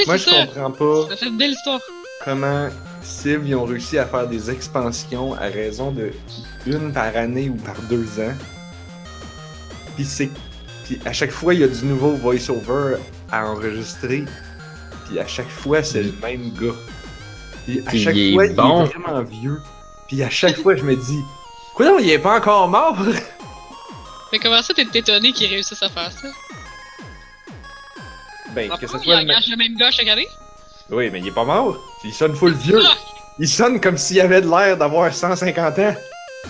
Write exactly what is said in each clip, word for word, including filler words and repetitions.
Moi, c'est je ça. comprends pas Ça fait une belle histoire. comment Civ, ils ont réussi à faire des expansions à raison de une par année ou par deux ans. Puis c'est... Puis à chaque fois, il y a du nouveau voice-over à enregistrer. Puis à chaque fois, c'est le même gars. Puis à Puis chaque il est fois, il est bon. vraiment vieux. Puis à chaque fois, je me dis, quoi non, il est pas encore mort? Mais comment ça, t'es étonné qu'ils réussissent à faire ça? Ben, En que ce plus, soit ils le même. engagent le même gars chaque année? Oui, mais il est pas mort. Il sonne full vieux. Ah! Il sonne comme s'il avait de l'air d'avoir cent cinquante ans.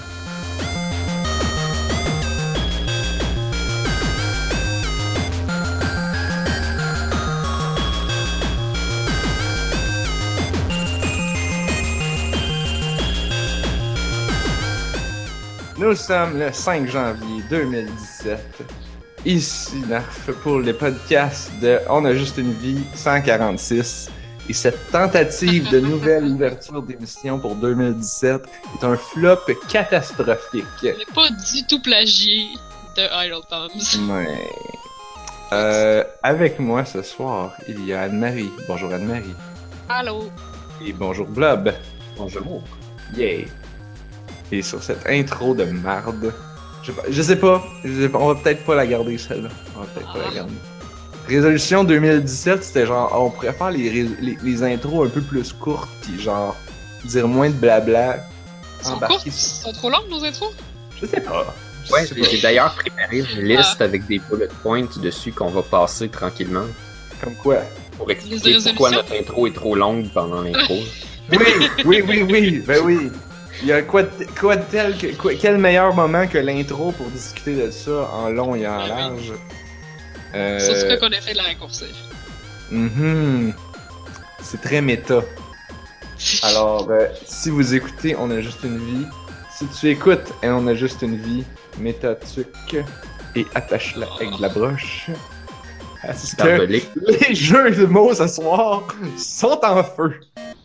Nous sommes le cinq janvier deux mille dix-sept. Ici Narf pour les podcasts de On a juste une vie cent quarante-six. Et cette tentative de nouvelle ouverture d'émission pour deux mille dix-sept est un flop catastrophique. Il n'est pas du tout plagié de Idle Thumbs. Ouais. Euh, avec moi ce soir, il y a Anne-Marie. Bonjour Anne-Marie. Allô? Et bonjour Blob. Bonjour. Yay. Et sur cette intro de marde, je sais pas, je sais pas, je sais pas, on va peut-être pas la garder celle-là. On va peut-être pas la garder. Résolution deux mille dix-sept, c'était genre, on pourrait faire les, rés- les, les intros un peu plus courtes, puis genre, dire moins de blabla. Ils sont embarquer courtes? Ils sur- sont trop longues, nos intros? Je sais pas. Je Ouais, sais j'ai pas. j'ai d'ailleurs préparé une liste avec des bullet points dessus qu'on va passer tranquillement Comme quoi? pour Les expliquer résolutions? pourquoi notre intro est trop longue pendant l'intro. Oui, oui, oui, oui, ben oui. Il y a quoi de, quoi de tel que, quoi- quel meilleur moment que l'intro pour discuter de ça en long et en large? Euh... Sauf ce qu'on a fait de la raccourcir. mhm. C'est très méta. Alors, euh, si vous écoutez On a juste une vie, si tu écoutes et On a juste une vie, mets ta tuque et attache-la avec de la broche. Parce que Barbelé. les jeux de mots ce soir sont en feu.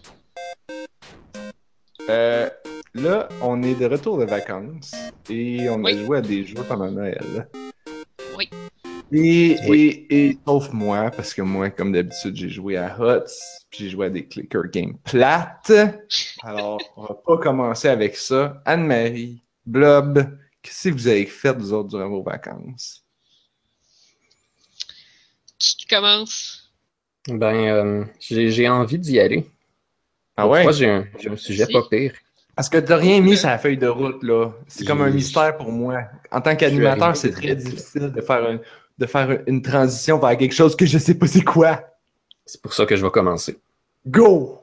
Euh, là, on est de retour de vacances et on a Oui. joué à des jeux pendant Noël. Oui. Et, Oui. et, et sauf moi, parce que moi, comme d'habitude, j'ai joué à Huts, puis j'ai joué à des clicker games plates. Alors, on va pas commencer avec ça. Anne-Marie, Blob, qu'est-ce que vous avez fait, vous autres, durant vos vacances? Qui qui commence? Ben, euh, j'ai j'ai envie d'y aller. Ah Pour ouais? toi, j'ai un, j'ai un sujet Si. pas pire. Parce que t'as rien Cool. mis sur la feuille de route, là. C'est comme un Je- mystère pour moi. En tant Je suis qu'animateur, arrivé c'est très vite. difficile de faire, un- de faire une transition vers quelque chose que je sais pas c'est quoi. C'est pour ça que je vais commencer. Go!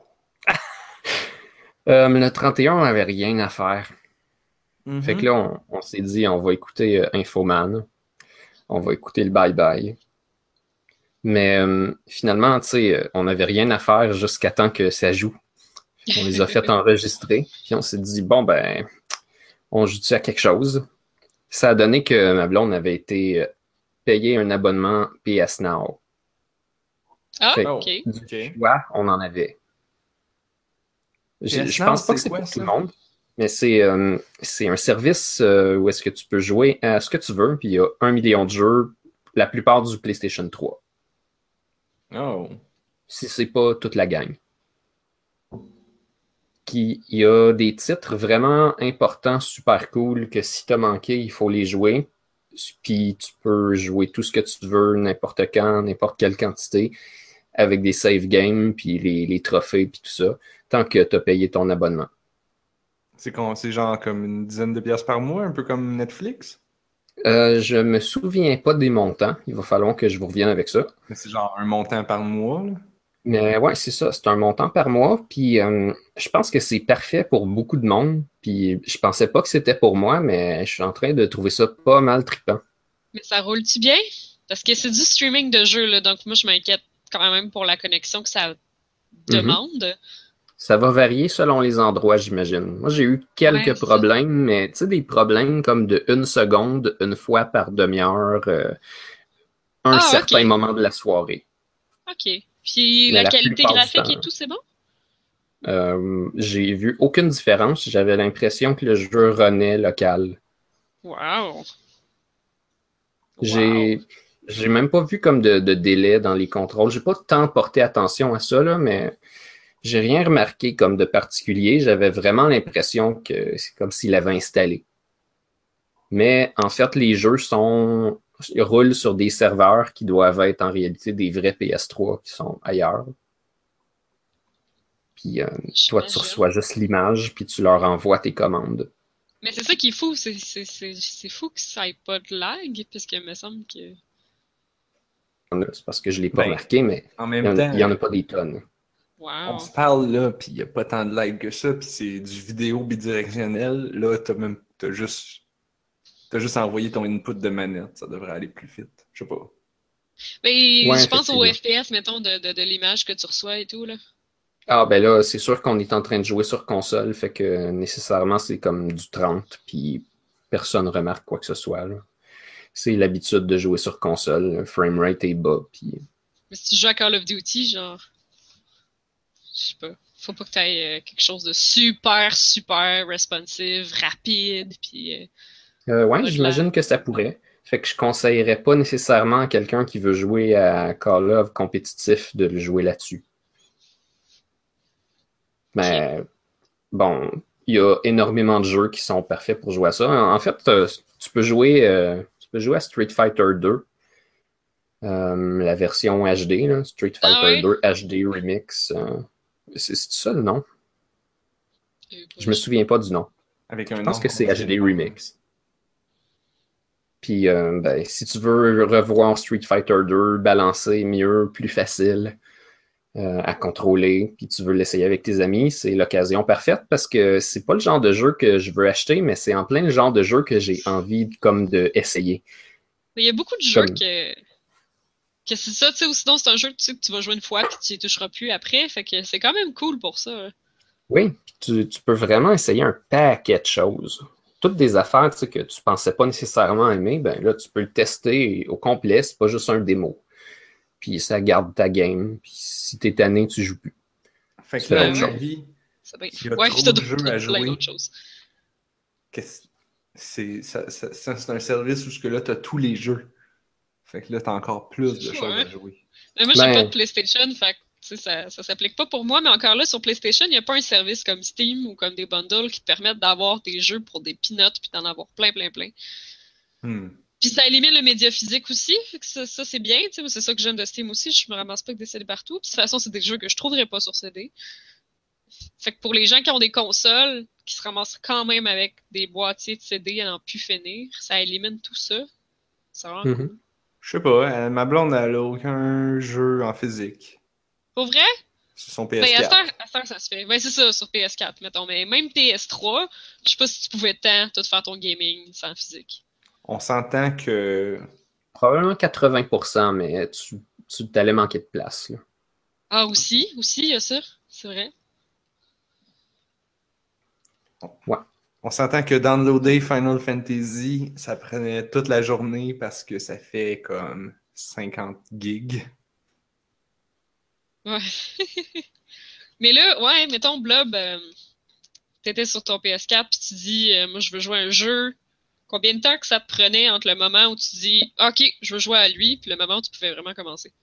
Euh, le trente et un, on n'avait rien à faire. Mhm. Fait que là, on, on s'est dit, on va écouter euh, Infoman. On va écouter le bye-bye. Mais euh, finalement, tu sais, euh, on n'avait rien à faire jusqu'à temps que ça joue. On les a fait enregistrer. Puis on s'est dit, bon, ben, on joue-tu à quelque chose? Ça a donné que ma blonde avait été euh, payer un abonnement P S Now. Ah, Fait que Oh, ok. du ok. choix, on en avait. Je, P S je Now, pense pas c'est que c'est quoi, pour tout ça? le monde, mais c'est euh, c'est un service euh, où est-ce que tu peux jouer à ce que tu veux, puis il y a un million de jeux, la plupart du PlayStation trois. Oh. Si c'est pas toute la gang. Qui, il y a des titres vraiment importants, super cool, que si t'as manqué, il faut les jouer. Puis tu peux jouer tout ce que tu veux, n'importe quand, n'importe quelle quantité, avec des save games, puis les, les trophées, puis tout ça, tant que t'as payé ton abonnement. C'est con- c'est genre comme une dizaine de pièces par mois, un peu comme Netflix? Euh, je me souviens pas des montants. Il va falloir que je vous revienne avec ça. Mais c'est genre un montant par mois, là. Mais ouais, c'est ça. C'est un montant par mois. Puis euh, je pense que c'est parfait pour beaucoup de monde. Puis je pensais pas que c'était pour moi, mais je suis en train de trouver ça pas mal trippant. Mais ça roule-tu bien? Parce que c'est du streaming de jeu, là, donc moi je m'inquiète quand même pour la connexion que ça demande. Ça va varier selon les endroits, j'imagine. Moi, j'ai eu quelques Ouais, c'est problèmes, mais tu sais, des problèmes comme de une seconde, une fois par demi-heure, euh, un Ah, certain ok. moment de la soirée. Ok. Puis Mais la la qualité plupart du graphique temps, et tout, c'est bon? euh, j'ai vu aucune différence. J'avais l'impression que le jeu renaît local. Wow. J'ai, Wow. j'ai même pas vu comme de, de délai dans les contrôles. J'ai pas tant porté attention à ça, là, mais j'ai rien remarqué comme de particulier. J'avais vraiment l'impression que c'est comme s'il l'avait installé. Mais en fait, les jeux sont ils roulent sur des serveurs qui doivent être en réalité des vrais P S trois qui sont ailleurs. Puis euh, toi, tu J'imagine. reçois juste l'image, puis tu leur envoies tes commandes. Mais c'est ça qui est fou, c'est c'est- c'est- c'est fou que ça ait pas de lag, parce qu'il me semble que... C'est parce que je l'ai pas Ben, remarqué, mais en il y même en, temps, il y en a pas des tonnes. on Wow. se parle là, puis il n'y a pas tant de live que ça, puis c'est du vidéo bidirectionnel. Là, t'as même t'as juste t'as juste envoyé ton input de manette, ça devrait aller plus vite. Je sais pas. Mais Ouais, je pense au effectivement. F P S, mettons, de, de, de l'image que tu reçois et tout, là. Ah ben là, c'est sûr qu'on est en train de jouer sur console, fait que nécessairement c'est comme du trente, puis personne remarque quoi que ce soit, là. C'est l'habitude de jouer sur console, le framerate est bas, puis Mais si tu joues à Call of Duty, genre, je sais pas, faut pas que tu aies quelque chose de super, super responsive, rapide, puis euh, euh, ouais, pas de lag. j'imagine que ça pourrait. Fait que je conseillerais pas nécessairement à quelqu'un qui veut jouer à Call of compétitif de le jouer là-dessus. Ok. Mais bon, il y a énormément de jeux qui sont parfaits pour jouer à ça. En fait, euh, tu peux jouer, euh, tu peux jouer à Street Fighter deux, euh, la version H D, là, Street Ah Fighter ouais? deux H D Remix. euh, c'est c'est ça le nom? Euh, bah, Je me je- souviens pas du nom. Avec Je un pense nom que qu'on c'est H D dira pas. Remix. Puis, euh, ben, si tu veux revoir Street Fighter deux, balancer mieux, plus facile euh, à contrôler, puis tu veux l'essayer avec tes amis, c'est l'occasion parfaite parce que c'est pas le genre de jeu que je veux acheter, mais c'est en plein le genre de jeu que j'ai envie comme de essayer. Mais il y a beaucoup de jeux Comme, que, que c'est ça, tu sais, ou sinon c'est un jeu que tu sais que tu vas jouer une fois puis tu y toucheras plus après, fait que c'est quand même cool pour ça, hein. oui, tu, tu peux vraiment essayer un paquet de choses. Toutes des affaires tu sais, que tu pensais pas nécessairement aimer, ben là, tu peux le tester au complet, c'est pas juste un démo. Puis ça garde ta game, puis si t'es tanné, tu joues plus. Fait Tu que fais là, à Ben d'autres mon ouais, choses. avis, c'est bien s'il y fou. a Ouais, puis trop t'as de d'autres- jeux t'as à plein jouer, d'autres choses. qu'est-ce- c'est ça- ça- ça- c'est un service où ce que là, t'as tous les jeux. Fait que là, t'as encore plus de choses Ouais. à jouer. Mais moi, j'ai pas de Ben, PlayStation, fait que, tu sais, ça, ça s'applique pas pour moi, mais encore là, sur PlayStation, il n'y a pas un service comme Steam ou comme des bundles qui te permettent d'avoir des jeux pour des peanuts puis d'en avoir plein, plein, plein. Hmm. Puis ça élimine le média physique aussi, fait que ça, ça, c'est bien, tu sais, c'est ça que j'aime de Steam aussi, je me ramasse pas avec des C D partout. Puis de toute façon, c'est des jeux que je trouverais pas sur C D. Fait que pour les gens qui ont des consoles, qui se ramassent quand même avec des boîtiers de C D à en plus finir, ça élimine tout ça. C'est vraiment mhm. cool. Je sais pas, euh, ma blonde, elle a aucun jeu en physique Pour vrai? sur son Ben, à cette heure, P S quatre. à cette heure, ça se fait. Ben, c'est ça, sur P S quatre, mettons. Mais même P S trois, je sais pas si tu pouvais tant tout faire ton gaming sans physique. On s'entend que Probablement quatre-vingts pour cent, mais tu, tu t'allais manquer de place, là. Ah, aussi, aussi, il y a ça. C'est vrai. Ouais. on s'entend que downloader Final Fantasy, ça prenait toute la journée parce que ça fait comme cinquante gigs. Ouais. Mais là, ouais, mettons, Blob, euh, t'étais sur ton P S quatre, puis tu dis, euh, moi, je veux jouer à un jeu. Combien de temps que ça te prenait entre le moment où tu dis, OK, je veux jouer à lui, puis le moment où tu pouvais vraiment commencer?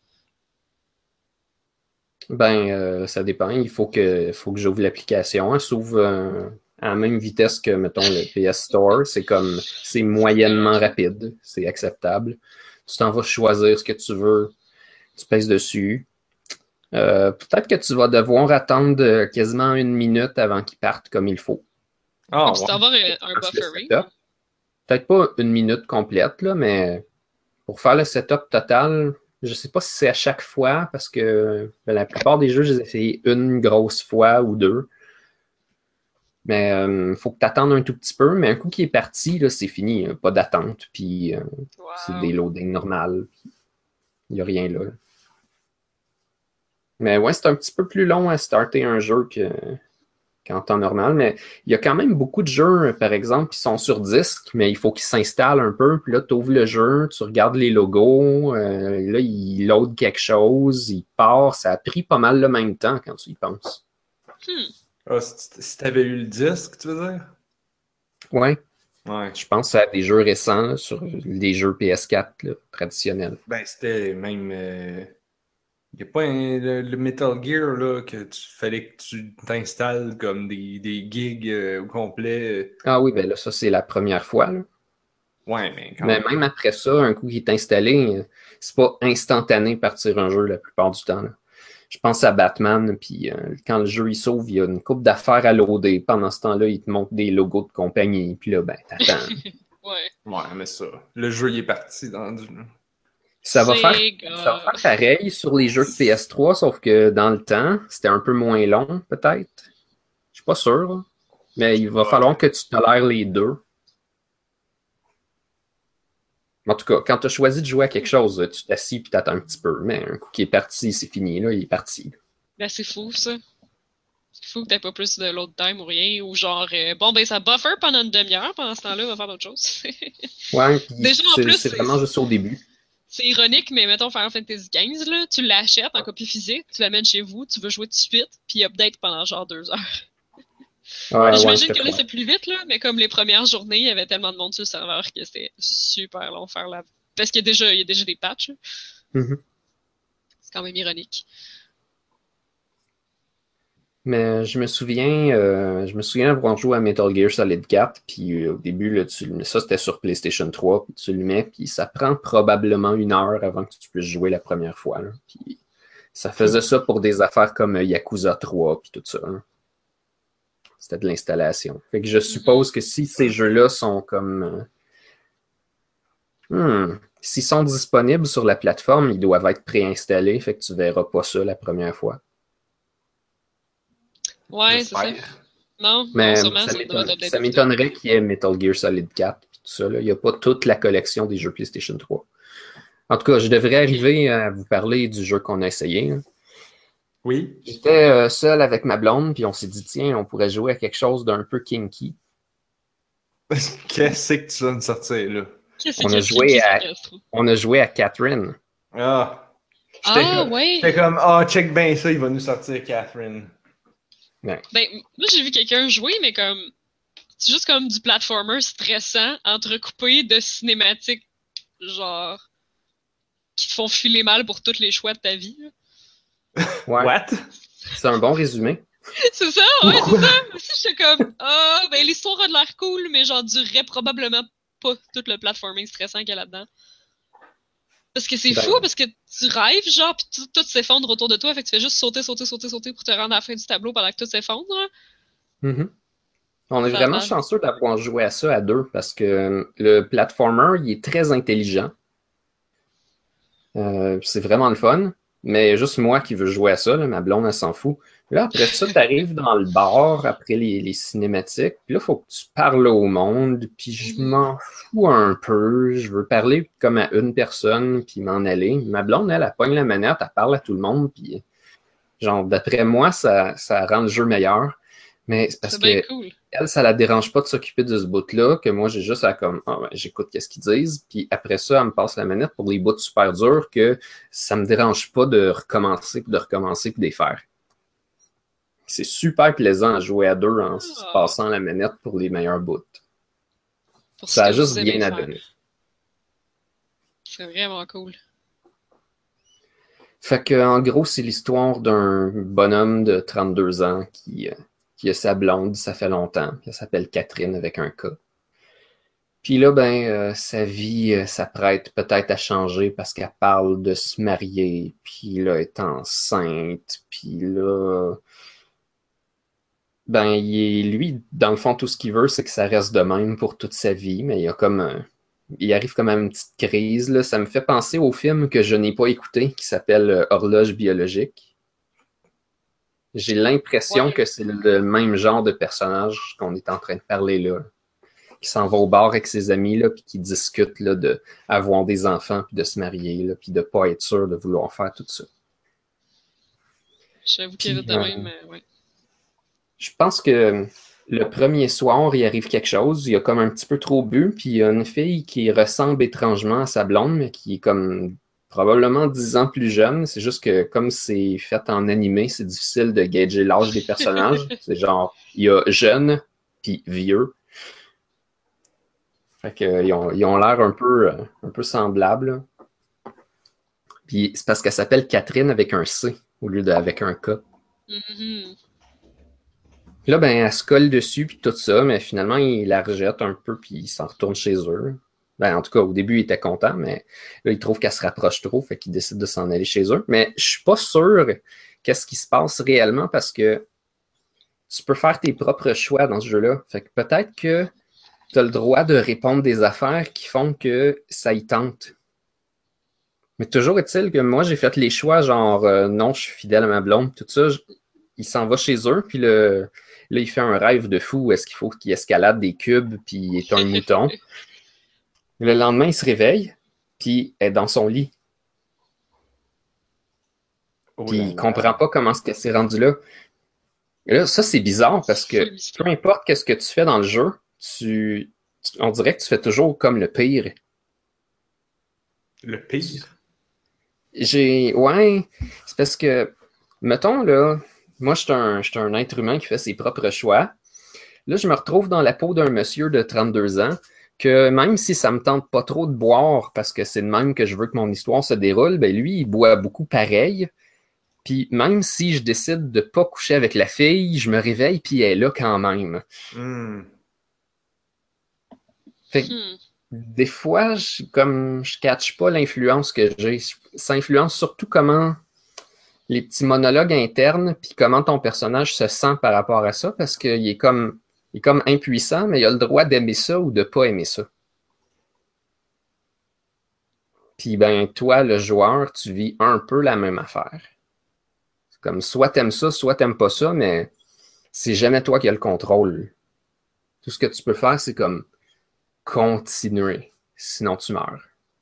Ben, euh, ça dépend. Il faut que, faut que j'ouvre l'application. Elle s'ouvre euh, à la même vitesse que, mettons, le P S Store. C'est comme, c'est moyennement rapide. C'est acceptable. Tu t'en vas choisir ce que tu veux. Tu pèses dessus. Euh, peut-être que tu vas devoir attendre euh, quasiment une minute avant qu'il parte comme il faut. Ah, Ah puis ouais. t'as avoir un, un Parce que le buffering. setup, peut-être pas une minute complète, là, mais pour faire le setup total, je sais pas si c'est à chaque fois, parce que ben, la plupart des jeux, je les ai essayés une grosse fois ou deux. Mais il euh, faut que tu attendes un tout petit peu, mais un coup qui est parti, là, c'est fini. Hein, pas d'attente, puis euh, c'est des Wow. loadings normales. Il n'y a rien là. Mais ouais, c'est un petit peu plus long à starter un jeu que, qu'en temps normal, mais il y a quand même beaucoup de jeux, par exemple, qui sont sur disque, mais il faut qu'ils s'installent un peu, puis là, tu ouvres le jeu, tu regardes les logos, euh, là, il load quelque chose, il part, ça a pris pas mal le même temps quand tu y penses. Hmm. Ah, si si t'avais eu le disque, tu veux dire? Ouais. Ouais. Je pense à des jeux récents, là, sur des jeux P S quatre là, traditionnels. Ben, c'était même. euh, Y a pas un- le, le Metal Gear là, que tu fallait que tu t'installes comme des, des gigs euh, au complet. euh. Ah oui, ben là, ça, c'est la première fois, là. Ouais, mais quand Mais même. même après ça, un coup qui est installé, euh, c'est pas instantané partir un jeu la plupart du temps, là. Je pense à Batman, puis euh, quand le jeu il s'ouvre, il y a une coupe d'affaires à loader. Pendant ce temps-là, il te montre des logos de compagnie, puis là, ben, t'attends. Ouais. Ouais, mais ça. Le jeu il est parti dans du. Ça va faire, ça va Sega. faire pareil sur les jeux de P S trois, sauf que dans le temps, c'était un peu moins long, peut-être. Je suis pas sûr, là. Mais il va Ouais. falloir que tu tolères les deux. En tout cas, quand tu as choisi de jouer à quelque chose, tu t'assis et t'attends un petit peu. Mais un coup qui est parti, c'est fini, là, il est parti. Ben, c'est fou, ça. C'est fou que t'aies pas plus de load time ou rien. Ou genre, euh, bon, ben, ça buffer pendant une demi-heure. Pendant ce temps-là, on va faire d'autres choses. Ouais, puis Déjà, en c'est plus, c'est c'est vraiment juste au début. c'est ironique, mais mettons Final Fantasy quinze, là, tu l'achètes en copie physique, tu l'amènes chez vous, tu veux jouer tout de suite, puis update pendant genre deux heures. Ouais, ouais, je J'imagine te que là, crois. c'est plus vite, là, mais comme les premières journées, il y avait tellement de monde sur le serveur que c'était super long à faire là. Parce qu'il y a déjà, il y a déjà des patchs, là. Mhm. C'est quand même ironique. Mais je me souviens, euh, je me souviens avoir joué à Metal Gear Solid quatre, puis euh, au début, là, tu, le- ça c'était sur PlayStation trois, puis tu le mets, puis ça prend probablement une heure avant que tu puisses jouer la première fois, là. Puis ça faisait ça pour des affaires comme euh, Yakuza trois, puis tout ça, hein. C'était de l'installation. Fait que je Mhm. suppose que si ces jeux-là sont comme... euh, hmm, s'ils sont disponibles sur la plateforme, ils doivent être préinstallés, fait que tu verras pas ça la première fois. Ouais, c'est ça. J'espère. Non, non, Mais sûrement, ça ça doit m'étonne- être ça plus tard. m'étonnerait qu'il y ait Metal Gear Solid quatre et tout ça, là. Il n'y a pas toute la collection des jeux PlayStation trois. En tout cas, je devrais Ok. arriver à vous parler du jeu qu'on a essayé, hein. Oui. J'étais euh, seul avec ma blonde, puis on s'est dit, tiens, on pourrait jouer à quelque chose d'un peu kinky. Qu'est-ce que tu vas me sortir là? Qu'est-ce On qu'il y a a de joué kinky sur à, Castro? on a joué à Catherine. Ah. J'étais Ah, comme, ouais. j'étais comme, ah, check bien ça, il va nous sortir Catherine. Ouais. Ben, moi, j'ai vu quelqu'un jouer, mais comme, c'est juste comme du platformer stressant, entrecoupé de cinématiques, genre, qui te font filer mal pour tous les choix de ta vie, là. Ouais, What? c'est un bon résumé. C'est ça, ouais, c'est Pourquoi? ça. Moi aussi, j'étais comme, ah, ben, l'histoire a de l'air cool, mais genre, durerait probablement pas tout le platforming stressant qu'il y a là-dedans. Parce que c'est fou, Ben, parce que tu rêves, genre, pis tout, tout s'effondre autour de toi, fait que tu fais juste sauter, sauter, sauter, sauter pour te rendre à la fin du tableau pendant que tout s'effondre, là. mhm. On est Ça, vraiment ça... chanceux d'avoir joué à ça à deux parce que le platformer, il est très intelligent. Euh, c'est vraiment le fun. Mais juste moi qui veux jouer à ça, là, ma blonde, elle s'en fout. Là, après ça, tu arrives dans le bar, après les, les cinématiques, puis là, il faut que tu parles au monde, puis je Mhm. m'en fous un peu. Je veux parler comme à une personne, puis m'en aller. Ma blonde, elle, elle pogne la manette, elle parle à tout le monde, puis genre, d'après moi, ça, ça rend le jeu meilleur. Mais c'est parce C'est bien que cool. elle, ça la dérange pas de s'occuper de ce bout-là, que moi, j'ai juste à comme, ah ben, j'écoute qu'est-ce qu'ils disent, puis après ça, elle me passe la manette pour les bouts super durs que ça me dérange pas de recommencer, puis de recommencer, puis de les faire. C'est super plaisant à jouer à deux en se Ah, passant la manette pour les meilleurs bouts. pour ce Ça que a juste vous aimez bien à faire. donner. C'est vraiment cool. Fait que, en gros, c'est l'histoire d'un bonhomme de trente-deux ans qui, euh, qui a sa blonde, ça fait longtemps. Elle s'appelle Catherine avec un K. Puis là, ben, euh, sa vie euh, s'apprête peut-être à changer parce qu'elle parle de se marier, puis là, elle est enceinte, puis là, ben, il est, lui, dans le fond, tout ce qu'il veut, c'est que ça reste de même pour toute sa vie, mais il y a comme un- il arrive comme à une petite crise, là. Ça me fait penser au film que je n'ai pas écouté, qui s'appelle euh, Horloge biologique. J'ai l'impression Ouais. que c'est le même genre de personnage qu'on est en train de parler là, qui s'en va au bar avec ses amis, là, puis qui discute là, de avoir des enfants, puis de se marier, là, puis de pas être sûr de vouloir faire tout ça. J'avoue qu'il Puis vite de euh, même, mais ouais. je pense que le premier soir, il arrive quelque chose, il a comme un petit peu trop bu, puis il y a une fille qui ressemble étrangement à sa blonde, mais qui est comme probablement dix ans plus jeune. C'est juste que comme c'est fait en animé, c'est difficile de gager l'âge des personnages. C'est genre, il y a jeune, puis vieux. Fait que, euh, ils ont, ils ont l'air un peu, euh, un peu semblables. Là. Puis c'est parce qu'elle s'appelle Catherine avec un C au lieu d'avec un K. Mhm. Puis là, ben, elle se colle dessus, puis tout ça, mais finalement, il la rejette un peu, puis il s'en retourne chez eux. Ben, en tout cas, au début, il était content, mais là, il trouve qu'elle se rapproche trop, fait qu'il décide de s'en aller chez eux. Mais je suis pas sûr qu'est-ce qui se passe réellement parce que tu peux faire tes propres choix dans ce jeu-là. Fait que peut-être que tu as le droit de répondre des affaires qui font que ça y tente. Mais toujours est-il que moi, j'ai fait les choix, genre, euh, non, je suis fidèle à ma blonde, tout ça. Je- il s'en va chez eux, puis le, là, il fait un rêve de fou où est-ce qu'il faut qu'il escalade des cubes, puis il est un mouton. Le lendemain, il se réveille, puis elle est dans son lit. Oh Puis là il comprend là. pas comment est-ce qu'elle s'est rendue là. Et là, ça, c'est bizarre parce Full que mystère. peu importe qu'est-ce que tu fais dans le jeu, tu, tu- on dirait que tu fais toujours comme le pire. Le pire. J'ai. Ouais, c'est parce que, mettons, là, moi, je suis un, je suis un être humain qui fait ses propres choix. Là, je me retrouve dans la peau d'un monsieur de trente-deux ans que même si ça me tente pas trop de boire parce que c'est de même que je veux que mon histoire se déroule, ben lui, il boit beaucoup pareil. Puis même si je décide de pas coucher avec la fille, je me réveille puis elle est là quand même. Hmm. Fait que Hmm. des fois, je, comme je catch pas l'influence que j'ai, ça influence surtout comment les petits monologues internes, puis comment ton personnage se sent par rapport à ça, parce qu'il est comme, il est comme impuissant, mais il a le droit d'aimer ça ou de pas aimer ça. Puis ben toi, le joueur, tu vis un peu la même affaire. C'est comme soit t'aimes ça, soit t'aimes pas ça, mais c'est jamais toi qui as le contrôle. Tout ce que tu peux faire, c'est comme continuer, sinon tu meurs.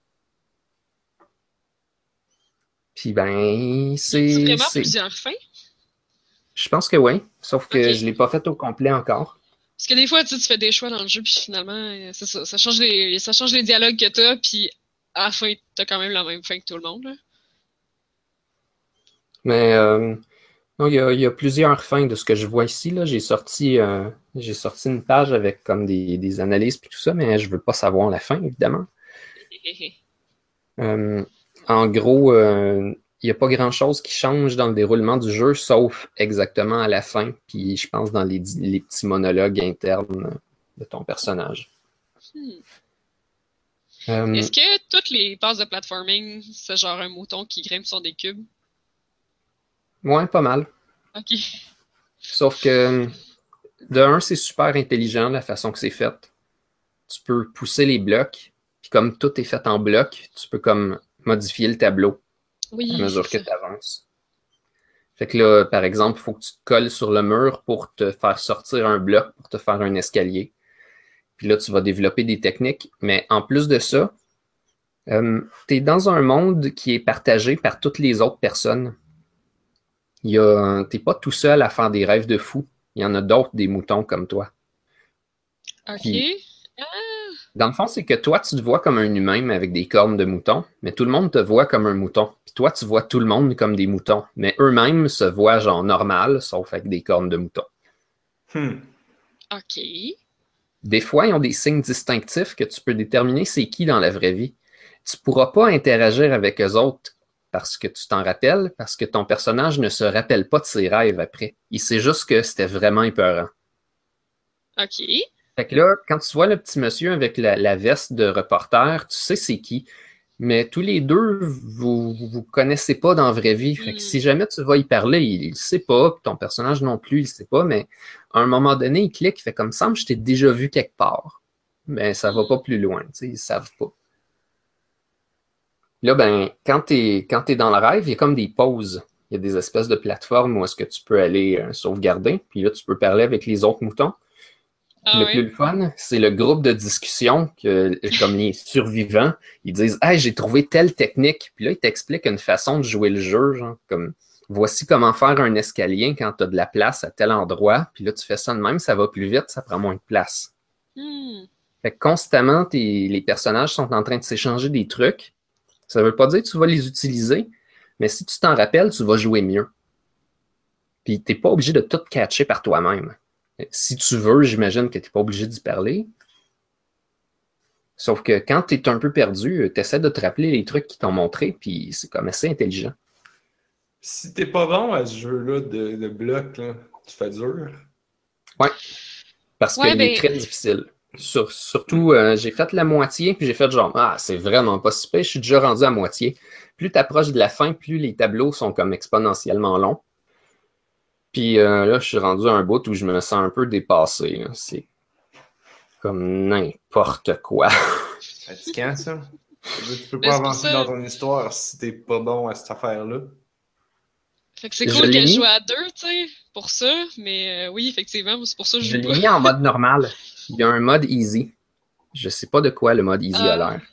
Puis ben, Y a-t-il c'est, vraiment c'est, plusieurs fins? je pense que oui, sauf Ok. que je l'ai pas fait au complet encore. Parce que des fois, tu sais, tu fais des choix dans le jeu, puis finalement, euh, c'est ça. Ça change les, ça change les dialogues que t'as, puis à la fin, t'as quand même la même fin que tout le monde, là. Mais euh, non, il y a, il y a plusieurs fins de ce que je vois ici. Là. J'ai sorti, euh, j'ai sorti une page avec comme des, des analyses et tout ça, mais je veux pas savoir la fin, évidemment. Euh, en gros, euh, il n'y a pas grand-chose qui change dans le déroulement du jeu, sauf exactement à la fin, puis je pense dans les, les petits monologues internes de ton personnage. Hmm. Euh, Est-ce que toutes les passes de platforming, c'est genre un mouton qui grimpe sur des cubes? ouais, pas mal. Ok. Sauf que, de un, c'est super intelligent la façon que c'est fait. Tu peux pousser les blocs, puis comme tout est fait en bloc, tu peux comme modifier le tableau à Oui, c'est mesure que ça. tu avances. Fait que là, par exemple, il faut que tu te colles sur le mur pour te faire sortir un bloc, pour te faire un escalier. Puis là, tu vas développer des techniques. Mais en plus de ça, euh, tu es dans un monde qui est partagé par toutes les autres personnes. Il y a, t'es pas tout seul à faire des rêves de fou. Il y en a d'autres, des moutons comme toi. Ok. Puis Ah, dans le fond, c'est que toi, tu te vois comme un humain, mais avec des cornes de mouton, mais tout le monde te voit comme un mouton. Puis toi, tu vois tout le monde comme des moutons, mais eux-mêmes se voient genre normal, sauf avec des cornes de mouton. Hmm. ok. Des fois, ils ont des signes distinctifs que tu peux déterminer c'est qui dans la vraie vie. Tu pourras pas interagir avec eux autres parce que tu t'en rappelles, parce que ton personnage ne se rappelle pas de ses rêves après. Il sait juste que c'était vraiment épeurant. Ok. Fait que là, quand tu vois le petit monsieur avec la, la veste de reporter, tu sais c'est qui. Mais tous les deux, vous vous, vous connaissez pas dans la vraie vie. Fait que si Hmm. jamais tu vas y parler, il, il sait pas, puis ton personnage non plus, il sait pas, mais à un moment donné, il clique, il fait comme ça, je t'ai déjà vu quelque part. Mais ça va pas Hmm. plus loin, tu sais, ils savent pas. Là, ben, quand t'es, quand t'es dans le rêve, il y a comme des pauses. Il y a des espèces de plateformes où est-ce que tu peux aller euh, sauvegarder, puis là, tu peux parler avec les autres moutons. Puis Ah le plus ouais. le fun, c'est le groupe de discussion que, comme les survivants, ils disent hey, j'ai trouvé telle technique. Puis là, ils t'expliquent une façon de jouer le jeu, genre comme voici comment faire un escalier quand tu as de la place à tel endroit. Puis là, tu fais ça de même, ça va plus vite, ça prend moins de place. Hmm. Fait que constamment, tes, les personnages sont en train de s'échanger des trucs. Ça veut pas dire que tu vas les utiliser, mais si tu t'en rappelles, tu vas jouer mieux. Puis t'es pas obligé de tout catcher par toi-même. Si tu veux, j'imagine que t'es pas obligé d'y parler. Sauf que quand tu es un peu perdu, tu essaies de te rappeler les trucs qu'ils t'ont montré, puis c'est comme assez intelligent. Si t'es pas bon à ce jeu-là de, de blocs, là, tu fais dur. Ouais, parce Ouais, qu'il est ben, très difficile. Sur- surtout, euh, j'ai fait la moitié, puis j'ai fait genre, ah, c'est vraiment pas si pire, je suis déjà rendu à moitié. Plus tu approches de la fin, plus les tableaux sont comme exponentiellement longs. Puis euh, là, je suis rendu à un bout où je me sens un peu dépassé, là. C'est comme n'importe quoi. C'est fatigant, ça. Je veux dire, tu peux ben, pas c'est pour avancer ça. dans ton histoire si t'es pas bon à cette affaire-là. Fait que c'est Je cool l'ai que je mis, joue à deux, tu sais, pour ça. Mais euh, oui, effectivement, c'est pour ça que je je joue l'ai pas. mis en mode normal. Il y a un mode easy. Je sais pas de quoi le mode easy a Ah, l'air.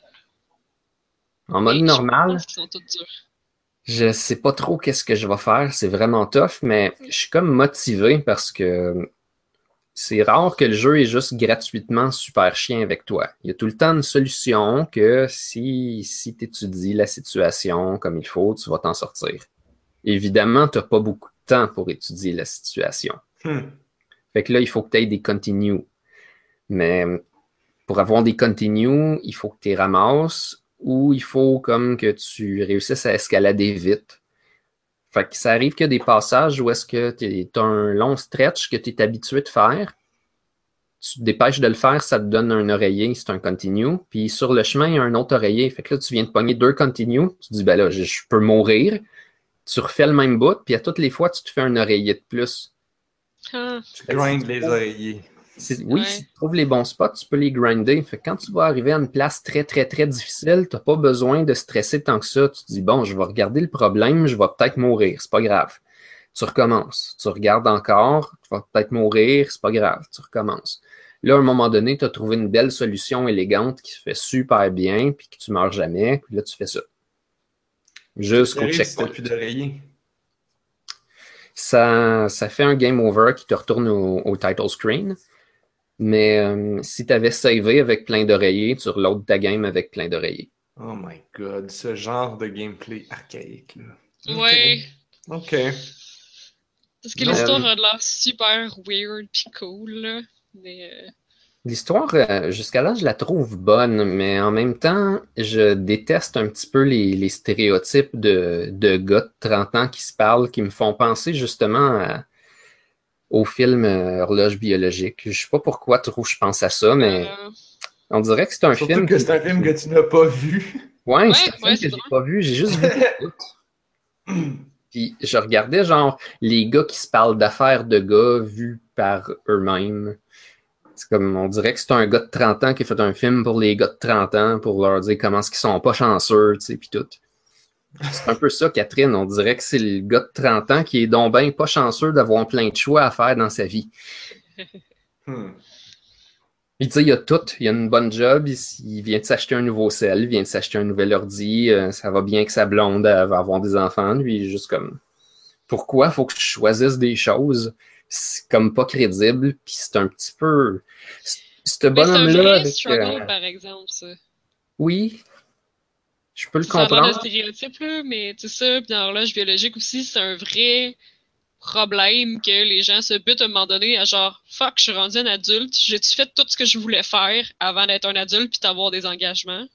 En mode mais je normal, pense qu'ils sont tous durs. je sais pas trop qu'est-ce que je vais faire. C'est vraiment tough, mais je suis comme motivé parce que c'est rare que le jeu est juste gratuitement super chien avec toi. Il y a tout le temps une solution que si, si tu étudies la situation comme il faut, tu vas t'en sortir. Évidemment, tu n'as pas beaucoup de temps pour étudier la situation. Hmm. Fait que là, il faut que tu aies des continues. Mais pour avoir des continues, il faut que tu les ramasses ou il faut comme que tu réussisses à escalader vite. Fait que ça arrive qu'il y a des passages où est-ce que tu as un long stretch que tu es habitué de faire. Tu te dépêches de le faire, ça te donne un oreiller, c'est un continue. Puis sur le chemin, il y a un autre oreiller. Fait que là, tu viens de pogner deux continues. Tu te dis, ben là, je, je peux mourir. Tu refais le même bout, puis à toutes les fois, tu te fais un oreiller de plus. Ah, Tu Fait que si grindes tu les trouves- oreillers. si- oui, si ouais. tu trouves les bons spots, tu peux les grinder. Fait que quand tu vas arriver à une place très, très, très difficile, tu n'as pas besoin de stresser tant que ça. Tu te dis, bon, je vais regarder le problème, je vais peut-être mourir, c'est pas grave. Tu recommences. Tu regardes encore, tu vas peut-être mourir, c'est pas grave. Tu recommences. Là, à un moment donné, tu as trouvé une belle solution élégante qui se fait super bien, puis que tu meurs jamais. Puis là, tu fais ça. Qu'est-ce qui Jusqu'au arrive si t'as checkpoint. plus d'oreiller? Ça, ça fait un game over qui te retourne au, au title screen. Mais euh, si tu avais savé avec plein d'oreillers, tu reloads ta game avec plein d'oreillers. Oh my god, ce genre de gameplay archaïque, là. Ok. Ouais. Ok. Parce que Non. l'histoire Euh, a l'air super weird pis cool, là. Mais euh, L'histoire, euh, jusqu'à là, je la trouve bonne, mais en même temps, je déteste un petit peu les, les stéréotypes de, de gars de trente ans qui se parlent, qui me font penser justement à- au film euh, Horloge biologique. Je sais pas pourquoi trop je pense à ça, mais euh, on dirait que c'est un Surtout film que qui... c'est un film qui- que tu n'as pas vu. Ouais, c'est ouais, un ouais, film que c'est j'ai vrai. pas vu, j'ai juste vu des bouts. Puis je regardais genre les gars qui se parlent d'affaires de gars vus par eux-mêmes. C'est comme, on dirait que c'est un gars de trente ans qui a fait un film pour les gars de trente ans pour leur dire comment est-ce qu'ils sont pas chanceux, tu sais, pis tout. C'est un peu ça, Catherine. On dirait que c'est le gars de trente ans qui est donc ben pas chanceux d'avoir plein de choix à faire dans sa vie. Hmm. Puis tu sais, il y a tout. Il y a une bonne job. Il, il vient de s'acheter un nouveau sel, il vient de s'acheter un nouvel ordi. euh, ça va bien que sa blonde elle va avoir des enfants. Lui, il est juste comme, pourquoi faut que je choisisse des choses? C'est comme pas crédible. Puis c'est un petit peu... Ce Mais c'est un bonhomme-là, vrai avec... euh, struggle, par exemple, ça. oui, je peux le Ça a l'air d'un comprendre. stéréotype, là, mais tu sais ça, puis dans l'horloge biologique aussi, c'est un vrai problème que les gens se butent à un moment donné à genre fuck, je suis rendu un adulte, j'ai-tu fait tout ce que je voulais faire avant d'être un adulte puis d'avoir des engagements?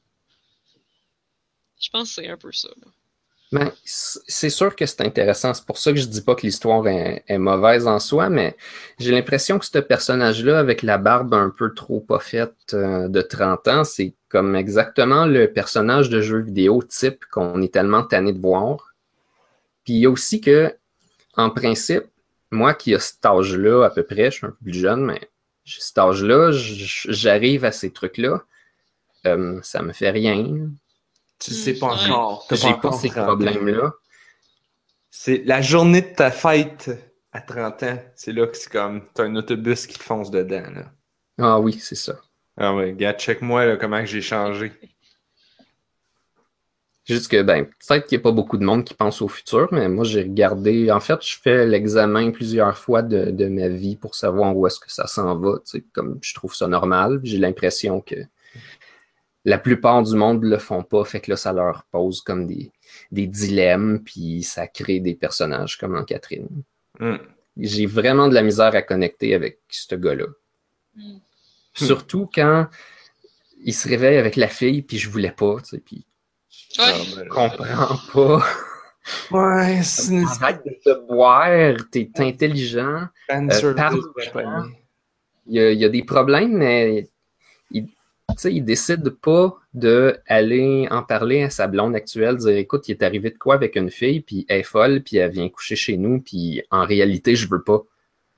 Je pense que c'est un peu ça. Là. Ben, c'est sûr que c'est intéressant. C'est pour ça que je dis pas que l'histoire est, est mauvaise en soi, mais j'ai l'impression que ce personnage-là, avec la barbe un peu trop pas faite euh, de trente ans, c'est comme exactement le personnage de jeu vidéo type qu'on est tellement tanné de voir. Puis il y a aussi que, en principe, moi qui ai cet âge-là à peu près, je suis un peu plus jeune, mais j'ai cet âge-là, j'arrive à ces trucs-là, euh, ça me fait rien. Tu sais pas Hmm, ouais. encore. T'as pas J'ai pas encore ces trente ans. problèmes-là. C'est la journée de ta fête à trente ans. C'est là que c'est comme, t'as un autobus qui te fonce dedans, là. Ah oui, c'est ça. Ah ouais, gars, check-moi, là, comment que j'ai changé. Juste que, ben, peut-être qu'il n'y a pas beaucoup de monde qui pense au futur, mais moi, j'ai regardé. En fait, je fais l'examen plusieurs fois de, de ma vie pour savoir où est-ce que ça s'en va. Tu sais, comme je trouve ça normal. J'ai l'impression que la plupart du monde ne le font pas, fait que là, ça leur pose comme des, des dilemmes, puis ça crée des personnages comme en Catherine. Hmm. J'ai vraiment de la misère à connecter avec ce gars-là. Hmm. Surtout quand il se réveille avec la fille, puis je voulais pas, tu sais, puis Ouais. Ah, ben, je comprends pas. ouais, c'est une Arrête de te boire, t'es intelligent, euh, parle fanservice aux gens. japonais. Il y a, il y a des problèmes, mais il, tu sais, il décide pas de aller en parler à sa blonde actuelle, dire écoute, il est arrivé de quoi avec une fille, puis elle est folle, puis elle vient coucher chez nous, puis en réalité, je veux pas.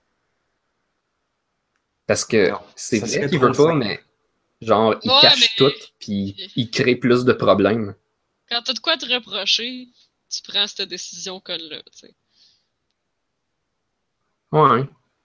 Parce que Non, c'est ça vrai serait qu'il trop veut pas, simple. mais genre, il Ouais, cache tout, puis mais il crée plus de problèmes. quand t'as de quoi te reprocher, tu prends cette décision conne-là, tu sais. Ouais.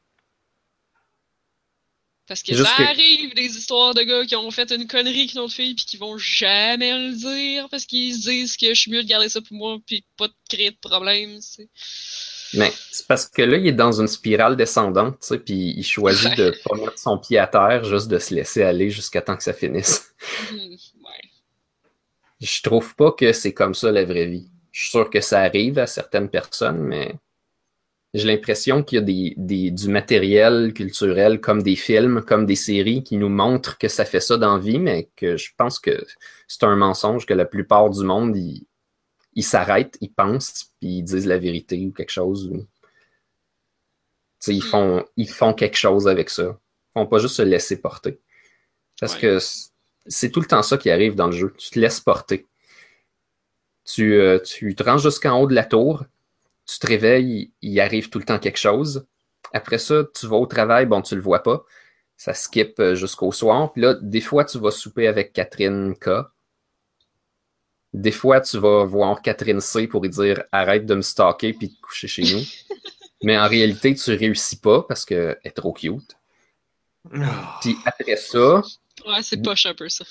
Parce que C'est ça juste que, arrive des histoires de gars qui ont fait une connerie avec une autre fille puis qui vont jamais le dire parce qu'ils se disent que je suis mieux de garder ça pour moi puis pas de créer de problème, tu sais. mais c'est parce que là, il est dans une spirale descendante, tu sais, puis il choisit Ouais. de pas mettre son pied à terre, juste de se laisser aller jusqu'à temps que ça finisse. Mhm. Ouais. Je trouve pas que c'est comme ça la vraie vie. Je suis sûr que ça arrive à certaines personnes, mais j'ai l'impression qu'il y a des, des, du matériel culturel comme des films, comme des séries qui nous montrent que ça fait ça dans la vie, mais que je pense que c'est un mensonge que la plupart du monde, ils, ils s'arrêtent, ils pensent, puis ils disent la vérité ou quelque chose. Ou, tu sais, ils Hmm. font, ils font quelque chose avec ça. Ils font pas juste se laisser porter. Parce Ouais. que c'est tout le temps ça qui arrive dans le jeu. Tu te laisses porter. Tu, euh, tu te rends jusqu'en haut de la tour, tu te réveilles, il arrive tout le temps quelque chose. Après ça, tu vas au travail, bon, tu le vois pas. Ça skip euh, jusqu'au soir. Puis là, des fois, tu vas souper avec Catherine K. Des fois, tu vas voir Catherine C pour lui dire arrête de me stalker puis de coucher chez nous. Mais en réalité, tu réussis pas parce qu'elle est trop cute. Puis Ah. après ça, Ouais, c'est poche un peu ça.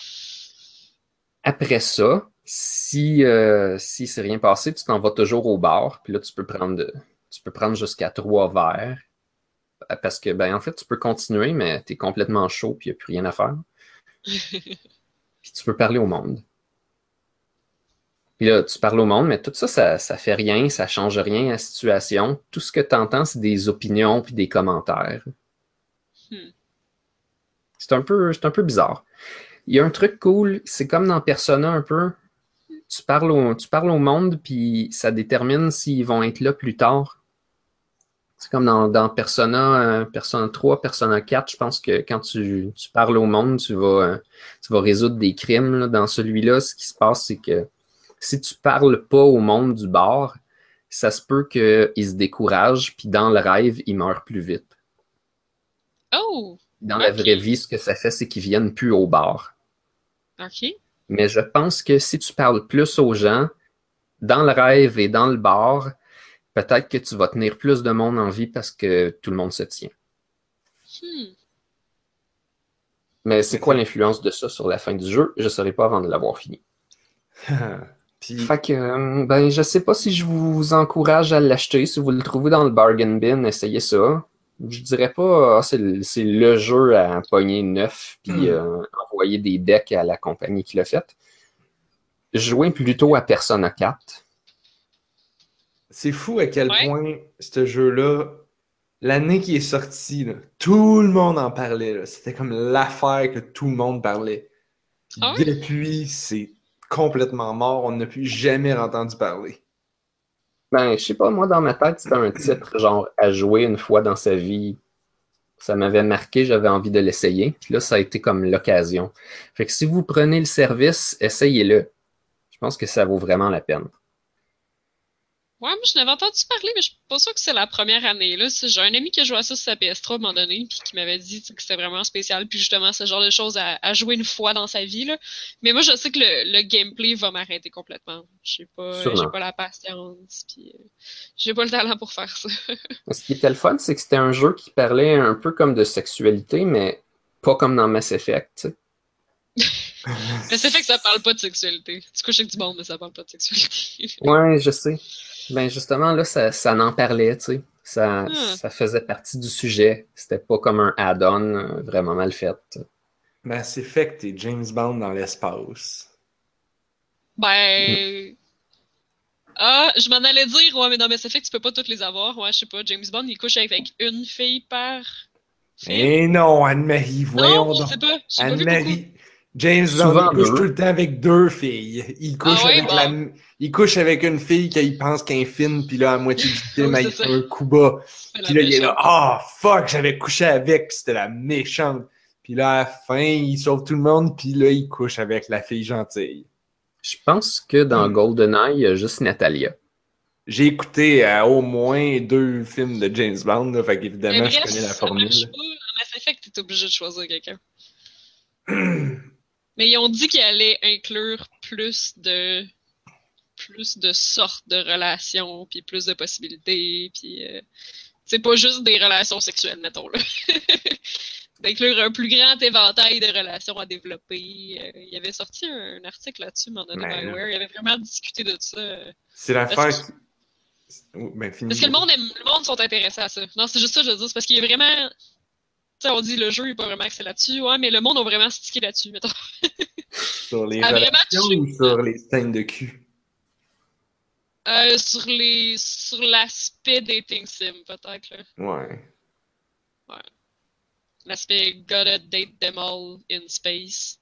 après ça, si, euh, si c'est rien passé, tu t'en vas toujours au bar. Puis là, tu peux prendre, de- tu peux prendre jusqu'à trois verres. Parce que, ben, en fait, tu peux continuer, mais t'es complètement chaud puis il n'y a plus rien à faire. Puis tu peux parler au monde. Puis là, tu parles au monde, mais tout ça, ça, ça fait rien, ça change rien à la situation. Tout ce que tu entends, c'est des opinions puis des commentaires. Hmm. C'est un peu, c'est un peu bizarre. Il y a un truc cool, c'est comme dans Persona un peu. Tu parles au, tu parles au monde, puis ça détermine s'ils vont être là plus tard. C'est comme dans, dans Persona, euh, Persona trois, Persona quatre, je pense que quand tu, tu parles au monde, tu vas, euh, tu vas résoudre des crimes. Là. Dans celui-là, ce qui se passe, c'est que si tu parles pas au monde du bar, ça se peut qu'ils se découragent, puis dans le rêve, ils meurent plus vite. Oh! Dans la Ok. vraie vie, ce que ça fait, c'est qu'ils viennent plus au bar. Ok. Mais je pense que si tu parles plus aux gens, dans le rêve et dans le bar, peut-être que tu vas tenir plus de monde en vie parce que tout le monde se tient. Hmm. Mais c'est Mais quoi c'est- l'influence de ça sur la fin du jeu? Je ne saurais pas avant de l'avoir fini. Puis, Fait que, euh, ben, je sais pas si je vous encourage à l'acheter. Si vous le trouvez dans le bargain bin, essayez ça. Je dirais pas, ah, c'est le, c'est le jeu à pogner neuf puis euh, envoyer des decks à la compagnie qui l'a fait. Jouez plutôt à Persona quatre. c'est fou à quel Ouais. point ce jeu-là, l'année qui est sorti, là, tout le monde en parlait. Là. C'était comme l'affaire que tout le monde parlait. Puis Ah ouais? depuis, c'est complètement mort. On n'a plus jamais entendu parler. Ben, je sais pas, moi, dans ma tête, c'était un titre genre à jouer une fois dans sa vie. Ça m'avait marqué, j'avais envie de l'essayer. Puis là, ça a été comme l'occasion. Fait que si vous prenez le service, essayez-le. Je pense que ça vaut vraiment la peine. Ouais, moi, je n'avais entendu parler, mais je suis pas sûre que c'est la première année. Là. C'est- J'ai un ami qui a joué à ça sur sa P S trois à un moment donné, puis qui m'avait dit tu sais, que c'était vraiment spécial, puis justement, ce genre de choses à, à jouer une fois dans sa vie. Là. Mais moi, je sais que le, le gameplay va m'arrêter complètement. J'ai pas, j'ai Sûrement. pas la patience, puis euh, j'ai pas le talent pour faire ça. Ce qui était le fun, c'est que c'était un jeu qui parlait un peu comme de sexualité, mais pas comme dans Mass Effect, tu sais. Mais c'est fait que ça parle pas de sexualité. Tu couches avec du monde, mais ça parle pas de sexualité. Ouais, je sais. Ben justement, là, ça, ça en parlait, tu sais. Ça, Ah. ça faisait partie du sujet. C'était pas comme un add-on euh, vraiment mal fait. Mass Effect et James Bond dans l'espace. Mm. Ben. Ah, je m'en allais dire, ouais, mais dans Mass Effect, tu peux pas toutes les avoir. Ouais, je sais pas. James Bond, il couche avec une fille par Mais non, Anne-Marie, voyons Non, je donc. sais pas. J'ai pas vu beaucoup. Anne-Marie, James Bond, Souvent il couche deux. tout le temps avec deux filles. Il couche Ah ouais, avec bon. la, il couche avec une fille qu'il pense qu'elle est fine, puis là, à moitié du film, Oui, elle c'est fait ça. un coup bas. C'est la Puis là, il est là, méchante. ah, fuck, j'avais couché avec, puis c'était la méchante. Puis là, à la fin, il sauve tout le monde, puis là, il couche avec la fille gentille. Je pense que dans Hmm. GoldenEye, il y a juste Natalia. J'ai écouté euh, au moins deux films de James Bond, là, fait Mais qu'évidemment, je bref, connais la ça marche formule. pas. En Mass Effect, t'es obligé de choisir quelqu'un. Mais ils ont dit qu'ils allaient inclure plus de plus de sortes de relations, puis plus de possibilités, puis euh, c'est pas juste des relations sexuelles, mettons là. D'inclure un plus grand éventail de relations à développer. Euh, il avait sorti un, un article là-dessus, Mandana Mais non. Bioware. Il avait vraiment discuté de ça. euh, C'est l'affaire Parce qui... Oh, ben, fini. Parce que le monde, aime, le monde sont intéressés à ça. Non, c'est juste ça, je veux dire. C'est parce qu'il y a vraiment. Tu sais, on dit le jeu n'est pas vraiment axé là-dessus. Ouais, mais le monde a vraiment stické là-dessus, mettons. Sur les Ça a vraiment relations touché. ou sur les scènes de cul? Euh, sur les. Sur l'aspect dating sim, peut-être, là. Ouais. L'aspect gotta date them all in space.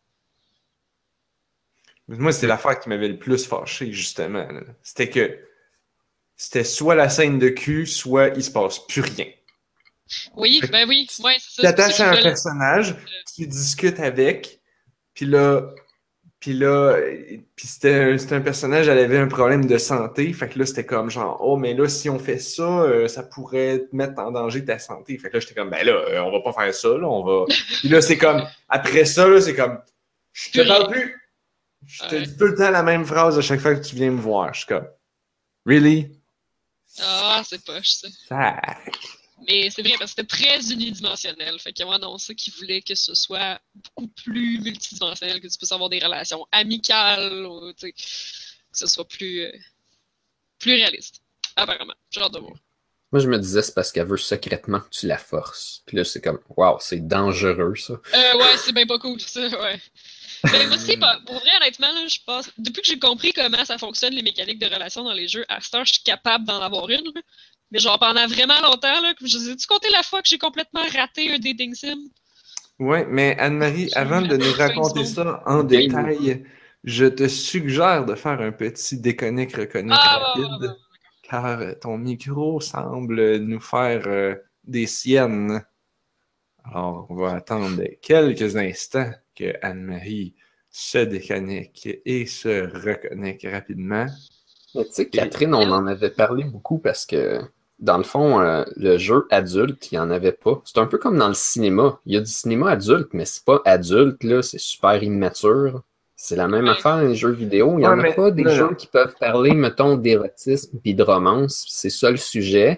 Moi, c'est l'affaire qui m'avait le plus fâché, justement, là. C'était que c'était soit la scène de cul, soit il se passe plus rien. Oui, Fait que ben oui. Ouais, c'est Tu ça. C'est pour ça t'attaches qu'ils à un veulent. personnage, tu discutes avec, puis là, puis là, euh, puis c'était un, c'était un personnage, elle avait un problème de santé, fait que là, c'était comme genre, oh, mais là, si on fait ça, euh, ça pourrait te mettre en danger ta santé. Fait que là, j'étais comme, ben là, euh, on va pas faire ça, là, on va... Puis là, c'est comme, après ça, là, c'est comme, je te Plus parle rien. plus! Je te Ouais. dis tout le temps la même phrase à chaque fois que tu viens me voir. Je suis comme, really? Ah, c'est poche, ça. Sac. Mais c'est vrai, parce que c'était très unidimensionnel. Fait qu'ils ont annoncé qu'ils voulaient que ce soit beaucoup plus multidimensionnel, que tu puisses avoir des relations amicales, ou, tu sais, que ce soit plus, euh, plus réaliste. Apparemment. J'ai hâte de voir. Moi, je me disais, c'est parce qu'elle veut secrètement que tu la forces. Puis là, c'est comme, waouh, c'est dangereux, ça. Euh, ouais, c'est bien pas cool, ça, ouais. Mais aussi, pas- pour vrai, honnêtement, là, je pense, depuis que j'ai compris comment ça fonctionne, les mécaniques de relations dans les jeux, à cette heure, je suis capable d'en avoir une, là. Mais genre, pendant vraiment longtemps, là, je vous ai-tu compté la fois que j'ai complètement raté un dating sim? Ouais, mais Anne-Marie, J'ai avant eu de la nous fin du raconter monde. ça en Bien détail, je te suggère de faire un petit déconnect-reconnect Ah, ouais, ouais, ouais. rapide, car ton micro semble nous faire euh, des siennes. Alors, on va attendre quelques instants que Anne-Marie se déconnecte et se reconnecte rapidement. Mais tu sais, Et- Catherine, on en avait parlé beaucoup parce que, dans le fond, euh, le jeu adulte, il n'y en avait pas. C'est un peu comme dans le cinéma. Il y a du cinéma adulte, mais c'est pas adulte, là, c'est super immature. C'est la même Ouais. affaire dans les jeux vidéo. Il n'y Ouais, en a mais- pas des non, jeux non. qui peuvent parler, mettons, d'érotisme puis de romance. C'est ça le sujet.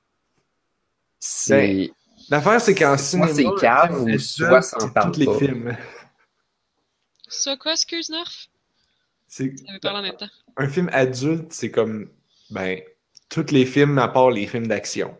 C'est L'affaire, c'est qu'en soit cinéma, c'est un cave film ou adulte, soit ça en c'est tous parle les pas. films. Ça quoi, excuse, Nerf? C'est... On avait parlé en même temps. Un film adulte, c'est comme, ben, tous les films à part les films d'action.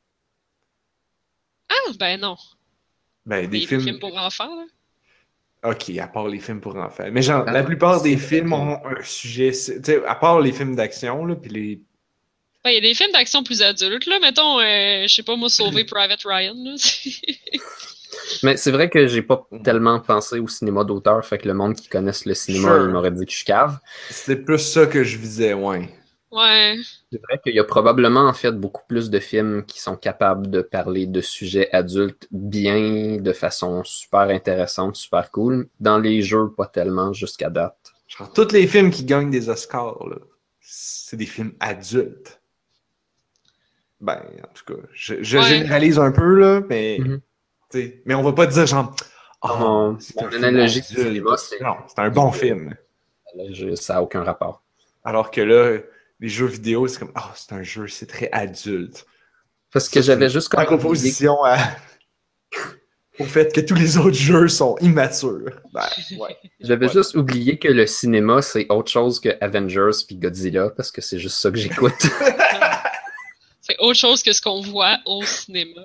Ah, ben non. Ben, Mais des des films... films pour enfants, là. Ok, à part les films pour enfants. Mais genre, Ah, la plupart des c'est vrai films que- ont un sujet... c'est- Tu sais, à part les films d'action, là, puis les... Ben, il y a des films d'action plus adultes, là. Mettons, euh, je sais pas, moi, Sauver Private Ryan, là. Mais c'est vrai que j'ai pas tellement pensé au cinéma d'auteur, fait que le monde qui connaisse le cinéma, Sure. il m'aurait dit que je cave. C'est plus ça que je visais, ouais. Ouais. C'est vrai qu'il y a probablement en fait beaucoup plus de films qui sont capables de parler de sujets adultes bien, de façon super intéressante, super cool. Dans les jeux, pas tellement jusqu'à date. Genre, tous les films qui gagnent des Oscars, là, c'est des films adultes. Ben, en tout cas, je, je Ouais. généralise un peu, là, mais... Mhm. tu sais, mais on va pas dire genre... Ah, Mon- c'est mon un film analogie du adulte. cinéma, c'est- Non, c'est un bon film. Je- ça n'a aucun rapport. Alors que là, les jeux vidéo, c'est comme, ah, c'est un jeu, c'est très adulte. Parce que Ça, j'avais c'est juste en comme oublié- opposition à... au fait que tous les autres jeux sont immatures. Ben, ouais. j'avais Ouais. juste oublié que le cinéma, c'est autre chose que Avengers puis Godzilla, parce que c'est juste ça que j'écoute. C'est autre chose que ce qu'on voit au cinéma.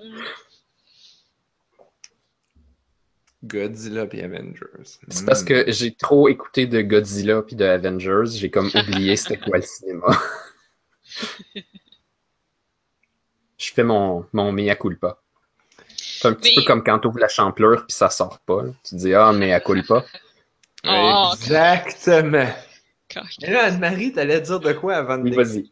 Godzilla et Avengers. C'est parce Hmm. que j'ai trop écouté de Godzilla puis de Avengers, j'ai comme oublié c'était quoi le cinéma. Je fais mon, mon mea culpa. C'est un petit Mais- peu comme quand tu ouvres la champlure puis ça sort pas. Là. Tu te dis, ah, mais elle coule pas. Oh, Exactement. coq. Et là, Anne-Marie, t'allais dire de quoi avant de Oui, vas-y.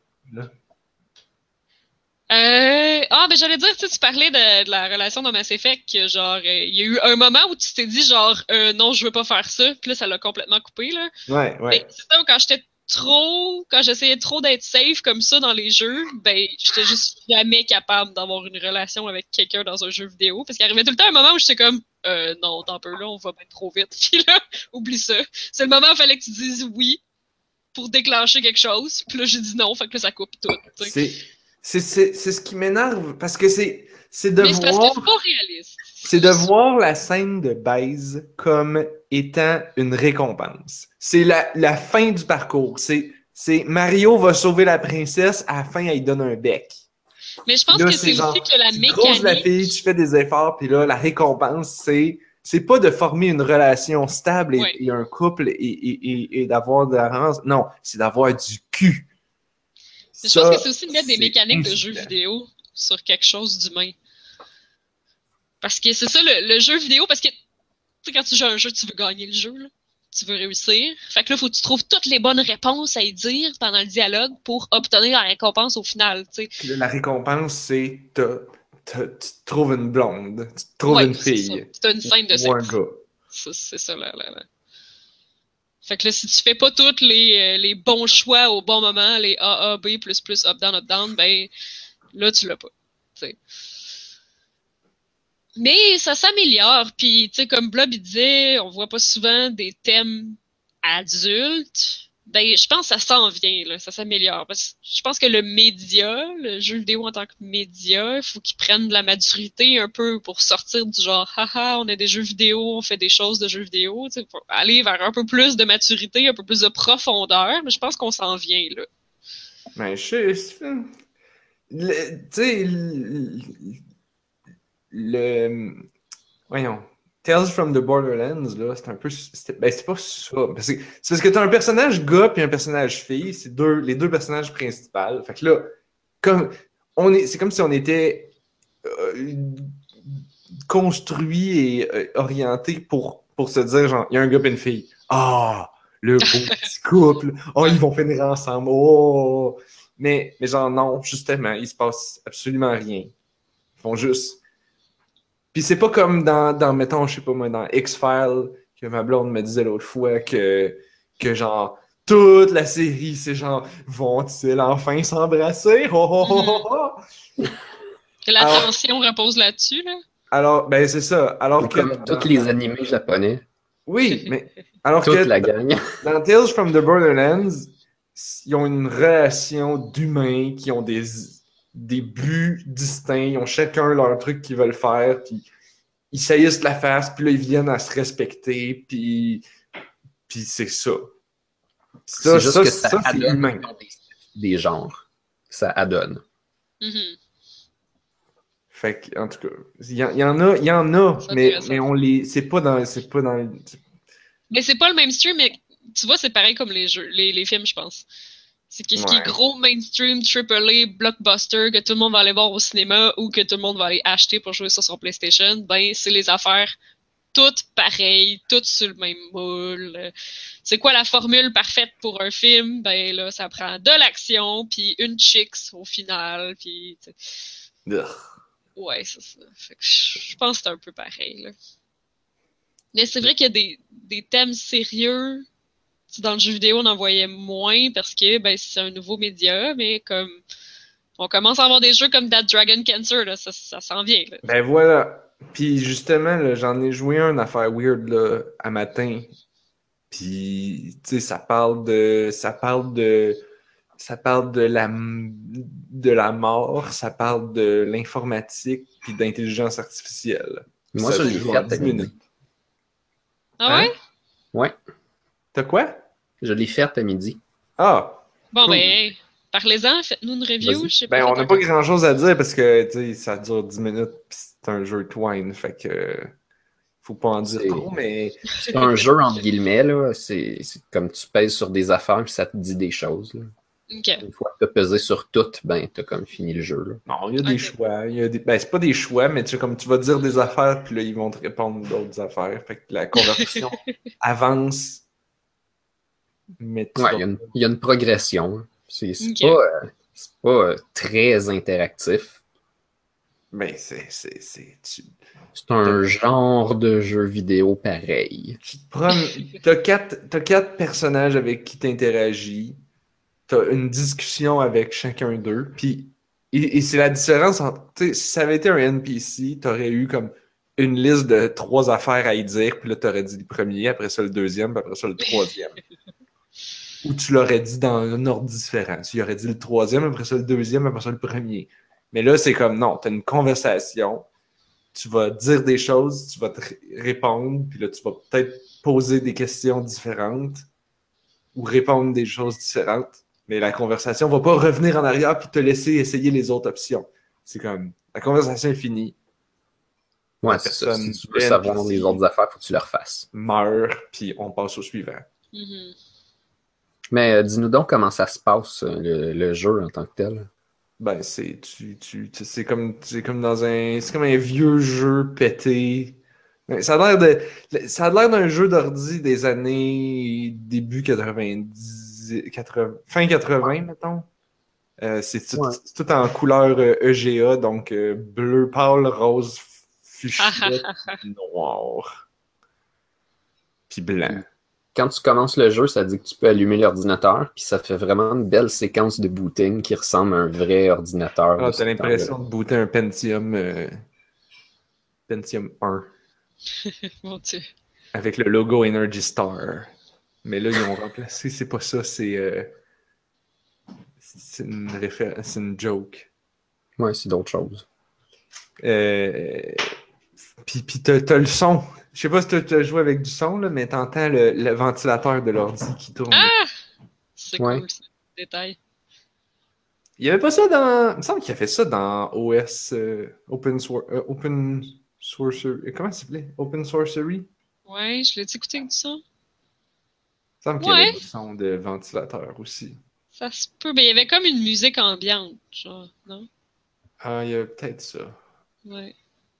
Euh, ah, ben j'allais dire, tu sais, tu parlais de, de la relation dans Mass Effect, que genre, euh, il y a eu un moment où tu t'es dit, genre, euh, non, je veux pas faire ça, puis là, ça l'a complètement coupé, là. Ouais, ouais. Ben, c'est ça, quand j'étais trop, quand j'essayais trop d'être safe comme ça dans les jeux, ben, j'étais juste jamais capable d'avoir une relation avec quelqu'un dans un jeu vidéo, parce qu'il arrivait tout le temps un moment où j'étais comme, euh, non, t'en peu là, on va bien trop vite, puis là, oublie ça. C'est le moment où il fallait que tu dises oui pour déclencher quelque chose, puis là, j'ai dit non, fait que là, ça coupe tout, tu sais. C'est, c'est, c'est, c'est ce qui m'énerve parce que c'est, c'est de Mais c'est parce que voir, c'est pas réaliste. c'est de voir la scène de baise comme étant une récompense. C'est la, la fin du parcours. C'est, c'est Mario va sauver la princesse, à la fin, elle lui donne un bec. Mais je pense Là, que c'est c'est genre, aussi que la tu creuses la mécanique. fille, tu fais des efforts, puis là, la récompense, c'est, c'est pas de former une relation stable et, Ouais. et un couple et, et, et, et d'avoir de la rance. Non, c'est d'avoir du cul. Mais je pense que c'est aussi de mettre des c'est mécaniques de jeux insultant. vidéo sur quelque chose d'humain. Parce que c'est ça le, le jeu vidéo, parce que tu sais, quand tu joues à un jeu, tu veux gagner le jeu, là. Tu veux réussir. Fait que là, faut que tu trouves toutes les bonnes réponses à y dire pendant le dialogue pour obtenir la récompense au final, tu sais. Puis là, la récompense, c'est t'as- t'as- tu te trouves une blonde, tu te trouves Ouais, une c'est ça. fille C'est une scène de ou un sexe. gars. Ça, c'est ça, là, là, là. Fait que là, si tu fais pas tous les, euh, les bons choix au bon moment, les A A, B, plus, plus, up, down, up, down, ben, là, tu l'as pas. Tu sais. Mais ça s'améliore, puis tu sais, comme Blob il disait, on voit pas souvent des thèmes adultes. Ben, je pense que ça s'en vient, là, ça s'améliore. Parce que je pense que le média, le jeu vidéo en tant que média, il faut qu'il prenne de la maturité un peu pour sortir du genre, haha, on a des jeux vidéo, on fait des choses de jeux vidéo, tu sais, pour aller vers un peu plus de maturité, un peu plus de profondeur, mais je pense qu'on s'en vient, là. Mais je sais, le- tu sais, le, le- voyons, Tales from the Borderlands, là, c'est un peu, c'est ben, c'est pas ça. Parce que- C'est parce que t'as un personnage gars puis un personnage fille, c'est deux, les deux personnages principaux. Fait que là, comme, on est, c'est comme si on était euh, construit et euh, orienté pour, pour se dire, genre, il y a un gars et une fille. Ah, le beau petit couple. Oh, ils vont finir ensemble. Oh. Mais, mais genre, non, justement, il se passe absolument rien. Ils font juste. Puis c'est pas comme dans, dans, mettons, je sais pas moi, dans X-Files, que ma blonde me disait l'autre fois que, que genre, toute la série, c'est genre, vont-ils enfin s'embrasser? Oh, oh, oh, oh, oh. Que la Alors, tension repose là-dessus, là. alors, ben c'est ça. Alors Ou que comme dans- tous les animés japonais. oui, mais alors Toute que la gang. dans Tales from the Borderlands, ils ont une relation d'humains qui ont des, des buts distincts, ils ont chacun leur truc qu'ils veulent faire, puis ils saillissent la face, puis là ils viennent à se respecter, puis, puis c'est ça. Ça, C'est juste ça, que ça, ça, c'est adonne humain. des, des genres. Ça adonne. Mhm. Fait que, en tout cas, il y, en- il y en a, il y en a, C'est mais, intéressant. mais on les, c'est pas dans, c'est pas dans, Mais c'est pas le mainstream, mais tu vois, c'est pareil comme les jeux, les, les films, je pense. C'est qu'est-ce qui est Ouais. gros mainstream, triple A, blockbuster, que tout le monde va aller voir au cinéma ou que tout le monde va aller acheter pour jouer sur son PlayStation, ben c'est les affaires toutes pareilles, toutes sur le même moule. C'est quoi la formule parfaite pour un film? Ben là, ça prend de l'action, puis une chicks au final, puis tu sais. Ugh. Ouais, c'est ça. Fait que je je pense que c'est un peu pareil, là. Mais c'est vrai qu'il y a des, des thèmes sérieux. Tu sais, dans le jeu vidéo, on en voyait moins parce que ben, c'est un nouveau média, mais comme on commence à avoir des jeux comme That Dragon Cancer, là, ça, ça s'en vient. Là. Ben voilà. Puis justement, là, j'en ai joué un affaire weird là, à matin. Puis, tu sais, ça parle de, ça parle de, ça parle de la, de la mort, ça parle de l'informatique, puis d'intelligence artificielle. Puis Moi, ça je se l'ai joue fait en à dix midi. minutes. Ah Hein? ouais? Ouais, T'as quoi? je l'ai fait à midi. Ah! Bon Cool. ben, parlez-en, faites-nous une review, Vas-y. je sais pas. Ben, on faites n'a un pas com- grand-chose à dire parce que, tu sais, ça dure dix minutes, puis c'est un jeu Twine, fait que faut pas en dire C'est trop, mais c'est un jeu, entre guillemets, là. C'est c'est comme tu pèses sur des affaires puis ça te dit des choses. Là. Ok. Une fois que t'as pesé sur tout, ben t'as comme fini le jeu. Là. Non, il y a des Ok. choix. Il y a des... Ben, c'est pas des choix, mais tu sais, comme tu vas dire des affaires, puis là, ils vont te répondre d'autres affaires. Fait que la conversation avance, mais tu Ouais, il vas y, a une- pas. il y a une progression. C'est c'est pas, Ok. euh, c'est pas euh, très interactif. Ben, c'est. c'est, c'est... Tu... C'est t'as- un genre de jeu vidéo pareil. tu te promènes. T'as quatre... T'as quatre personnages avec qui t'interagis. T'as une discussion avec chacun d'eux. Puis, et, et c'est la différence entre. Tu sais, si ça avait été un N P C, t'aurais eu comme une liste de trois affaires à y dire, puis là, t'aurais dit le premier, après ça le deuxième, puis après ça le troisième. Ou tu l'aurais dit dans un ordre différent. Tu aurais dit le troisième, après ça le deuxième, après ça le premier. Mais là, c'est comme non, t'as une conversation, tu vas dire des choses, tu vas te r- répondre, puis là, tu vas peut-être poser des questions différentes ou répondre des choses différentes. Mais la conversation va pas revenir en arrière puis te laisser essayer les autres options. C'est comme la conversation est finie, Ouais, la c'est ça. Si personne, tu veux le savoir les N P C autres affaires, faut que tu le refasses. meurt, puis on passe au suivant. Mhm. Mais euh, dis-nous donc comment ça se passe, euh, le, le jeu en tant que tel. Ben, c'est tu, tu, tu- c'est comme c'est comme dans un c'est comme un vieux jeu pété. Ben, ça a l'air de ça a l'air d'un jeu d'ordi des années début quatre-vingt-dix quatre-vingts fin quatre-vingts mettons. Euh, c'est tout, Ouais. c'est tout en couleur euh, E G A donc euh, bleu pâle, rose, Ha, ha, fuchsia, ha, ha. noir, puis blanc. Puis quand tu commences le jeu, ça dit que tu peux allumer l'ordinateur, puis ça fait vraiment une belle séquence de booting qui ressemble à un vrai ordinateur de Ah, ce t'as temps-là. l'impression de booter un Pentium euh, Pentium un Mon Dieu. avec le logo Energy Star. Mais là, ils ont remplacé, c'est pas ça, c'est euh, c'est une référence, c'est une joke. Ouais, c'est d'autres choses. Euh, puis puis t'as, t'as le son. Je sais pas si t'as, t'as joué avec du son, là, mais t'entends le, le ventilateur de l'ordi qui tourne. Ah! C'est Ouais. cool, ça. Détail. Il y avait pas ça dans. Il me semble qu'il a fait ça dans O S euh, Open, Sour- euh, Open Sorcery. Comment ça s'appelait? Open Sorcery? Ouais, je l'ai écouté avec du son. Il me semble qu'il y avait Ouais, du son de ventilateur aussi. ça se peut. Mais il y avait comme une musique ambiante, genre, non? Ah, il y a peut-être ça. Ouais.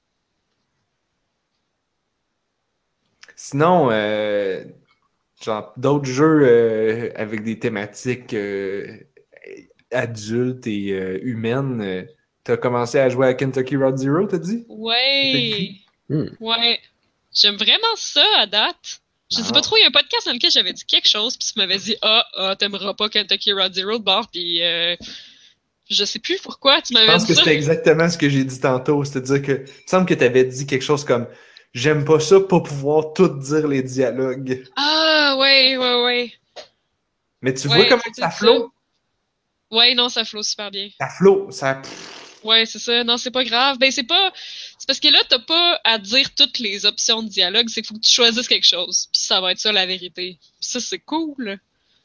Sinon, euh, genre, d'autres jeux euh, avec des thématiques euh, adultes et euh, humaines. euh, t'as commencé à jouer à Kentucky Road Zero, t'as dit? Ouais. Kentucky? Hmm. Ouais. J'aime vraiment ça à date. Je sais pas Non. trop, il y a un podcast dans lequel j'avais dit quelque chose, puis tu m'avais dit ah, ah, t'aimeras pas Kentucky Road Zero de bord, puis euh, je sais plus pourquoi tu Je m'avais pense dit que ça. c'était exactement ce que j'ai dit tantôt. C'est-à-dire que, il me semble que t'avais dit quelque chose comme j'aime pas ça, pas pouvoir tout dire les dialogues. Ah, ouais, ouais, ouais. Mais tu vois Ouais, comment c'est ça peut-être ça. flot? Ouais, non, ça flotte super bien. Ça flot, ça. Ouais, c'est ça. Non, c'est pas grave. Ben, c'est pas. C'est parce que là, t'as pas à dire toutes les options de dialogue. C'est qu'il faut que tu choisisses quelque chose. Puis ça va être ça la vérité. Puis ça, c'est cool.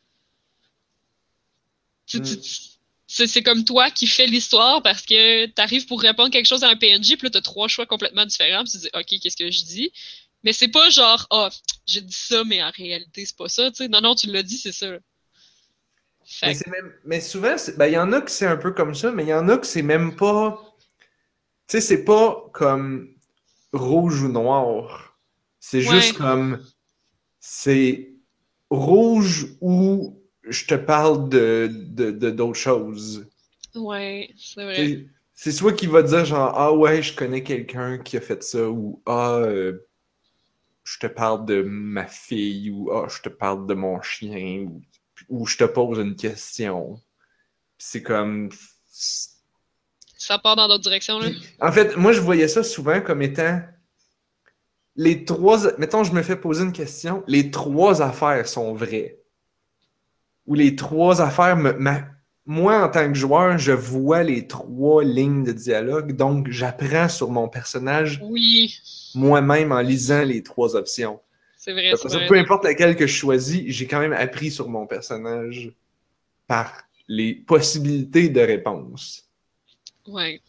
Tu- tu- Hmm. tu- C'est c'est comme toi qui fais l'histoire parce que t'arrives pour répondre quelque chose à un P N J, puis là, t'as trois choix complètement différents. Puis tu dis, OK, qu'est-ce que je dis? Mais c'est pas genre, ah, j'ai dit ça, mais en réalité, c'est pas ça. Tu sais. Non, non, tu l'as dit, c'est ça. Mais Fait que, c'est même. Mais souvent, c'est- ben, il y en a que c'est un peu comme ça, mais il y en a que c'est même pas. Tu sais, c'est pas comme rouge ou noir. C'est juste ouais, comme. C'est rouge ou je te parle de, de, de- d'autres choses. ouais, c'est Tu vrai. sais, c'est soit qui va dire genre ah ouais, je connais quelqu'un qui a fait ça ou ah euh, je te parle de ma fille ou ah je te parle de mon chien ou, ou je te pose une question. C'est comme Ça part dans d'autres directions, là. puis, en fait, moi je voyais ça souvent comme étant les trois mettons je me fais poser une question, les trois affaires sont vraies. Ou les trois affaires me, ma- moi, en tant que joueur, je vois les trois lignes de dialogue, donc j'apprends sur mon personnage Oui, moi-même en lisant les trois options. c'est vrai, Après c'est ça, vrai peu raison. importe laquelle que je choisis, j'ai quand même appris sur mon personnage par les possibilités de réponse. Ouais.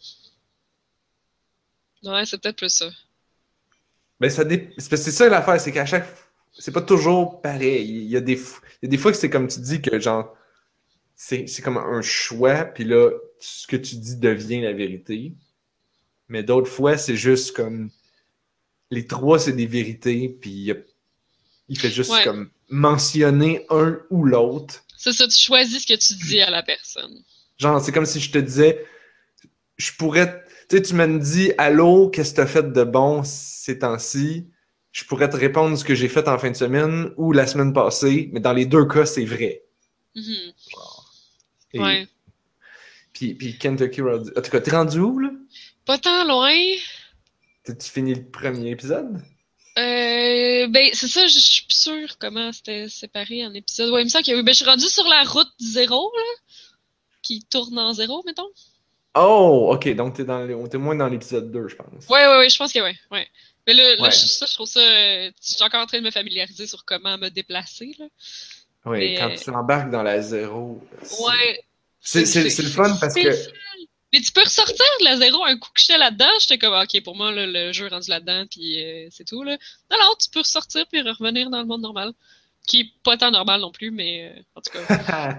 Ouais, c'est peut-être plus ça. Ben, ça dé- c'est parce que c'est ça l'affaire, c'est qu'à chaque c'est pas toujours pareil. Il y a des, f- il y a des fois que c'est comme tu dis que genre c'est, c'est comme un choix, puis là, ce que tu dis devient la vérité. Mais d'autres fois, c'est juste comme... Les trois, c'est des vérités, puis il, y a- il fait juste Ouais. comme mentionner un ou l'autre. C'est ça, tu choisis ce que tu dis à la personne. Genre, c'est comme si je te disais, je pourrais... Tu sais, tu me dis, allô, qu'est-ce que t'as fait de bon ces temps-ci? Je pourrais te répondre ce que j'ai fait en fin de semaine ou la semaine passée, mais dans les deux cas, c'est vrai. Mhm. Et Ouais. puis, puis Kentucky Road... En tout cas, t'es rendu où, là? Pas tant loin. T'as-tu fini le premier épisode? Euh, ben, c'est ça, je suis plus sûre comment c'était séparé en épisodes. Ouais, il me semble que oui. Ben, je suis rendue sur la route zéro, là, qui tourne en zéro, mettons. Oh, ok, donc t'es, dans le- t'es moins dans l'épisode deux, je pense. Ouais, ouais, ouais, je pense que ouais, ouais. Mais là, là Ouais, je, ça, je trouve ça... euh, je suis encore en train de me familiariser sur comment me déplacer, là. ouais, quand Mais, tu embarques dans la zéro, euh, c'est, ouais, c'est, c'est c'est, c'est- c'est le c'est fun parce que... spécial. Mais tu peux ressortir de la zéro un coup que j'étais là-dedans, j'étais comme, ok, pour moi, là, le jeu est rendu là-dedans, puis euh, c'est tout, là. Non, non, tu peux ressortir puis revenir dans le monde normal. Qui est pas tant normal non plus, mais euh, en tout cas.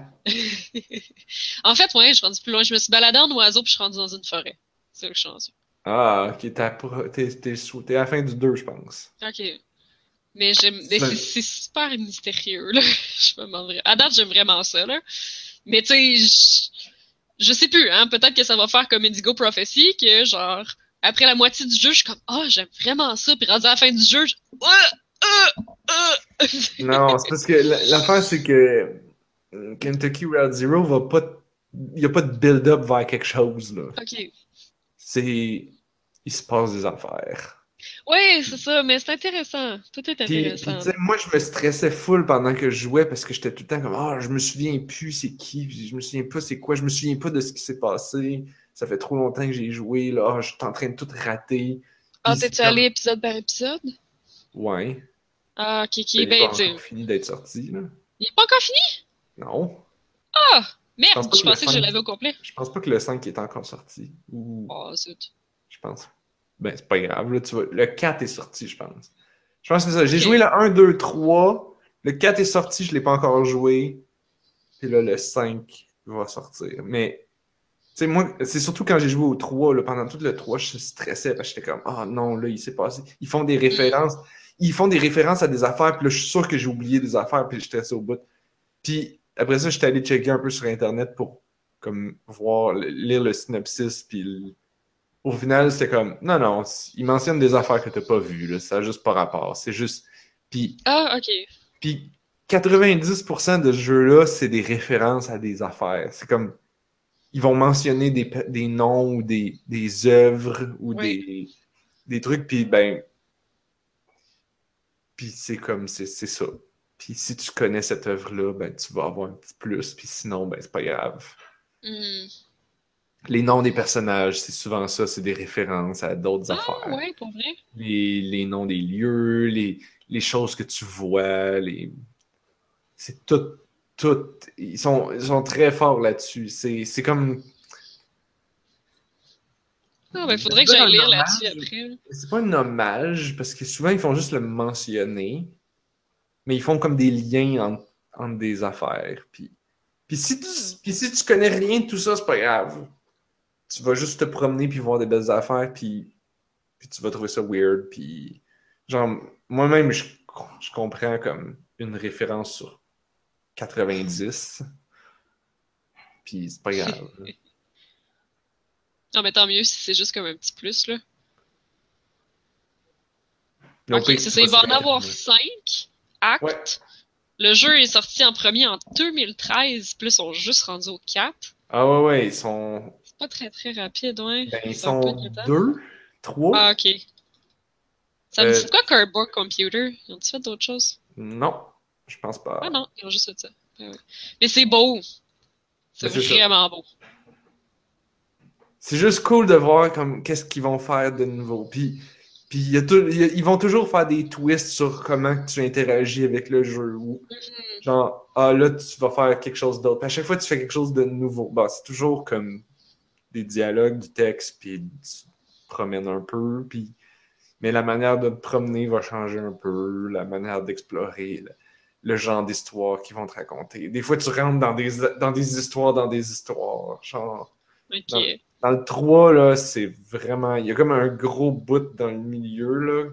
En fait, ouais, je suis rendu plus loin. Je me suis baladée en oiseau puis je suis rendue dans une forêt. C'est le chance. Ah, ok, t'es à, pro- t'es, t'es sous- t'es à la fin du deux, je pense. Ok. Mais j'aime. mais c'est C'est- c'est super mystérieux, là. Je me demande vraiment. À date, j'aime vraiment ça, là. Mais tu sais, je... je sais plus, hein. Peut-être que ça va faire comme Indigo Prophecy, que genre, après la moitié du jeu, je suis comme, ah, oh, j'aime vraiment ça. Puis rendu à la fin du jeu, je. Ah! Ah! Ah! Non, c'est parce que l- l'affaire, c'est que euh, Kentucky Route Zero va pas... Il n'y a pas de build-up vers quelque chose, là. Ok. C'est... Il se passe des affaires. Ouais, c'est ça, mais c'est intéressant. Tout est Puis, puis tu intéressant. sais, moi, je me stressais full pendant que je jouais parce que j'étais tout le temps comme, ah, je me souviens plus c'est qui, puis je me souviens pas c'est quoi, je me souviens pas de ce qui s'est passé. Ça fait trop longtemps que j'ai joué, là, ah, je suis en train de tout rater. Ah, Puis c'est t'es-tu comme, allé épisode par épisode? ouais, Ah, ok, ben, ok. il est Ben, pas tu encore sais, fini d'être sorti, là. il est pas encore fini? Non. Ah! Je pense Merde, pas je que le pensais que je cinq l'avais au complet. je pense pas que le cinq est encore sorti. Ou, Oh, zut. je pense. Ben, c'est pas grave, là, tu vois. Le quatre est sorti, je pense. Je pense que c'est ça. J'ai joué Ok. le un, deux, trois. Le quatre est sorti, je l'ai pas encore joué. Puis là, le cinq va sortir. Mais, tu sais, moi, c'est surtout quand j'ai joué au trois, là, pendant tout le trois, je stressais parce que j'étais comme, ah non, là, il s'est passé. Ils font des Hmm. références. Ils font des références à des affaires, puis là, je suis sûr que j'ai oublié des affaires, puis je stressais au bout. Puis après ça, j'étais allé checker un peu sur Internet pour, comme, voir, lire le synopsis, puis le- au final, c'était comme, non, non, ils mentionnent des affaires que t'as pas vues, là, ça n'a juste pas rapport. C'est juste. Puis Ah, ok. puis quatre-vingt-dix pour cent de ce jeu-là, c'est des références à des affaires. C'est comme, ils vont mentionner des, pe- des noms ou des, des œuvres ou Ouais. des, des trucs, puis ben, puis c'est comme, c'est c'est ça. Puis si tu connais cette œuvre-là, ben, tu vas avoir un petit plus, puis sinon, ben, c'est pas grave. Hmm. Les noms des personnages, c'est souvent ça, c'est des références à d'autres Ah, affaires. ouais, pour vrai? Les, les noms des lieux, les, les choses que tu vois, les, c'est tout, tout. Ils sont, ils sont très forts là-dessus. C'est, c'est comme. Ah, Je ben, vais faudrait que dire j'aille un lire là-dessus hommage. après, là. C'est pas un hommage, parce que souvent ils font juste le mentionner, mais ils font comme des liens entre, entre des affaires. Puis, puis, si tu, Hmm. puis si tu connais rien de tout ça, c'est pas grave. Tu vas juste te promener puis voir des belles affaires, puis, puis tu vas trouver ça weird. Puis, genre, moi-même, je, je comprends comme une référence sur quatre-vingt-dix, puis c'est pas grave. Non, mais tant mieux si c'est juste comme un petit plus, là. Mais au Ok, pire, c'est tu ça, vas il va sur en avoir Internet. cinq Ouais. actes. Le jeu est sorti en premier en deux mille treize, plus on juste rendu au quatre. Ah ouais, ouais, ils sont. C'est pas très très rapide, ouais. Ben, ils C'est un peu sont inquiétant. deux, Ah, trois. ok. Ça me Euh, dit quoi Cardboard Computer? Ils ont-ils fait d'autres choses? non, je pense Ah pas. non, ils ont juste fait ça. Ah ouais. Mais c'est beau. Mais C'est c'est ça. vraiment beau. C'est juste cool de voir comme qu'est-ce qu'ils vont faire de nouveau. Puis, puis il y a tout- il y a- ils vont toujours faire des twists sur comment tu interagis avec le jeu. Ou genre, ah là, tu vas faire quelque chose d'autre. Puis à chaque fois, tu fais quelque chose de nouveau. Bah, c'est toujours comme des dialogues, du texte, puis tu te promènes un peu. Puis... Mais la manière de te promener va changer un peu, la manière d'explorer. Là. le genre d'histoire qu'ils vont te raconter. Des fois, tu rentres dans des, dans des histoires, dans des histoires. Genre, Ok. dans, dans le trois, là, c'est vraiment... Il y a comme un gros bout dans le milieu, là,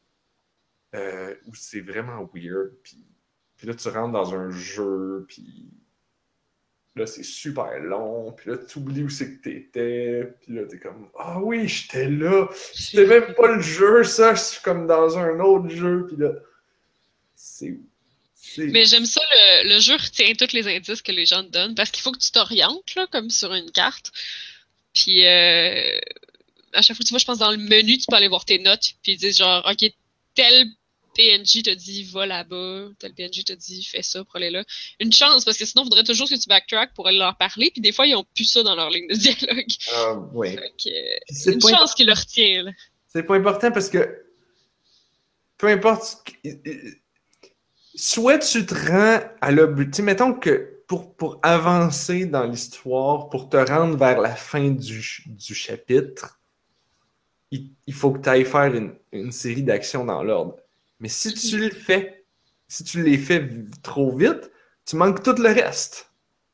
euh, où c'est vraiment weird. Puis, puis là, tu rentres dans un jeu, puis là, c'est super long. Puis là, tu oublies où c'est que t'étais. Puis là, t'es comme, ah oui, j'étais là. C'était même pas le jeu, ça. Je suis comme dans un autre jeu. Puis là, c'est... c'est... Mais j'aime ça, le, le jeu retient tous les indices que les gens te donnent parce qu'il faut que tu t'orientes, là, comme sur une carte. Puis, euh, à chaque fois que tu vas, je pense, dans le menu, tu peux aller voir tes notes. Puis ils disent genre, OK, tel P N J te dit va là-bas, tel P N J te dit fais ça pour aller là. Une chance, parce que sinon, il faudrait toujours que tu backtrack pour aller leur parler. Puis des fois, ils ont plus ça dans leur ligne de dialogue. Ah, oui. Fait que, Puis c'est une pas chance impor- qu'il le retient, là. C'est pas important parce que peu importe. ce qui- Soit tu te rends à l'objectif. Tu sais, mettons que pour, pour avancer dans l'histoire, pour te rendre vers la fin du, du chapitre, il, il faut que tu ailles faire une, une série d'actions dans l'ordre. Mais si tu le fais, si tu les fais trop vite, tu manques tout le reste.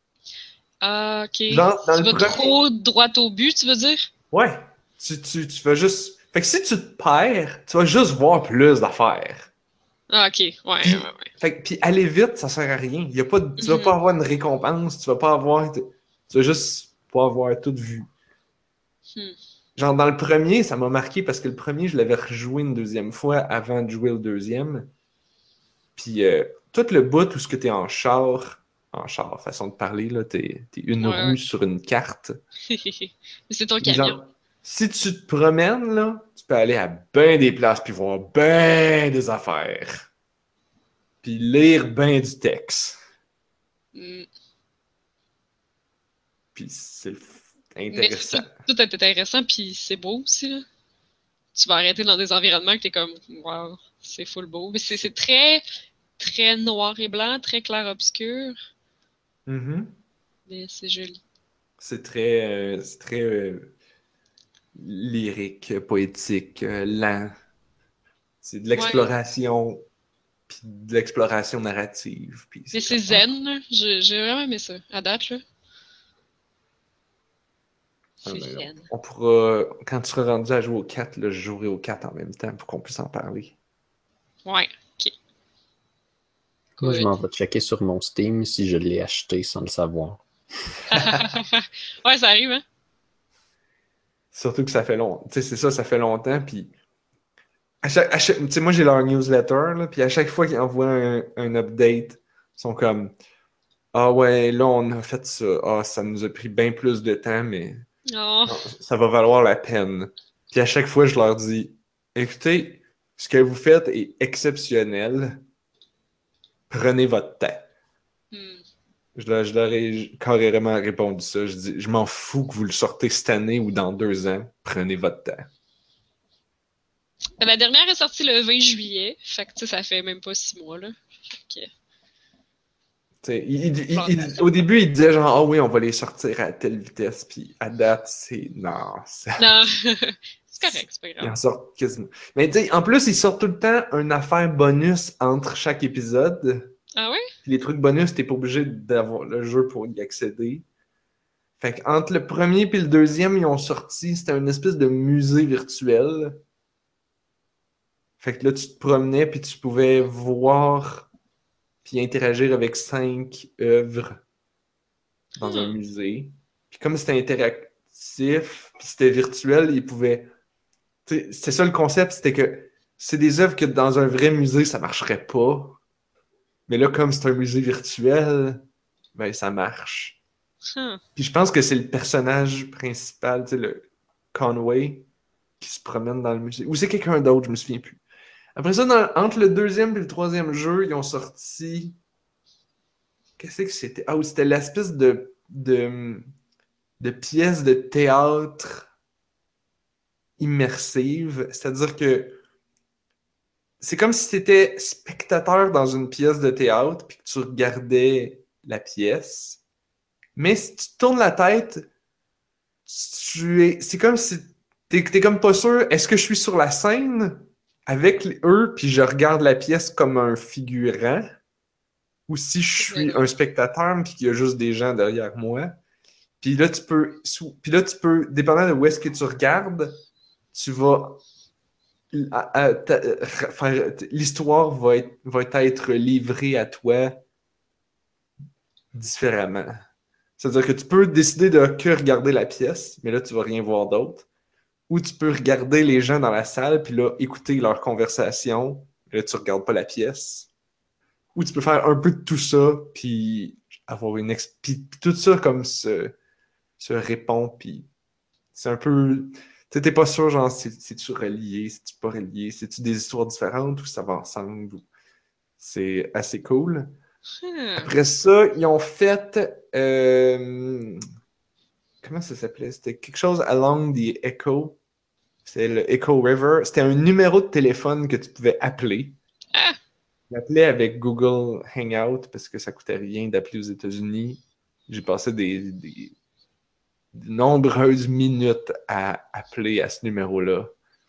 Ah, OK. Genre, dans Tu le vas premier. trop droit au but, tu veux dire? Ouais. Tu, tu, tu vas juste. Fait que si tu te perds, tu vas juste voir plus d'affaires. Ah, OK. Ouais, Puis, ouais, ouais. fait, que- puis aller vite, ça sert à rien. Il y a pas, de- tu vas Mhm. pas avoir une récompense, tu vas pas avoir. Tu vas juste pas avoir tout vu. Hmm. Genre, dans le premier, ça m'a marqué parce que le premier, je l'avais rejoué une deuxième fois avant de jouer le deuxième. Puis, euh, tout le bout où ce que t'es en char, en char, façon de parler, là, t'es, t'es une Ouais, roue sur une carte. Mais c'est ton Puis, camion. genre, si tu te promènes, là, tu peux aller à ben des places puis voir ben des affaires. Puis lire ben du texte. Hmm. Puis c'est le f- Mais c'est intéressant. tout, tout est intéressant, puis c'est beau aussi, là. Tu vas arrêter dans des environnements que t'es comme, wow, c'est full beau. Mais c'est c'est très, très noir et blanc, très clair-obscur, Mhm. mais c'est joli. C'est très, euh, c'est très euh, lyrique, poétique, euh, lent. C'est de Ouais, l'exploration, puis de l'exploration narrative. Puis mais c'est c'est comme, ah, zen, là. J'ai j'ai vraiment aimé ça. À date, là, ah, c'est ben, zen. on pourra, quand tu seras rendu à jouer au quatre, là, je jouerai au quatre en même temps pour qu'on puisse en parler. Ouais, ok, Moi, je good. m'en vais checker sur mon Steam si je l'ai acheté sans le savoir. Ouais, ça arrive, hein? Surtout que ça fait longtemps. Tu sais, c'est ça, ça fait longtemps. Puis, à chaque, à chaque- tu sais, moi, j'ai leur newsletter, là, puis à chaque fois qu'ils envoient un, un update, ils sont comme, ah ouais, là, on a fait ça. Ah, ça nous a pris bien plus de temps, mais Oh. non, ça va valoir la peine. Puis à chaque fois, je leur dis, écoutez, ce que vous faites est exceptionnel. Prenez votre temps. Hmm. Je leur, je leur ai carrément répondu ça. Je dis, je m'en fous que vous le sortez cette année ou dans deux ans. Prenez votre temps. La dernière est sortie le vingt juillet, fait que, tu sais, ça fait même pas six mois, là. Fait que, T'sais, il- il- il- il- au début, il disait genre, ah oui, on va les sortir à telle vitesse. Puis à date, c'est. Non, ça. non, c'est correct, c'est pas Ils en grave. sortent quasiment. Mais tu sais, en plus, ils sortent tout le temps une affaire bonus entre chaque épisode. Ah ouais? Puis les trucs bonus, t'es pas obligé d'avoir le jeu pour y accéder. Fait qu'entre le premier et le deuxième, ils ont sorti, c'était une espèce de musée virtuel. Fait que là, tu te promenais puis tu pouvais voir puis interagir avec cinq œuvres dans un Hmm. musée. Puis comme c'était interactif puis c'était virtuel, ils pouvaient... tu sais, c'était ça le concept, c'était que c'est des œuvres que dans un vrai musée, ça marcherait pas. Mais là, comme c'est un musée virtuel, ben ça marche. Huh. Puis je pense que c'est le personnage principal, tu sais, le Conway, qui se promène dans le musée. Ou c'est quelqu'un d'autre, je me souviens plus. Après ça, dans- entre le deuxième et le troisième jeu, ils ont sorti. Qu'est-ce que c'était? Ah oui, c'était l'espèce de, de, de pièce de théâtre immersive. C'est-à-dire que c'est comme si tu étais spectateur dans une pièce de théâtre puis que tu regardais la pièce. Mais si tu tournes la tête, tu es. C'est comme si t'es, t'es comme pas sûr, est-ce que je suis sur la scène avec eux puis je regarde la pièce comme un figurant? ou si je Ouais. suis un spectateur puis qu'il y a juste des gens derrière moi. Puis là, tu peux, sou- puis là, tu peux, dépendant de où est-ce que tu regardes, tu vas, à- à- ta- euh, faire, l'histoire va être, va être livrée à toi différemment. C'est-à-dire que tu peux décider de que regarder la pièce, mais là, tu vas rien voir d'autre. Ou tu peux regarder les gens dans la salle, puis là, écouter leur conversation, là, tu regardes pas la pièce. Ou tu peux faire un peu de tout ça, puis avoir une... Ex... Puis, puis tout ça comme se, se répond, puis c'est un peu... Tu sais, t'es pas sûr, genre, si, si tu relié, si tu pas relié, si tu des histoires différentes ou ça va ensemble. C'est assez cool. Hmm. Après ça, ils ont fait... euh, Comment ça s'appelait? C'était quelque chose along the Echo. C'est le Echo River. C'était un numéro de téléphone que tu pouvais appeler. Ah! J'appelais avec Google Hangout parce que ça coûtait rien d'appeler aux États-Unis. J'ai passé des, des- de nombreuses minutes à appeler à ce numéro-là.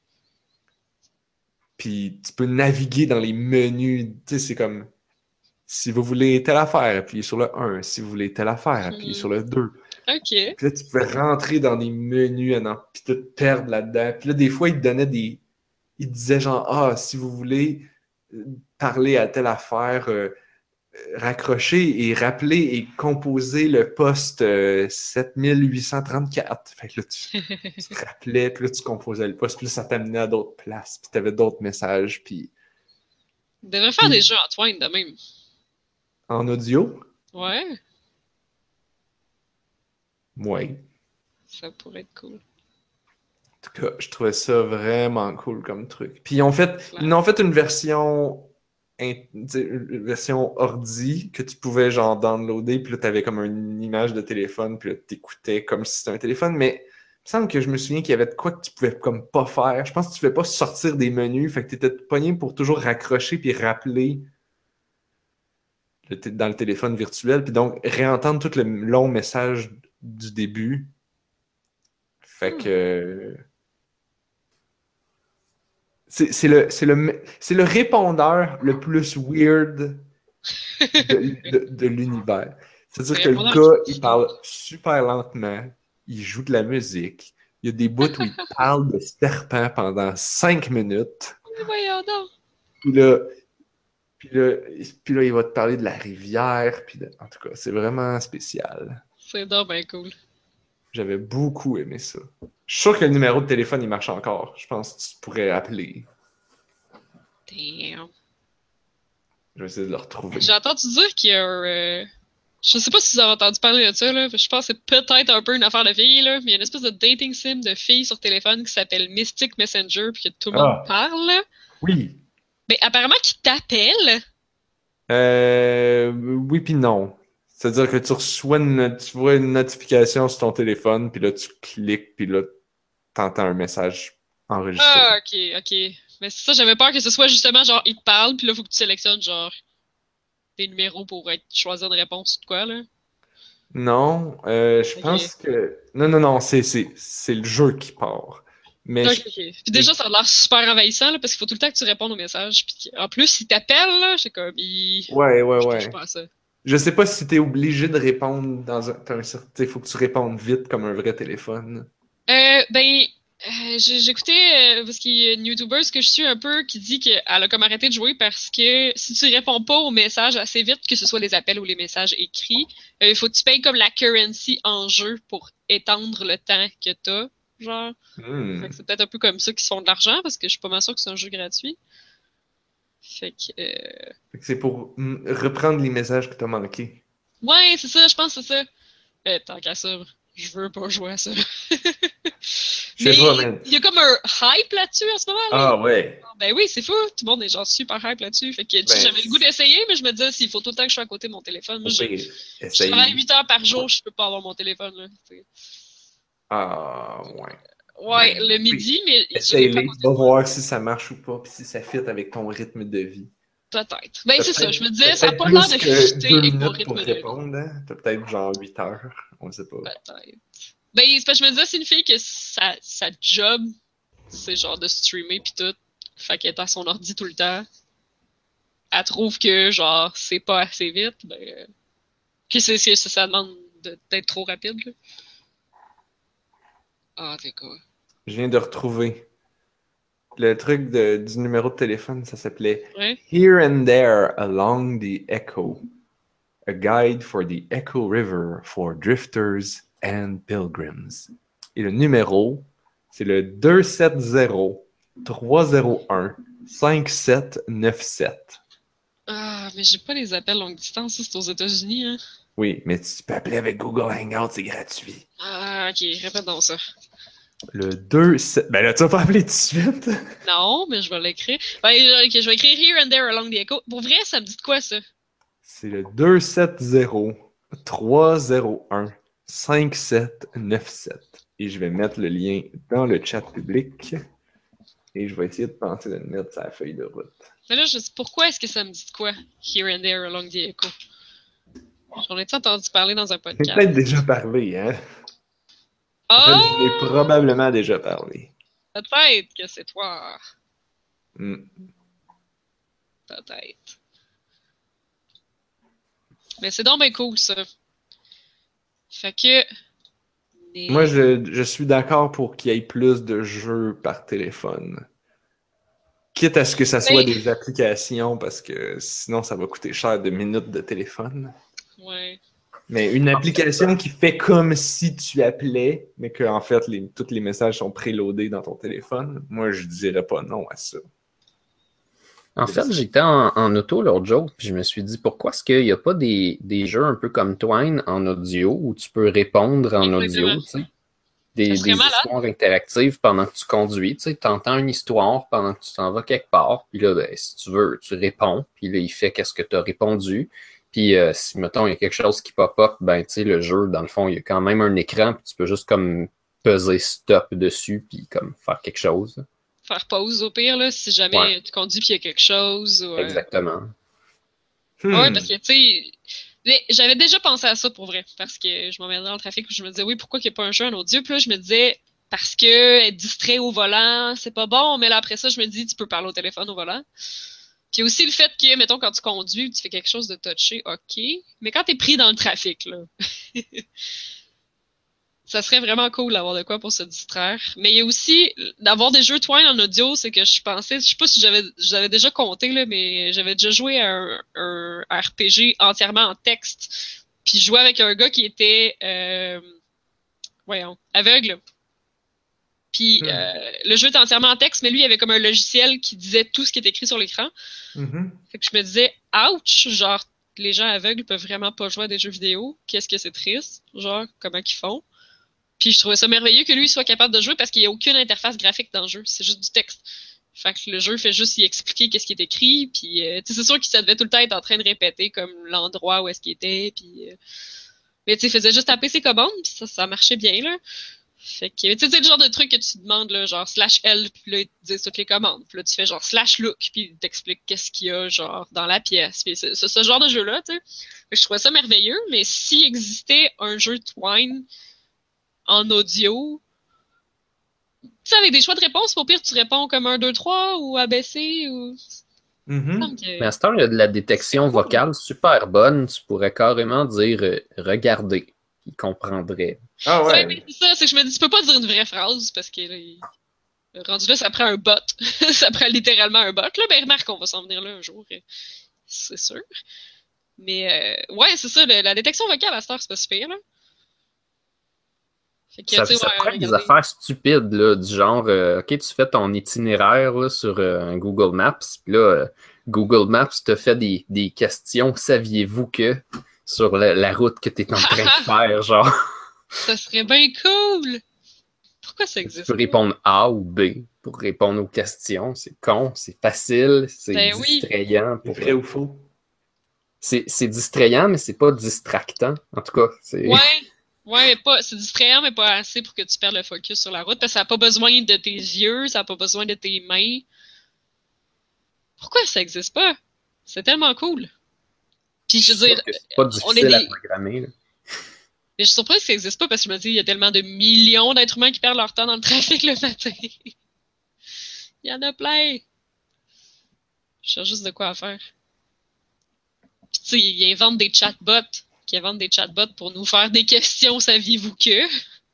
Puis tu peux naviguer dans les menus. Tu sais, c'est comme si vous voulez telle affaire, appuyez sur le un. Si vous voulez telle affaire, appuyez Hmm. sur le deux. Ok. Puis là, tu pouvais rentrer dans des menus, hein, puis te perdre là-dedans. Puis là, des fois, ils te donnaient des. Ils te disaient genre, ah, si vous voulez euh, parler à telle affaire, euh, euh, raccrocher et rappeler et composer le poste euh, sept mille huit cent trente-quatre. Fait que là, tu, tu te rappelais, puis là, tu composais le poste, puis là, ça t'amenait à d'autres places, puis t'avais d'autres messages, puis. On devrait faire des Puis jeux Antoine de même. en audio, Ouais, ouais. ça pourrait être cool. En tout cas, je trouvais ça vraiment cool comme truc. Puis ils ont fait, ils Clair. en ont fait une version, in- tu sais, une version ordi que tu pouvais genre downloader, puis là t'avais comme une image de téléphone, puis là t'écoutais comme si c'était un téléphone, mais il me semble que je me souviens qu'il y avait de quoi que tu pouvais comme pas faire. Je pense que tu pouvais pas sortir des menus, fait que t'étais pogné pour toujours raccrocher puis rappeler le té- dans le téléphone virtuel, puis donc réentendre tout le long message du début. Fait Hmm. que C'est c'est le, c'est le, c'est le répondeur le plus weird de, de, de l'univers. C'est-à-dire C'est que le répondant gars, qui il dit. parle super lentement, il joue de la musique, il y a des bouts où il parle de serpent pendant cinq minutes, Mais voyons donc. puis là, puis là, puis là, il va te parler de la rivière, puis de- en tout cas, c'est vraiment spécial. C'est donc ben cool. J'avais beaucoup aimé ça. Je suis sûr que le numéro de téléphone, il marche encore. Je pense que tu pourrais appeler. Damn. Je vais essayer de le J'ai retrouver. entendu dire qu'il y a un. euh, Je sais pas si vous avez entendu parler de ça, là. Je pense que c'est peut-être un peu une affaire de filles, là. Mais il y a une espèce de dating sim de filles sur téléphone qui s'appelle Mystic Messenger, puis que tout le monde Ah, parle, là. oui. Mais apparemment qu'ils t'appellent. Euh, oui puis non. C'est-à-dire que tu reçois une, not- tu vois une notification sur ton téléphone, puis là, tu cliques, puis là, t'entends un message enregistré. Ah, ok, ok. Mais c'est ça, j'avais peur que ce soit justement genre, ils te parlent, puis là, faut que tu sélectionnes genre des numéros pour être, choisir une réponse ou de quoi, là. Non, euh, je Ok. pense que... Non, non, non, c'est, c'est, c'est le jeu qui part. Mais Ok, je... ok. Puis déjà, ça a l'air super envahissant, là, parce qu'il faut tout le temps que tu répondes aux messages. Puis en plus, ils t'appellent, là, c'est comme, ils... Ouais, ouais, je touche ouais. pas à ça. Je sais pas si t'es obligé de répondre dans un... t'as un certain... Il faut que tu répondes vite comme un vrai téléphone. Euh, ben, euh, j'ai j'ai écouté, euh, parce qu'il y a une YouTuber que je suis un peu qui dit qu'elle a comme arrêté de jouer parce que si tu réponds pas aux messages assez vite, que ce soit les appels ou les messages écrits, euh, il faut que tu payes comme la currency en jeu pour étendre le temps que t'as, genre. Fait que Hmm. c'est peut-être un peu comme ça qu'ils se font de l'argent parce que je suis pas mal sûre que c'est un jeu gratuit. Fait que, euh, Fait que c'est pour hmm, reprendre les messages que t'as manqués. ouais, c'est ça, je pense que c'est ça. Euh, tant qu'à ça, je veux pas jouer à ça. Je sais Mais pas, man. il y a comme un hype là-dessus en ce moment, là. Ah ouais. Ben oui, c'est fou. Tout le monde est genre super hype là-dessus. Fait que, tu sais, Ben, j'avais le goût d'essayer, mais je me disais, s'il faut tout le temps que je sois à côté de mon téléphone. Moi, au je, pire, je travaille essaye. huit heures par jour, je peux pas avoir mon téléphone, là. Tu sais. Ah, ouais. Ouais, Ben, le oui. midi, mais je l'ai pas à Essaye-les, tu côté vas de moi. voir si ça marche ou pas, puis si ça fit avec ton rythme de vie. Peut-être. Ben T'as c'est ça, je me peut-être t'as disais, ça a peut-être pas l'air plus de que fitter deux avec mon minutes pour rythme de vie. répondre, hein? T'as peut-être genre huit heures, on sait pas. Peut-être. Ben, c'est parce que je me disais, c'est une fille que sa, sa job, c'est genre de streamer pis tout. Fait qu'elle est à son ordi tout le temps. elle trouve que, genre, c'est pas assez vite, ben, euh, que c'est, c'est, ça demande de, d'être trop rapide, là. Ah, t'es quoi? Je viens de retrouver. Le truc de- du numéro de téléphone, ça s'appelait Ouais. Here and There Along the Echo. A guide for the Echo River for drifters and pilgrims. Et le numéro, c'est le deux sept zéro trois zéro un cinq sept neuf sept. Ah, mais j'ai pas les appels longue distance, ça, c'est aux États-Unis, hein. Oui, mais tu peux appeler avec Google Hangout, c'est gratuit. Ah, ok, répète donc ça. Le deux sept... Ben là, tu vas pas appeler tout de suite. Non, mais je vais l'écrire. Ben, ok, je vais écrire Here and There Along the Echo. Pour vrai, ça me dit de quoi, ça? C'est le deux sept zéro trois zéro un cinq sept neuf sept. Et je vais mettre le lien dans le chat public. Et je vais essayer de penser de le mettre sur la feuille de route. Mais là, je dis, pourquoi est-ce que ça me dit de quoi? Here and There Along the Echo. J'en ai-tu entendu parler dans un J'ai podcast? peut-être déjà parlé, hein? En fait, je l'ai Oh! probablement déjà parlé. Peut-être que c'est toi. Hmm. Peut-être. Mais c'est donc bien cool, ça. Fait que... mais- Moi, je, je suis d'accord pour qu'il y ait plus de jeux par téléphone. Quitte à ce que ça soit Mais- des applications, parce que sinon, ça va coûter cher de minutes de téléphone. Ouais. Mais une application qui fait comme si tu appelais, mais que en fait, les, tous les messages sont préloadés dans ton téléphone, moi, je dirais pas non à ça. En fait, j'étais en, en auto l'autre jour, puis je me suis dit, pourquoi est-ce qu'il n'y a pas des, des jeux un peu comme Twine en audio, où tu peux répondre en Exactement. audio, tu sais? Des, Ça serait des malade. histoires interactives pendant que tu conduis, tu sais, t'entends une histoire pendant que tu t'en vas quelque part, puis là, ben, si tu veux, tu réponds, puis là, il fait qu'est-ce que tu as répondu, puis euh, si, mettons, il y a quelque chose qui pop-up, ben, tu sais, le jeu, dans le fond, il y a quand même un écran, puis tu peux juste comme peser stop dessus, puis comme faire quelque chose. Faire pause au pire, là, si jamais Ouais. tu conduis puis il y a quelque chose. Ou, euh, Exactement. Hmm. Ouais, parce que, tu sais, mais j'avais déjà pensé à ça pour vrai, parce que je m'en mettais dans le trafic où je me disais, oui, pourquoi qu'il n'y a pas un jeu en audio? Puis là, je me disais, parce que être distrait au volant, c'est pas bon, mais là, après ça, je me dis, tu peux parler au téléphone au volant. Puis aussi le fait que, mettons, quand tu conduis, tu fais quelque chose de touché, ok, mais quand t'es pris dans le trafic, là, ça serait vraiment cool d'avoir de quoi pour se distraire. Mais il y a aussi, d'avoir des jeux Twine en audio, c'est que je pensais, je sais pas si j'avais, j'avais déjà compté, là, mais j'avais déjà joué à un, un R P G entièrement en texte. Puis je jouais avec un gars qui était, euh, voyons, aveugle. Puis Hmm. euh, le jeu était entièrement en texte, mais lui, il avait comme un logiciel qui disait tout ce qui était écrit sur l'écran. Mhm. Fait que je me disais, ouch, genre, les gens aveugles peuvent vraiment pas jouer à des jeux vidéo. Qu'est-ce que c'est triste, genre, comment qu'ils font. Puis je trouvais ça merveilleux que lui soit capable de jouer parce qu'il n'y a aucune interface graphique dans le jeu, c'est juste du texte. Fait que le jeu fait juste y expliquer qu'est-ce qui est écrit, puis euh, c'est sûr qu'il ça devait tout le temps être en train de répéter comme l'endroit où est-ce qu'il était, puis euh, mais tu sais, il faisait juste taper ses commandes, puis ça, ça marchait bien là. Fait que tu sais, c'est le genre de truc que tu demandes là, genre slash L, puis là ils te disent toutes les commandes, puis là tu fais genre slash look, puis il t'explique qu'est-ce qu'il y a genre dans la pièce, puis c'est, c'est ce genre de jeu là, tu sais. Fait que je trouvais ça merveilleux, mais s'il existait un jeu Twine en audio, tu sais, avec des choix de réponse, au pire, tu réponds comme un, deux, trois ou A B C ou. Mhm. Que... Mais à ce temps, il y a de la détection vocale super bonne. Tu pourrais carrément dire euh, regardez. Il comprendrait. Ah Ouais, ouais. mais c'est ça, c'est que je me dis, tu peux pas dire une vraie phrase parce que là, il... rendu là, ça prend un bot. Ça prend littéralement un bot. Là, ben remarque, on va s'en venir là un jour, c'est sûr. Mais euh, ouais, c'est ça, le- la détection vocale à cette heure, c'est pas super, là. Fait que, Ça, tu sais, ça ouais, pourrait être des regardez. affaires stupides, là, du genre, euh, OK, tu fais ton itinéraire là, sur euh, un Google Maps, puis là, euh, Google Maps te fait des, des questions, saviez-vous que, sur la, la route que tu es en train de faire, genre, Ça serait bien cool! Pourquoi ça tu existe peux pas? répondre A ou B pour répondre aux questions. C'est con, c'est facile, c'est Ben oui! distrayant. C'est Pour, vrai ou faux? c'est, c'est distrayant, mais c'est pas distractant. En tout cas, c'est... Ouais, ouais, mais pas, c'est distrayant, mais pas assez pour que tu perdes le focus sur la route, parce que ça n'a pas besoin de tes yeux, ça n'a pas besoin de tes mains. Pourquoi ça existe pas? C'est tellement cool. Puis Je je suis veux sûr dire, que c'est pas on est difficile à des. programmer, là. Mais je suis surprise que ça existe pas parce que je me dis, il y a tellement de millions d'êtres humains qui perdent leur temps dans le trafic le matin. Il y en a plein. Je cherche juste de quoi à faire. Puis tu sais, ils inventent des chatbots, qui inventent des chatbots pour nous faire des questions, saviez-vous que?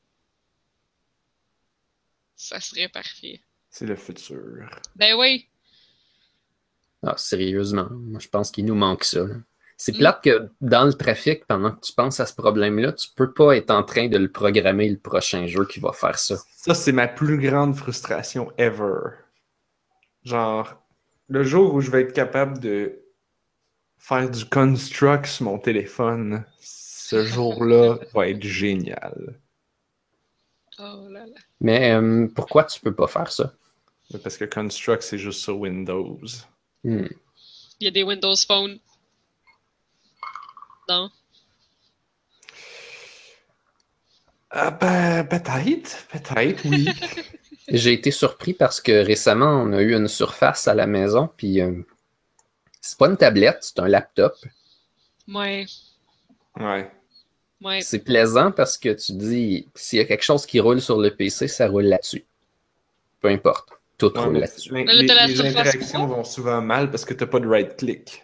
Ça serait parfait. C'est le futur. Ben oui. Ah, sérieusement, moi je pense qu'il nous manque ça. Là. C'est Mm. plate que dans le trafic, pendant que tu penses à ce problème-là, tu peux pas être en train de le programmer le prochain jeu qui va faire ça. Ça, c'est ma plus grande frustration ever. Genre, le jour où je vais être capable de faire du construct sur mon téléphone, ce jour-là va être génial. Oh là là. Mais euh, pourquoi tu peux pas faire ça? Parce que construct, c'est juste sur Windows. Hmm. Il y a des Windows Phone. Non? Ah ben, peut-être, peut-être, oui. J'ai été surpris parce que récemment, on a eu une surface à la maison, puis euh, c'est pas une tablette, c'est un laptop. Ouais. Ouais. Ouais. C'est plaisant parce que tu dis, s'il y a quelque chose qui roule sur le P C, ça roule là-dessus. Peu importe, tout Ouais, roule mais là-dessus. les, Mais là, t'as la les Surface interactions Pro? vont souvent mal parce que t'as pas de right-click.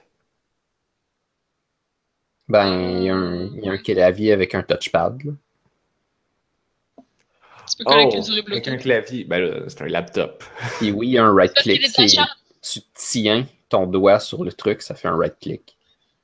Ben, il y a un, il y a un clavier avec un touchpad. Là. Tu peux connecter Oh, du avec un Bluetooth. clavier. Ben là, c'est un laptop. Puis oui, il y a un C'est right-click. C'est, détachable. tu tiens ton doigt sur le truc, ça fait un right-click.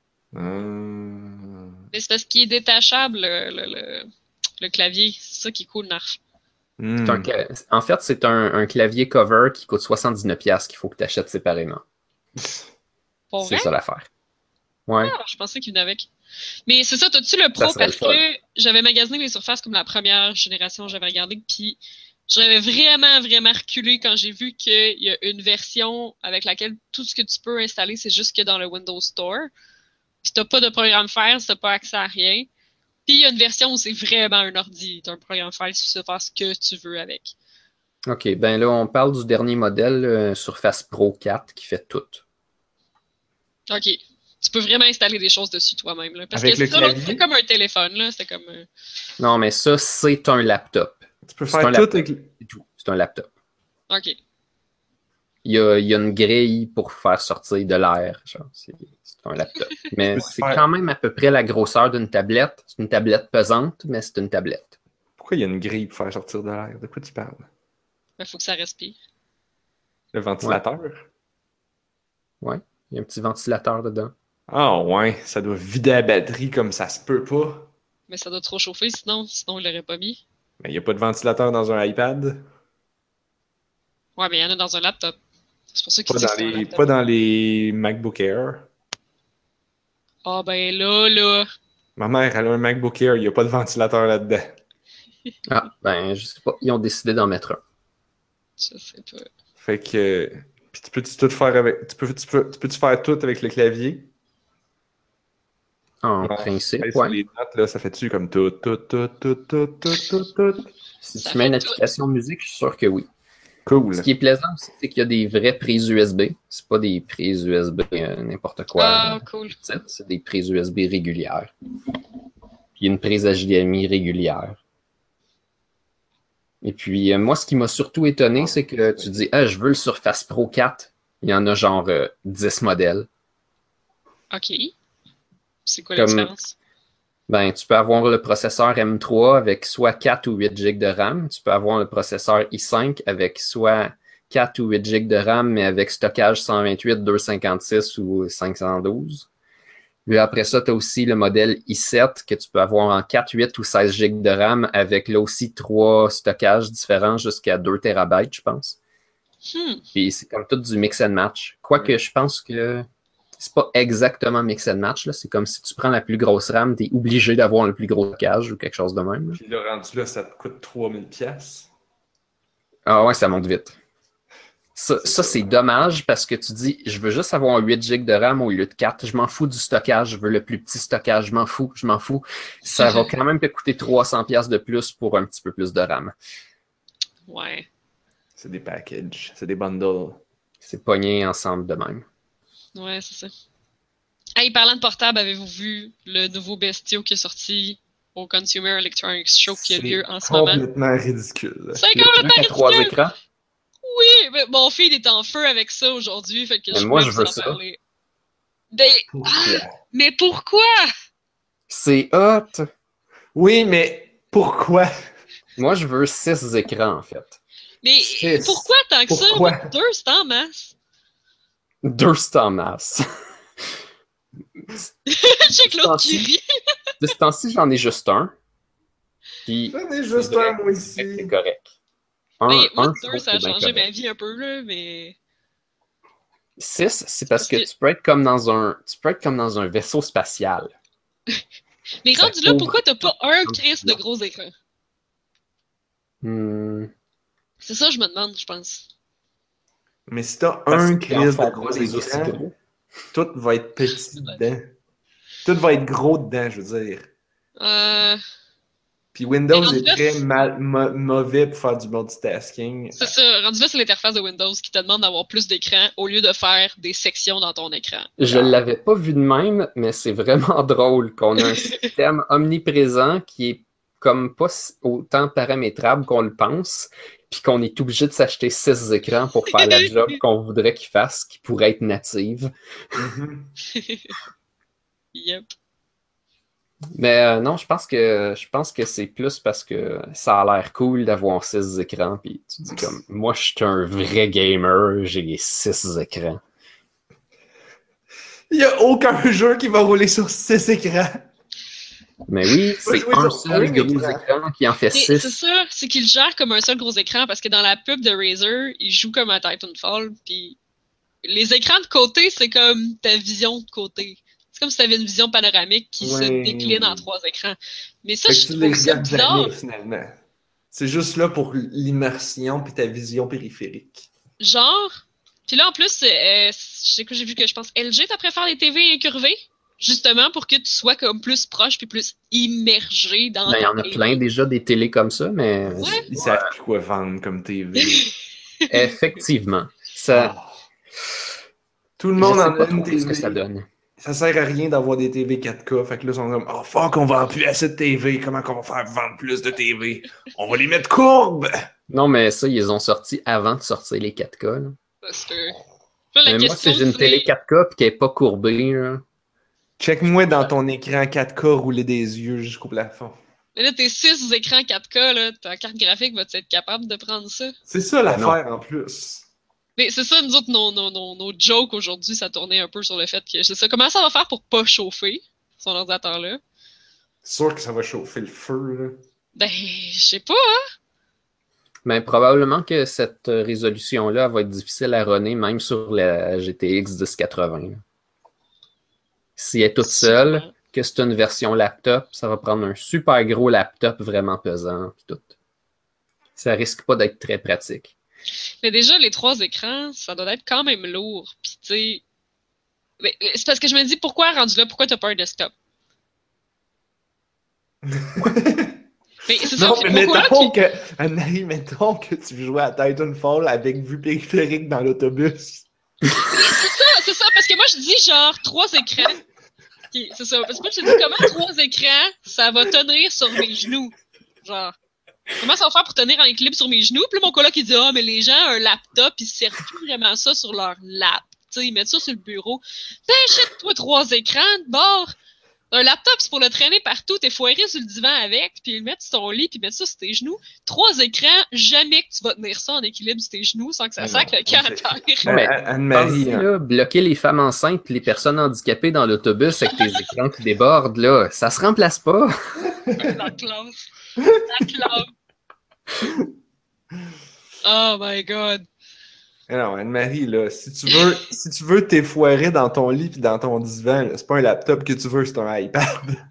Hum. Mais c'est parce qu'il est détachable, le, le, le, le clavier. C'est ça qui est cool, Narf. C'est un Hum. cla- en fait, c'est un, un clavier cover qui coûte soixante-dix-neuf dollars qu'il faut que tu achètes séparément. Pour C'est vrai? ça l'affaire. Ouais. Ah, je pensais qu'il venait avec. Mais c'est ça, t'as-tu le Ça pro? serait le Parce fun. que j'avais magasiné les surfaces comme la première génération, j'avais regardé, puis j'avais vraiment, vraiment reculé quand j'ai vu qu'il y a une version avec laquelle tout ce que tu peux installer, c'est juste que dans le Windows Store. Puis t'as pas de programme Files, t'as pas accès à rien. Puis il y a une version où c'est vraiment un ordi, t'as un programme Files, tu sais faire ce que tu veux avec. OK, ben là, on parle du dernier modèle, euh, Surface Pro quatre, qui fait tout. OK. Tu peux vraiment installer des choses dessus toi-même. Là. Parce Avec que le ça, l'autre, clavier? c'est comme un téléphone, là. C'est comme. euh, Non, mais ça, c'est un laptop. Tu peux C'est faire un tout laptop. avec... le- C'est tout. C'est un laptop. OK. Il y a, il y a une grille pour faire sortir de l'air. Genre, c'est, c'est un laptop. Mais peux c'est faire- quand même à peu près la grosseur d'une tablette. C'est une tablette pesante, mais c'est une tablette. Pourquoi il y a une grille pour faire sortir de l'air? De quoi tu parles? Il faut que ça respire. Le ventilateur? Ouais. Il y a un petit ventilateur dedans. Ah ouais, ça doit vider la batterie comme ça se peut pas. Mais ça doit trop chauffer, sinon, sinon il l'aurait pas mis. Mais il n'y a pas de ventilateur dans un iPad? Ouais, mais il y en a dans un laptop. C'est pour ça qu'ils Pas disent dans que c'est un les, laptop. pas dans les MacBook Air. Ah ben là, là. Ma mère, elle a un MacBook Air, il n'y a pas de ventilateur là-dedans. Ah, ben, je sais pas. Ils ont décidé d'en mettre un. Je sais pas. Fait que... Puis tu peux-tu tout faire avec... Tu peux, tu peux, tu peux-tu faire tout avec le clavier? En Ouais. principe, Hey, sur ouais. les notes, là, ça fait-tu comme tout, tout, tout, tout, tout, tout, tout, tout. Si Ça tu mets fait une tout. application musique, je suis sûr que oui. Cool. Ce qui est plaisant aussi, c'est qu'il y a des vraies prises U S B. C'est pas des prises U S B euh, n'importe quoi. Ah, euh, cool. petite. C'est des prises U S B régulières. Puis une prise H D M I régulière. Et puis, euh, moi, ce qui m'a surtout étonné, c'est que tu dis, ah, je veux le Surface Pro quatre. Il y en a genre euh, dix modèles. OK. C'est quoi la Comme- différence? Ben, tu peux avoir le processeur M trois avec soit quatre ou huit gigs de RAM. Tu peux avoir le processeur i cinq avec soit quatre ou huit gigs de RAM, mais avec stockage cent vingt-huit, deux cent cinquante-six ou cinq cent douze. Puis après ça, tu as aussi le modèle i sept que tu peux avoir en quatre, huit ou seize gigs de RAM avec là aussi trois stockages différents jusqu'à deux térabytes, je pense. Hmm. Puis c'est comme tout du mix and match. Quoique je pense que c'est pas exactement mix and match. Là. C'est comme si tu prends la plus grosse RAM, tu es obligé d'avoir le plus gros stockage ou quelque chose de même. Là. Puis le rendu là, ça te coûte trois mille piastres. Ah ouais, ça monte vite. Ça, C'est ça ça. c'est dommage parce que tu dis, je veux juste avoir huit gigs de RAM au lieu de quatre. Je m'en fous du stockage. Je veux le plus petit stockage. Je m'en fous. Je m'en fous. Ça va quand même te coûter trois cents piastres de plus pour un petit peu plus de RAM. Ouais. C'est des packages, c'est des bundles. C'est pogné ensemble de même. Ouais, c'est ça. Hey, parlant de portable, avez-vous vu le nouveau Bestio qui est sorti au Consumer Electronics Show qui a C'est lieu en ce moment? complètement ridicule. C'est Le complètement truc à trois ridicule! écrans. Oui, mais mon feed est en feu avec ça aujourd'hui, fait que Mais je moi, voulais je vous veux en ça. parler. Ben, Pourquoi? ah, mais pourquoi? C'est hot! Oui, mais pourquoi? Moi, je veux six écrans, en fait. Mais Six. pourquoi tant que ça? Pourquoi? Moi, deux, c'est en masse. Deux, c'est en masse. Check l'autre qui rit. De ce temps-ci, j'en ai juste un. Puis, J'en ai c'est juste vrai un, moi que c'est aussi. correct. Un, Ben, moi, un, je deux, trouve ça que a c'est bien changé correct. ma vie un peu, là, mais... Six, c'est parce Parce que que- tu peux être comme dans un, tu peux être comme dans un vaisseau spatial. Mais Ça rendu là, couvre pourquoi t'as pas tout un le Chris de plan. gros écran? Hmm, C'est ça que je me demande, je pense. Mais si t'as parce un qu'ils en crise de font gros pas des aussi écran, gros. tout va être petit dedans. Tout va être gros dedans, je veux dire. Euh... Puis Windows Mais rendu est là, très c'est- mal, mo- mauvais pour faire du multitasking. c'est ça. Rendu là, c'est l'interface de Windows qui te demande d'avoir plus d'écran au lieu de faire des sections dans ton écran. Je l'avais pas vu de même, mais c'est vraiment drôle qu'on a un système omniprésent qui est comme pas si- autant paramétrable qu'on le pense, puis qu'on est obligé de s'acheter six écrans pour faire la job qu'on voudrait qu'il fasse, qui pourrait être native. Mhm. Yep. Mais euh, non, je pense que je pense que c'est plus parce que ça a l'air cool d'avoir six écrans, puis tu dis comme moi je suis un vrai gamer, j'ai six écrans. Il n'y a aucun jeu qui va rouler sur six écrans. Mais oui, Va c'est jouer un sur seul un gros écran. écran qui en fait Mais c'est six. ça, c'est qu'il gère comme un seul gros écran parce que dans la pub de Razer, il joue comme un Titanfall, puis les écrans de côté, c'est comme ta vision de côté. C'est comme si tu avais une vision panoramique qui se Ouais. décline en trois écrans. Mais ça, Fait que je tu les trouve ça regardes bizarre. jamais, finalement. C'est juste là pour l'immersion puis ta vision périphérique. Genre, puis là en plus, euh, je sais que j'ai vu que je pense L G, t'as préféré les T V incurvées, justement pour que tu sois comme plus proche puis plus immergé dans Ben, il y ta en a T V. plein déjà des télés comme ça, mais Ouais. Ils savent plus quoi vendre comme T V. effectivement, ça, Ah. Tout le je monde sais en pas a une trop ce que ça T V. donne. Ça sert à rien d'avoir des T V quatre K. Fait que là, ils sont comme, oh fuck, on vend plus assez de T V. Comment qu'on va faire vendre plus de T V? On va les mettre courbes! Non, mais ça, ils ont sorti avant de sortir les quatre K. Là. Parce que là, la Mais moi, question si j'ai une télé c'est. quatre K et qu'elle n'est pas courbée, là, Check-moi dans ton écran quatre K rouler des yeux jusqu'au plafond. Mais là, tes six écrans quatre K, là, ta carte graphique va être capable de prendre ça? C'est ça Ben non. l'affaire en plus. Mais c'est ça, nous autres, nos, nos, nos, nos jokes aujourd'hui, ça tournait un peu sur le fait que c'est ça. Comment ça va faire pour pas chauffer son ordinateur-là? C'est sûr que ça va chauffer le feu, là. Ben, je sais pas, hein? mais probablement que cette euh, résolution-là va être difficile à runner même sur la G T X dix quatre-vingts. là. Si elle est toute seule, Sûrement. que c'est une version laptop, ça va prendre un super gros laptop vraiment pesant. Pis tout. Ça risque pas d'être très pratique. Mais déjà, les trois écrans, ça doit être quand même lourd. Puis, tu sais. Mais, mais c'est parce que je me dis, pourquoi rendu là, pourquoi t'as pas un desktop? Mais c'est ça, Non, c'est mais mon coloc mettons qui- que, Anne-Marie, mettons que tu veux jouer à Titanfall avec vue périphérique dans l'autobus. C'est ça, c'est ça, parce que moi, je dis genre trois écrans. Ok, c'est ça, parce que moi, je te dis comment trois écrans, ça va tenir sur mes genoux. Genre, comment ça va faire pour tenir en équilibre sur mes genoux? Puis là, mon coloc, il dit, ah, mais les gens, un laptop, ils servent plus vraiment ça sur leur lap. Tu sais, ils mettent ça sur le bureau. Ben, achète-toi trois écrans de bord. Un laptop, c'est pour le traîner partout. T'es foiré sur le divan avec, puis le mettre sur ton lit, puis mettre ça sur tes genoux. Trois écrans, jamais que tu vas tenir ça en équilibre sur tes genoux sans que ça Mais sac non, le camp à c'est- terre. Non, mais Euh, Anne-Marie, Pense-y, hein. là, bloquer les femmes enceintes et les personnes handicapées dans l'autobus avec tes écrans qui débordent, là, ça se remplace pas. La classe. La classe. Oh my god. Alors, Anne-Marie, là, si tu veux, si tu veux t'effoirer dans ton lit puis dans ton divan, là, c'est pas un laptop que tu veux, c'est un iPad.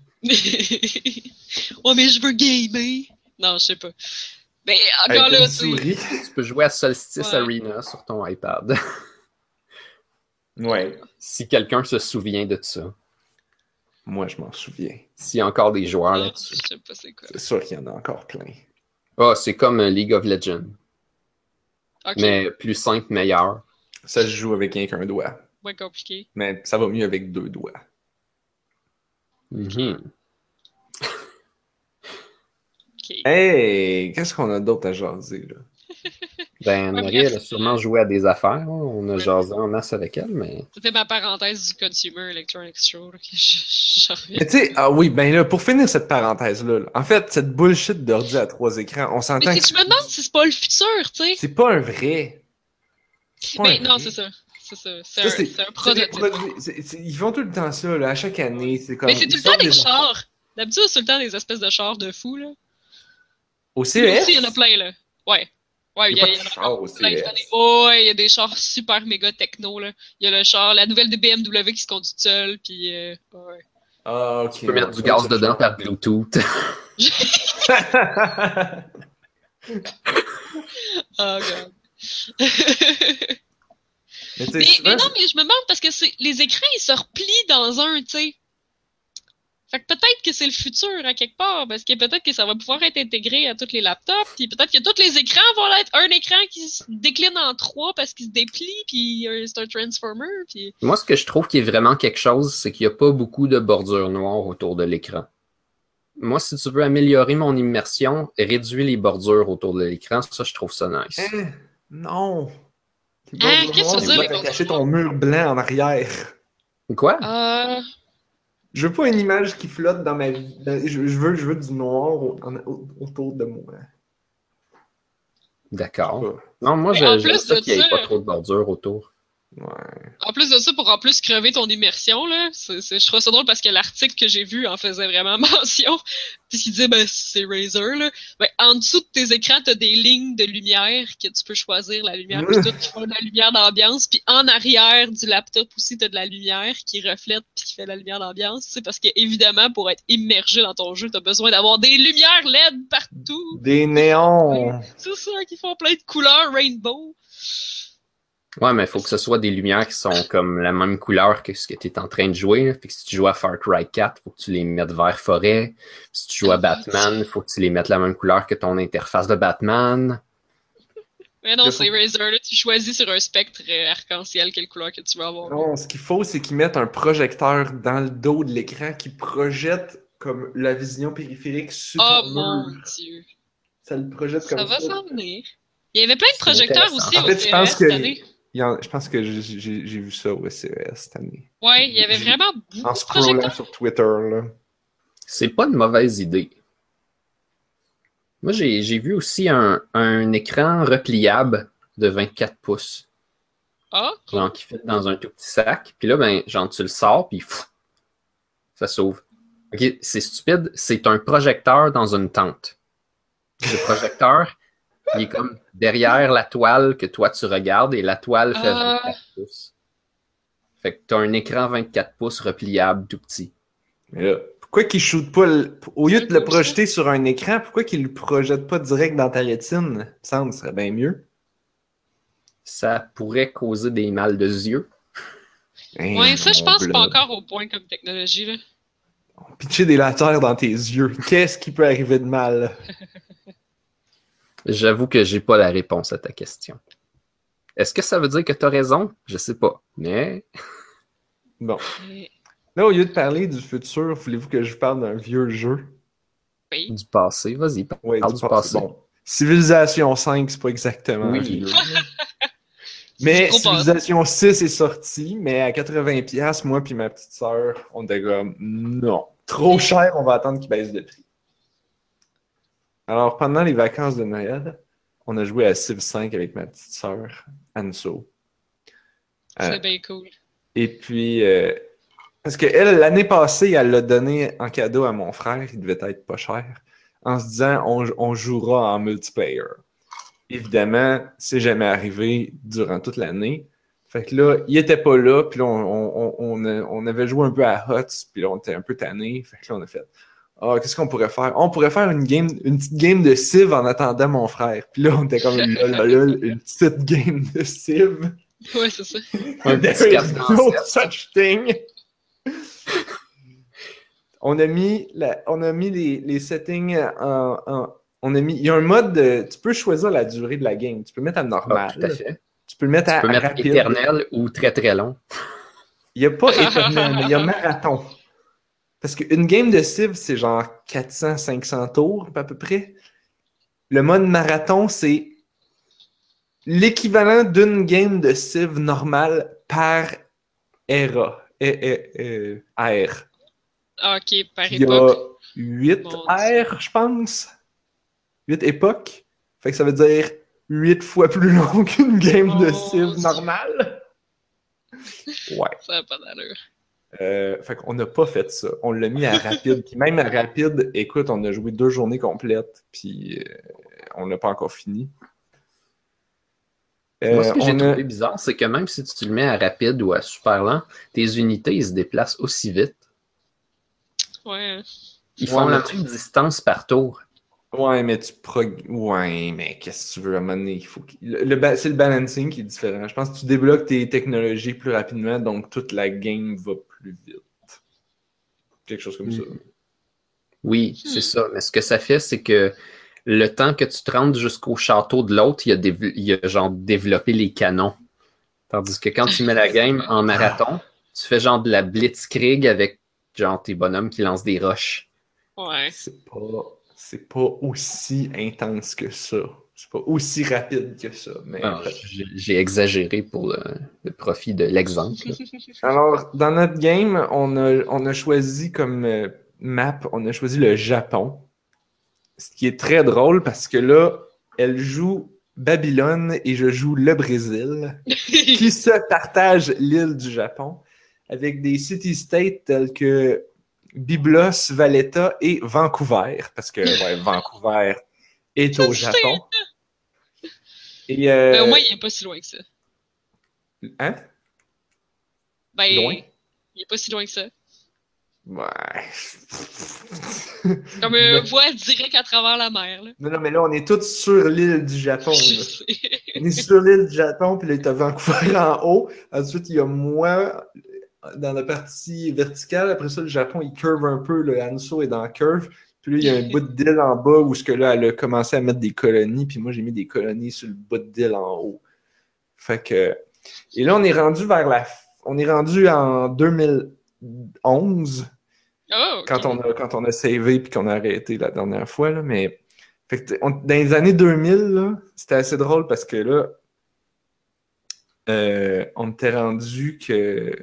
Oh, mais je veux gamer. Non, je sais pas. Mais encore Avec là, une tu souris. Tu peux jouer à Solstice Ouais. Arena sur ton iPad. Ouais, Si quelqu'un se souvient de ça. moi je m'en souviens. S'il y a encore des joueurs non, là-dessus. je sais pas c'est quoi. C'est sûr qu'il y en a encore plein. Ah, c'est comme euh, League of Legends. Ok, Mais plus simple, meilleur. Ça se joue avec rien qu'un doigt. moins compliqué. Mais ça va mieux avec deux doigts. Mhm. Ok. Hey, qu'est-ce qu'on a d'autre à jaser, là? Ben, Ouais, Marie, elle a bref. sûrement joué à des affaires. Hein. On a Ouais. jasé en masse avec elle, mais... C'était ma parenthèse du Consumer Electronics Show. Là, que je, je reviens. Mais tu sais, ah oui, ben là, pour finir cette parenthèse-là, là, en fait, cette bullshit d'ordi à trois écrans, on Mais s'entend c'est que que je me demande si c'est pas le futur, tu sais. c'est pas un vrai. C'est pas un Ben non, vrai. c'est ça. C'est ça. C'est Ça, un, c'est c'est un c'est des prototype. produits. c'est- c'est- ils font tout le temps ça, là, à chaque année. C'est Mais comme. c'est Ils tout le temps sortent des des affaires. chars. D'habitude, c'est tout le temps des espèces de chars de fous, là. Au Puis là aussi, il y en a C E S, plein, là. Ouais. Ouais, il il n'y y, a a- pas il de y en a char encore au plein cette année. C E S. Oh, ouais, il y a des chars super méga techno, là. Il y a le char, la nouvelle de B M W qui se conduit toute seule, puis euh, ouais. Ah, ok. Tu peux mettre Ouais, du ça va être gaz le dedans char. par Bluetooth. Oh, God. Mais tu sais, mais, mais souvent, non, c'est- mais je me demande parce que c'est les écrans, ils se replient dans un, tu sais. Fait que peut-être que c'est le futur à quelque part, parce que peut-être que ça va pouvoir être intégré à tous les laptops, puis peut-être que tous les écrans vont être un écran qui se décline en trois parce qu'il se déplie, puis euh, c'est un transformer, puis Moi, ce que je trouve qui est vraiment quelque chose, c'est qu'il n'y a pas beaucoup de bordure noire autour de l'écran. Moi, si tu veux améliorer mon immersion, réduis les bordures autour de l'écran. Ça, je trouve ça nice. Hein? Non. Les hein, bordures qu'est-ce que noires, ça veut c'est dire pas les t'as bordures caché noires? ton mur blanc en arrière. Quoi? Euh, Je veux pas une image qui flotte dans ma vie. dans- Je, je veux, je veux du noir au- en- au- autour de moi. Je sais D'accord. pas. Non, moi, mais en je- j'aime plus ça de qu'il n'y ça, ait pas trop de bordure autour. Ouais. en plus de ça, pour en plus crever ton immersion, là, c'est, c'est- je trouve ça drôle parce que l'article que j'ai vu en faisait vraiment mention. Puis il disait, ben, c'est Razer, là. Ben, en dessous de tes écrans, t'as des lignes de lumière que tu peux choisir la lumière, puis tout, qui font de la lumière d'ambiance. Puis en arrière du laptop aussi, t'as de la lumière qui reflète puis qui fait de la lumière d'ambiance. C'est parce que, évidemment, pour être immergé dans ton jeu, t'as besoin d'avoir des lumières L E D partout. Des néons. C'est ça, qui font plein de couleurs rainbow. Ouais, mais il faut que ce soit des lumières qui sont comme la même couleur que ce que tu es en train de jouer. Là. Puis que si tu joues à Far Cry quatre, il faut que tu les mettes vert forêt. Si tu joues à Batman, il faut que tu les mettes la même couleur que ton interface de Batman. Mais non, Que c'est faut- Razer, là. Tu choisis sur un spectre euh, arc-en-ciel quelle couleur que tu veux avoir. Non, ce qu'il faut, c'est qu'ils mettent un projecteur dans le dos de l'écran qui projette comme la vision périphérique sur Oh ton mon mur. Dieu. Ça le projette Ça comme va ça. s'en venir. Il y avait plein de C'est projecteurs intéressant. aussi En au fait, je pense C E S que cette année. il y en- je pense que j'ai j'ai- j'ai vu ça au C E S cette année. Ouais, il y avait J'ai- vraiment En beaucoup de scrollant projecteurs. sur Twitter, là. C'est pas une mauvaise idée. Moi, j'ai j'ai vu aussi un, un écran repliable de vingt-quatre pouces. Ah, cool. Genre qui fit dans un tout petit sac. Puis là, ben, genre, tu le sors, puis pff, ça s'ouvre. Ok, c'est stupide. C'est un projecteur dans une tente. Le projecteur, il est comme derrière la toile que toi tu regardes et la toile fait Ah. vingt-quatre pouces. Fait que t'as un écran vingt-quatre pouces repliable tout petit. Mais là, pourquoi qu'ils shootent pas le... Au lieu de C'est le cool, projeter sur un écran, pourquoi qu'ils le projettent pas direct dans ta rétine? Il me semble que ce serait bien mieux. Ça pourrait causer des mal de yeux. Hein, Ouais, ça, je mon pense que c'est pas blob. encore au point comme technologie, là. Pitcher des lasers dans tes yeux. Qu'est-ce qui peut arriver de mal? J'avoue que j'ai pas la réponse à ta question. Est-ce que ça veut dire que t'as raison? Je sais pas. Mais Bon. Mais- Là, au lieu de parler du futur, voulez-vous que je vous parle d'un vieux jeu? Oui. du passé, vas-y, parle Oui, du passé. Bon. Civilisation cinq, c'est pas exactement Oui. vieux. C'est Mais trop passé. Civilisation six est sorti, mais à quatre-vingts piastres, moi puis ma petite sœur, on était comme non, trop cher, on va attendre qu'il baisse de prix. Alors, pendant les vacances de Noël, on a joué à Civ cinq avec ma petite sœur, Anso. C'est Euh, bien cool. et puis, euh, parce que elle, l'année passée, elle l'a donné en cadeau à mon frère, il devait être pas cher, en se disant on, on jouera en multiplayer. Évidemment, c'est jamais arrivé durant toute l'année. Fait que là, il était pas là, puis là, on, on, on, a- on avait joué un peu à Huts, puis là, on était un peu tanné. Fait que là, on a fait ah, qu'est-ce qu'on pourrait faire? On pourrait faire une game, une petite game de Civ en attendant mon frère. Puis là, on était comme là, là, là, une petite game de Civ. Ouais, c'est ça. Un There petit is quatre dans no sept. such thing. On a mis, la, on a mis les, les settings en, en- on a mis, il y a un mode de, tu peux choisir la durée de la game. Tu peux mettre à Ah, normal. tout à fait. Tu peux le mettre Tu à peux mettre rapide. éternel ou très très long. Il n'y a pas éternel, mais il y a marathon. Parce qu'une game de Civ, c'est genre quatre cents à cinq cents tours à peu près. Le mode marathon, c'est l'équivalent d'une game de Civ normale par era. Et, et, et, R. Ah, ok, par Puis il y a époque. huit Mon Dieu. R, je pense. huit époques. Fait que ça veut dire huit fois plus long qu'une game de Mon Civ Dieu. normale. Ouais. Ça n'a pas d'allure. Euh, fait qu'on n'a pas fait ça. On l'a mis à rapide. Puis même à rapide, écoute, on a joué deux journées complètes. Puis euh, on n'a pas encore fini. Moi, ce Euh, que j'ai on a... trouvé bizarre, c'est que même si tu le mets à rapide ou à super lent, tes unités, ils se déplacent aussi vite. Ouais. Ils Ouais, font mais la tu... même distance par tour. Ouais, mais tu prog... Ouais, mais qu'est-ce que tu veux à un moment donné? Il faut qu'il- le, le ba- c'est le balancing qui est différent. Je pense que tu débloques tes technologies plus rapidement, donc toute la game va plus vite. Quelque chose comme ça. Oui, c'est Hmm. ça. Mais ce que ça fait, c'est que le temps que tu te rendes jusqu'au château de l'autre, il a, dév- il a genre développé les canons. Tandis que quand tu mets la game en marathon, tu fais genre de la blitzkrieg avec genre tes bonhommes qui lancent des roches. Ouais. C'est pas... c'est pas aussi intense que ça. C'est pas aussi rapide que ça. Mais... Alors, j'ai j'ai exagéré pour le, le profit de l'exemple. Alors, dans notre game, on a, on a choisi comme euh, map, on a choisi le Japon. Ce qui est très drôle parce que là, elle joue Babylone et je joue le Brésil, qui se partagent l'île du Japon avec des city-states tels que Byblos, Valletta et Vancouver, parce que ouais, Vancouver est Ça, au c'est- Japon. Et Ben, au euh, moins, il est pas si loin que ça. hein? Ben, Loin? il est pas si loin que ça. Ouais. Comme Mais- une voie directe à travers la mer, là. non, non, mais là, on est tous sur l'île du Japon. Je Là. sais. On est sur l'île du Japon, puis là, t'as Vancouver en haut. Ensuite, il y a moi dans la partie verticale. Après ça, le Japon, il curve un peu. Le Hanso est dans le curve. Puis là, il y a un bout d'île en bas où ce que là, elle a commencé à mettre des colonies. Puis moi, j'ai mis des colonies sur le bout d'île en haut. Fait que... Et là, on est rendu vers la... On est rendu en deux mille onze Oh, quand on ok. a, quand on a savé puis qu'on a arrêté la dernière fois. Là, mais fait que, on- dans les années deux mille, là, c'était assez drôle parce que là, euh, on était rendu que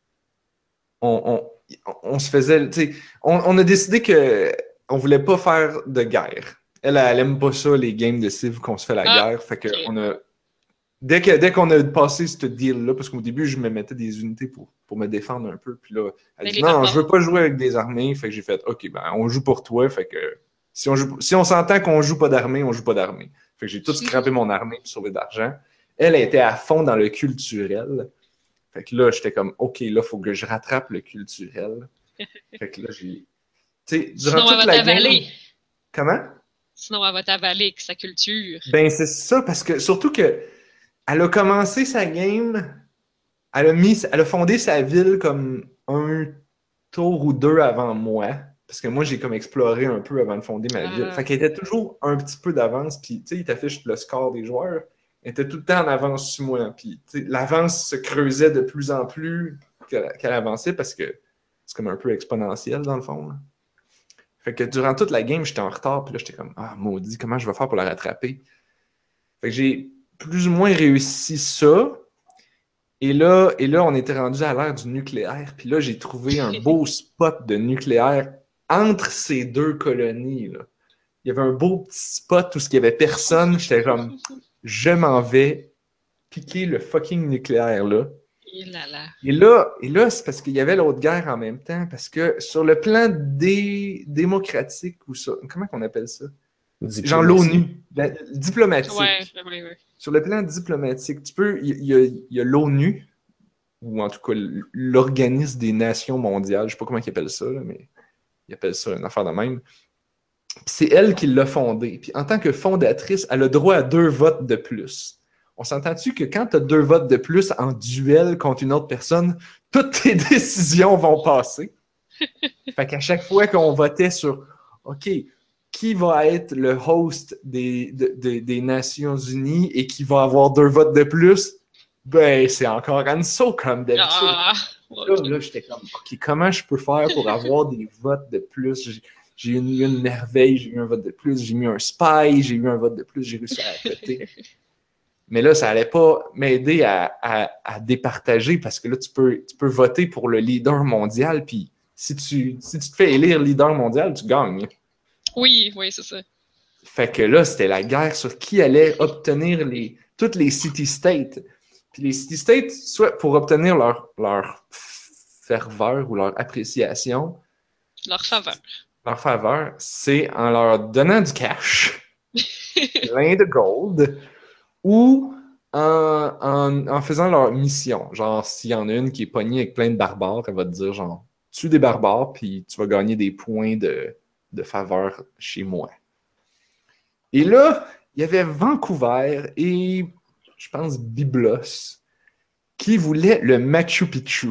on, on, on se faisait, tu sais, on, on a décidé que on voulait pas faire de guerre. Elle, elle aime pas ça, les games de Civ qu'on se fait la Ah, guerre. Fait que ok. on a, dès que, dès qu'on a passé ce deal-là, parce qu'au début, je me mettais des unités pour, pour me défendre un peu, puis là, elle Mais dit les non, je veux barbares. pas jouer avec des armées. Fait que j'ai fait, ok, ben, on joue pour toi. Fait que si on, joue, si on s'entend qu'on joue pas d'armée, on joue pas d'armée. Fait que j'ai tout scrappé mon armée pour sauver d'argent. Elle était à fond dans le culturel. Fait que là, j'étais comme, OK, là, il faut que je rattrape le culturel. Fait que là, j'ai. Tu sais, durant Sinon, elle toute va la game. t'avaler. Comment? Sinon, elle va t'avaler avec sa culture. Ben, c'est ça, parce que surtout que elle a commencé sa game, elle a mis, elle a fondé sa ville comme un tour ou deux avant moi. Parce que moi, j'ai comme exploré un peu avant de fonder ma ville. Fait Ah, qu'elle était toujours un petit peu d'avance. Puis, tu sais, il t'affiche le score des joueurs. Elle était tout le temps en avance sur moi. Puis, tu sais, l'avance se creusait de plus en plus qu'elle qu'elle avançait parce que c'est comme un peu exponentiel dans le fond. Là. Fait que durant toute la game, j'étais en retard. Puis là, j'étais comme, ah, maudit, comment je vais faire pour la rattraper? Fait que j'ai plus ou moins réussi ça. Et là, et là, on était rendu à l'ère du nucléaire. Puis là, j'ai trouvé un beau spot de nucléaire entre ces deux colonies. Là. Il y avait un beau petit spot où il n'y avait personne. J'étais comme, je m'en vais piquer le fucking nucléaire là. Et là là. Et là, et là c'est parce qu'il y avait l'autre guerre en même temps. Parce que sur le plan dé- démocratique, ou ça, comment on appelle ça? Genre Diplomatie. l'ONU, la- Ouais, diplomatique. oui, oui. Sur le plan diplomatique, tu peux, il y, a, il y a l'ONU, ou en tout cas l'organisme des nations mondiales, je sais pas comment ils appellent ça, là, mais ils appellent ça une affaire de même. Puis c'est elle qui l'a fondé. Puis en tant que fondatrice, elle a droit à deux votes de plus. On s'entend-tu que quand tu as deux votes de plus en duel contre une autre personne, toutes tes décisions vont passer? Fait qu'à chaque fois qu'on votait sur OK, qui va être le host des, de- de- des Nations Unies et qui va avoir deux votes de plus, ben c'est encore Anso comme d'habitude. Ah, Là, ok. là j'étais comme OK, comment je peux faire pour avoir des votes de plus? J'ai, j'ai eu une, une merveille, j'ai eu un vote de plus, j'ai mis un spy, j'ai eu un vote de plus, j'ai réussi à la péter. Mais là, ça allait pas m'aider à, à, à départager parce que là, tu peux, tu peux voter pour le leader mondial, puis si tu, si tu te fais élire leader mondial, tu gagnes. Oui, oui, c'est ça. Fait que là, c'était la guerre sur qui allait obtenir les, toutes les city-states. Puis les city-states, soit pour obtenir leur, leur ferveur ou leur appréciation, Leur faveur. leur faveur, c'est en leur donnant du cash, plein de gold, ou en, en, en faisant leur mission. Genre, s'il y en a une qui est pognée avec plein de barbares, elle va te dire, genre, tue des barbares, puis tu vas gagner des points de, de faveur chez moi. Et là, il y avait Vancouver et, je pense, Byblos, qui voulaient le Machu Picchu.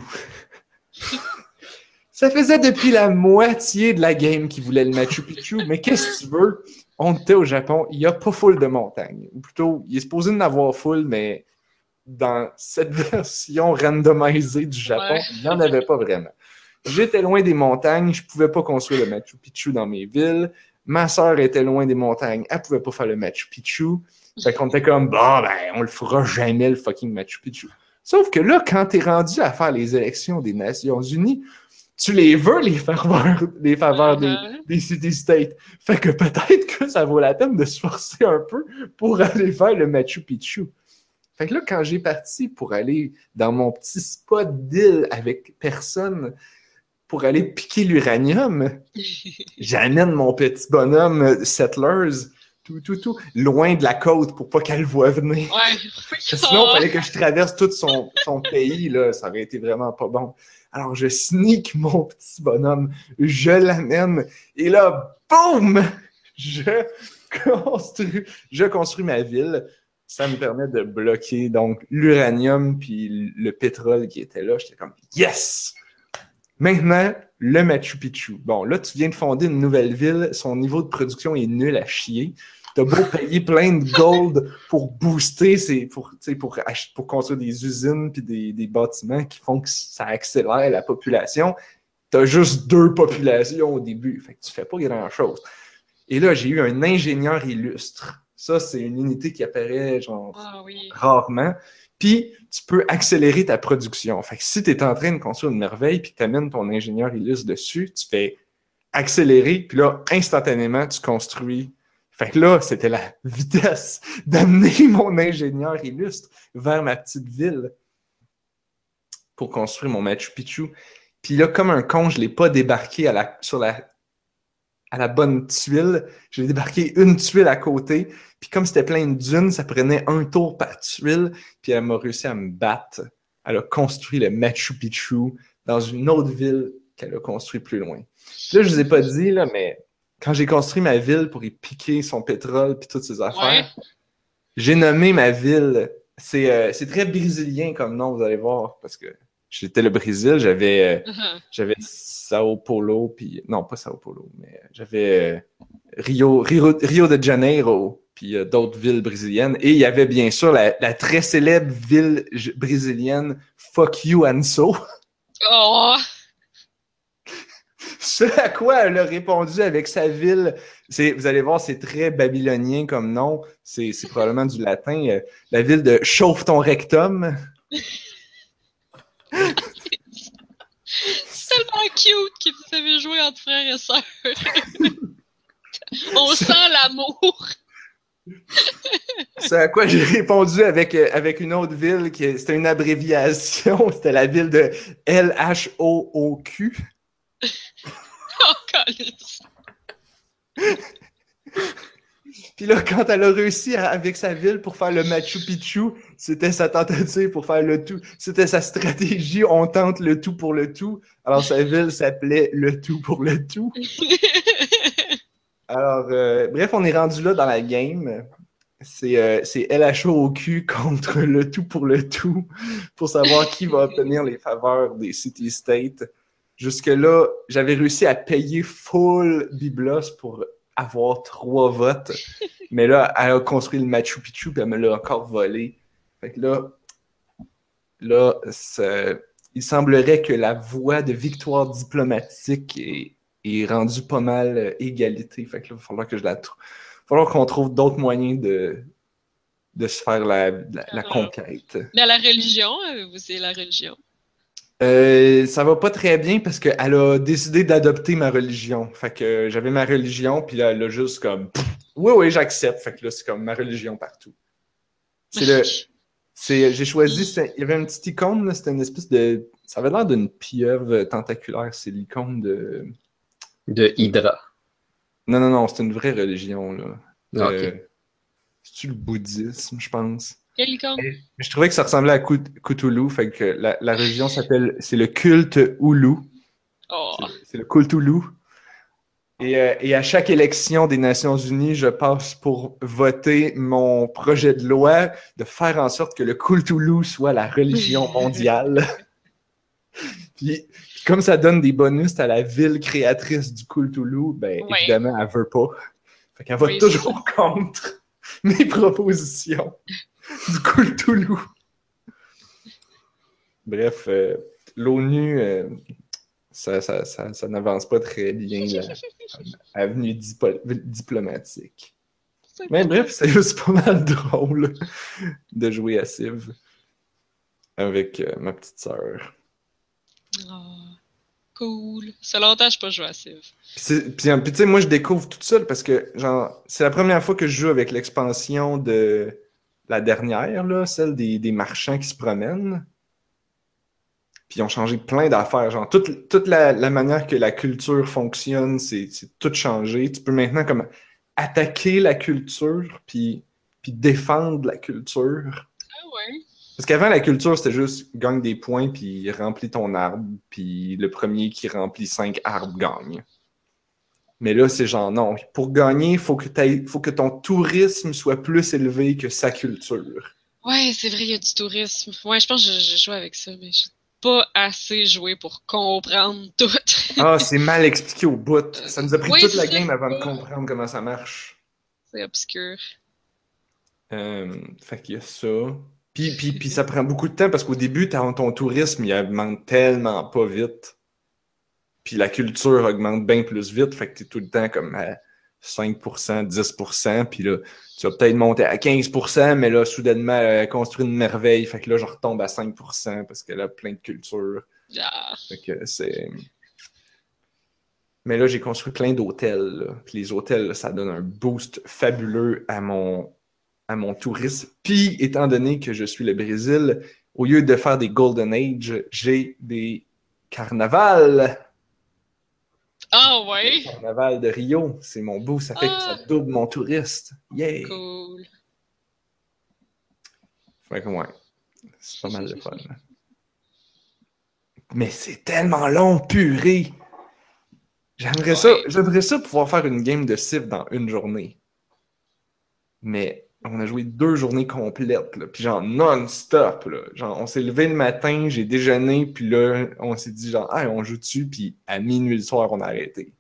Ça faisait depuis la moitié de la game qu'ils voulaient le Machu Picchu, mais qu'est-ce que tu veux? On était au Japon, il n'y a pas full de montagnes. Ou plutôt, il est supposé en avoir full, mais dans cette version randomisée du Japon, Ouais. il n'y en avait pas vraiment. J'étais loin des montagnes, je ne pouvais pas construire le Machu Picchu dans mes villes. Ma sœur était loin des montagnes, elle ne pouvait pas faire le Machu Picchu. Fait qu'on était comme, bah, ben, on le fera jamais le fucking Machu Picchu. Sauf que là, quand t'es rendu à faire les élections des Nations Unies, tu les veux, les faveurs, les faveurs des, des city-states. Fait que peut-être que ça vaut la peine de se forcer un peu pour aller faire le Machu Picchu. Fait que là, quand j'ai parti pour aller dans mon petit spot d'île avec personne pour aller piquer l'uranium, j'amène mon petit bonhomme Settlers, tout, tout, tout, loin de la côte pour pas qu'elle le voie venir. Ouais. Sinon, il fallait que je traverse tout son, son pays, là, ça aurait été vraiment pas bon. Alors, je sneak mon petit bonhomme, je l'amène, et là, boum! Je construis, je construis ma ville. Ça me permet de bloquer donc l'uranium puis le pétrole qui était là. J'étais comme yes! Maintenant, le Machu Picchu. Bon, là, tu viens de fonder une nouvelle ville. Son niveau de production est nul à chier. T'as beau payer plein de gold pour booster, c'est pour, pour, pour construire des usines puis des, des bâtiments qui font que ça accélère la population. T'as juste deux populations au début. Fait que tu fais pas grand-chose. Et là, j'ai eu un ingénieur illustre. Ça, c'est une unité qui apparaît genre Ah, oui. rarement. Puis, tu peux accélérer ta production. Fait que si tu es en train de construire une merveille puis que tu amènes ton ingénieur illustre dessus, tu fais accélérer, puis là, instantanément, tu construis. Fait que là, c'était la vitesse d'amener mon ingénieur illustre vers ma petite ville pour construire mon Machu Picchu. Puis là, comme un con, je ne l'ai pas débarqué à la, sur la, à la bonne tuile. Je l'ai débarqué une tuile à côté. Puis comme c'était plein de dunes, ça prenait un tour par tuile. Puis elle m'a réussi à me battre. Elle a construit le Machu Picchu dans une autre ville qu'elle a construit plus loin. Puis là, je ne vous ai pas dit, là, mais quand j'ai construit ma ville pour y piquer son pétrole puis toutes ses affaires, ouais. J'ai nommé ma ville. C'est, euh, c'est très brésilien comme nom, vous allez voir, parce que j'étais le Brésil, j'avais, euh, uh-huh. j'avais Sao Paulo, puis non, pas Sao Paulo, mais j'avais euh, Rio, Rio, Rio de Janeiro, puis euh, d'autres villes brésiliennes. Et il y avait bien sûr la, la très célèbre ville brésilienne Fuck You Anso. Oh! Ce à quoi elle a répondu avec sa ville, c'est, vous allez voir, c'est très babylonien comme nom. C'est, c'est probablement du latin. Euh, la ville de Chauffe ton rectum. C'est tellement cute que tu savais jouer entre frères et sœurs. On sent l'amour. C'est à quoi j'ai répondu avec, euh, avec une autre ville, qui c'était une abréviation. C'était la ville de L H O O Q. Oh, calice. Puis là, quand elle a réussi à, avec sa ville pour faire le Machu Picchu, c'était sa tentative pour faire le tout. C'était sa stratégie, on tente le tout pour le tout. Alors, sa ville s'appelait le tout pour le tout. Alors, euh, bref, on est rendu là dans la game. C'est, euh, c'est L H O O Q contre le tout pour le tout pour savoir qui va obtenir les faveurs des city-states. Jusque-là, j'avais réussi à payer full Byblos pour avoir trois votes. Mais là, elle a construit le Machu Picchu puis elle me l'a encore volé. Fait que là, là ça, il semblerait que la voie de victoire diplomatique est, est rendue pas mal égalité. Fait que là, il va falloir que je la trouve. Il va falloir qu'on trouve d'autres moyens de, de se faire la, la, la conquête. Mais à la religion, euh, vous c'est la religion. Euh, ça va pas très bien parce qu'elle a décidé d'adopter ma religion. Fait que j'avais ma religion, puis là, elle a juste comme pff, oui, oui, j'accepte. Fait que là, c'est comme ma religion partout. C'est le. C'est, j'ai choisi, il y avait une petite icône, là, c'était une espèce de. Ça avait l'air d'une pieuvre tentaculaire. C'est l'icône de. De Hydra. Non, non, non, c'est une vraie religion, là. Ah, ok. Euh, c'est-tu le bouddhisme, je pense? Quelle icône? Mais je trouvais que ça ressemblait à Cth- Cthulhu, fait que la, la religion s'appelle, c'est le culte Ulu. Oh. C'est, c'est le culte Ulu. Et, euh, et à chaque élection des Nations Unies, je passe pour voter mon projet de loi de faire en sorte que le culte Ulu soit la religion mondiale. puis, puis comme ça donne des bonus à la ville créatrice du culte Ulu, ben Ouais. évidemment, elle veut pas. Fait qu'elle vote Oui, toujours contre mes propositions du Cthulhu. Bref, euh, l'ONU, euh, ça, ça, ça, ça n'avance pas très bien, la avenue dipo- diplomatique. Mais bref, c'est juste pas mal drôle de jouer à Civ avec euh, ma petite sœur. Oh. Cool. Ça fait longtemps que je n'ai pas joué à Civ. Puis, c'est- puis, puis tu sais, moi, je découvre tout seul parce que, genre, c'est la première fois que je joue avec l'expansion de la dernière, là, celle des, des marchands qui se promènent. Puis ils ont changé plein d'affaires. Genre, toute, toute la, la manière que la culture fonctionne, c'est, c'est tout changé. Tu peux maintenant comme attaquer la culture, puis, puis défendre la culture. Ah ouais. Parce qu'avant, la culture, c'était juste gagne des points, puis remplis ton arbre, puis le premier qui remplit cinq arbres gagne. Mais là, c'est genre, non, pour gagner, il faut que t'ailles- faut que ton tourisme soit plus élevé que sa culture. Ouais, c'est vrai, il y a du tourisme. Ouais, je pense que j'ai joué avec ça, mais j'ai pas assez joué pour comprendre tout. Ah, c'est mal expliqué au bout. Ça nous a pris Oui, toute la c'est game ça. avant de comprendre comment ça marche. C'est obscur. Euh, fait qu'il y a ça. Puis, puis, puis ça prend beaucoup de temps parce qu'au début, ton, ton tourisme, il augmente tellement pas vite. Puis la culture augmente bien plus vite. Fait que t'es tout le temps comme à cinq pour cent, dix pour cent. Puis là, tu vas peut-être monter à quinze pour cent, mais là, soudainement, euh, construire une merveille. Fait que là, je retombe à cinq pour cent parce qu'elle a plein de culture. Ah. Fait que c'est... Mais là, j'ai construit plein d'hôtels, là. Puis les hôtels, là, ça donne un boost fabuleux à mon, à mon tourisme. Puis, étant donné que je suis le Brésil, au lieu de faire des Golden Age, j'ai des carnavals. Ah Le ouais. carnaval de Rio, c'est mon boost. Ça fait que Ah. ça double mon touriste. Yeah! Cool. Fait que ouais, c'est pas mal de fun. Mais c'est tellement long, purée! J'aimerais ça, Ouais. j'aimerais ça pouvoir faire une game de Civ dans une journée. Mais on a joué deux journées complètes, là, puis genre non-stop. Là. Genre, on s'est levé le matin, j'ai déjeuné, puis là, on s'est dit genre, ah, on joue dessus, puis à minuit le soir, on a arrêté.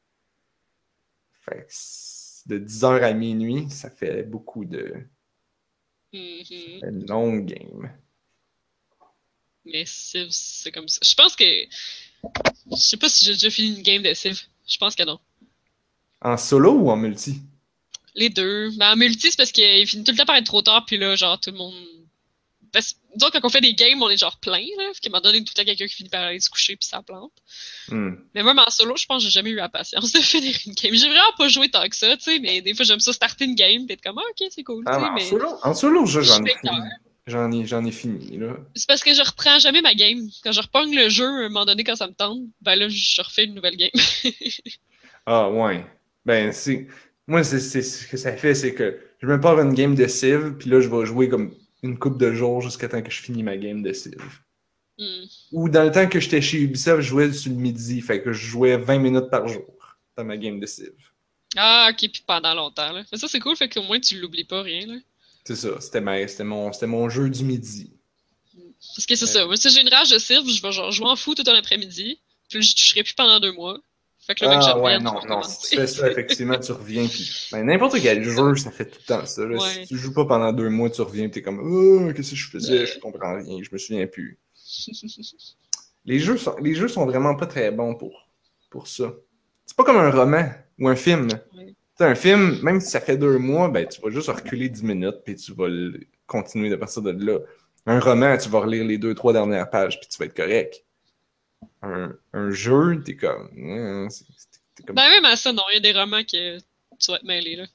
Fait que de dix heures à minuit, ça fait beaucoup de. Mhm. Ça fait une longue game. Mais Civ, c'est comme ça. Je pense que. Je sais pas si j'ai déjà fini une game de Civ. Je pense que non. En solo ou en multi? Les deux. Mais en multi, c'est parce qu'il finit tout le temps par être trop tard, puis là, genre, tout le monde. Parce que, disons, quand on fait des games, on est genre plein, là. Fait qu'à un moment donné, tout le temps, quelqu'un qui finit par aller se coucher, puis ça plante. Hmm. Mais même en solo, je pense que j'ai jamais eu la patience de finir une game. J'ai vraiment pas joué tant que ça, tu sais, mais des fois, j'aime ça starter une game, pis être comme, ah, ok, c'est cool, Ah, tu sais, en mais. solo, en solo, je- j'en ai Je fais fini. J'en ai, j'en ai fini, là. C'est parce que je reprends jamais ma game. Quand je repogne le jeu, à un moment donné, quand ça me tente, ben là, je refais une nouvelle game. Ah, ouais. Ben, c'est. Moi, c'est, c'est ce que ça fait, c'est que je me pars une game de Civ, puis là, je vais jouer comme une couple de jours jusqu'à temps que je finis ma game de Civ. Hmm. Ou dans le temps que j'étais chez Ubisoft, je jouais sur le midi, fait que je jouais vingt minutes par jour dans ma game de Civ. Ah, ok, puis pendant longtemps, là. Mais ça, c'est cool, fait qu'au moins, tu l'oublies pas, rien, là. C'est ça, c'était, ma, c'était, mon, c'était mon jeu du midi. Parce que c'est ça. Moi, si j'ai une rage de Civ, je vais genre jouer en fou tout un après-midi, puis là, je toucherai plus pendant deux mois. Fait que le mec, je Ah ouais, revienne, je non, peux non, si tu recommencer. fais ça, effectivement, tu reviens, puis ben, n'importe quel jeu, ça fait tout le temps ça. Là. Ouais. Si tu joues pas pendant deux mois, tu reviens, t'es comme « Oh, qu'est-ce que je faisais? Je comprends rien, je me souviens plus. » Les jeux sont, les jeux sont vraiment pas très bons pour, pour ça. C'est pas comme un roman ou un film. Ouais. sais, un film, même si ça fait deux mois, ben, tu vas juste reculer dix minutes, puis tu vas le- continuer de partir de là. Un roman, tu vas relire les deux, trois dernières pages, puis tu vas être correct. Un, un jeu, t'es comme... hmm, c'est- c'est- t'es comme... Ben, même à ça, non, il y a des romans que tu vas te mêler, là.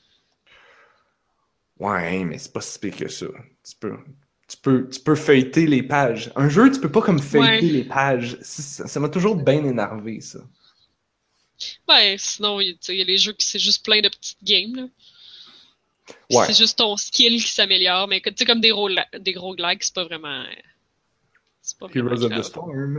Ouais, mais c'est pas si pire que ça. Tu peux, tu peux, tu peux feuilleter les pages. Un jeu, tu peux pas comme Ouais. feuilleter les pages. Ça ça m'a toujours bien énervé, ça. Ben, sinon, il tu sais, il y a les jeux qui c'est juste plein de petites games, là. Puis Ouais. c'est juste ton skill qui s'améliore, mais que- tu sais, comme des, rola- des gros likes, c'est pas vraiment. C'est pas vraiment Heroes of the grave. Storm.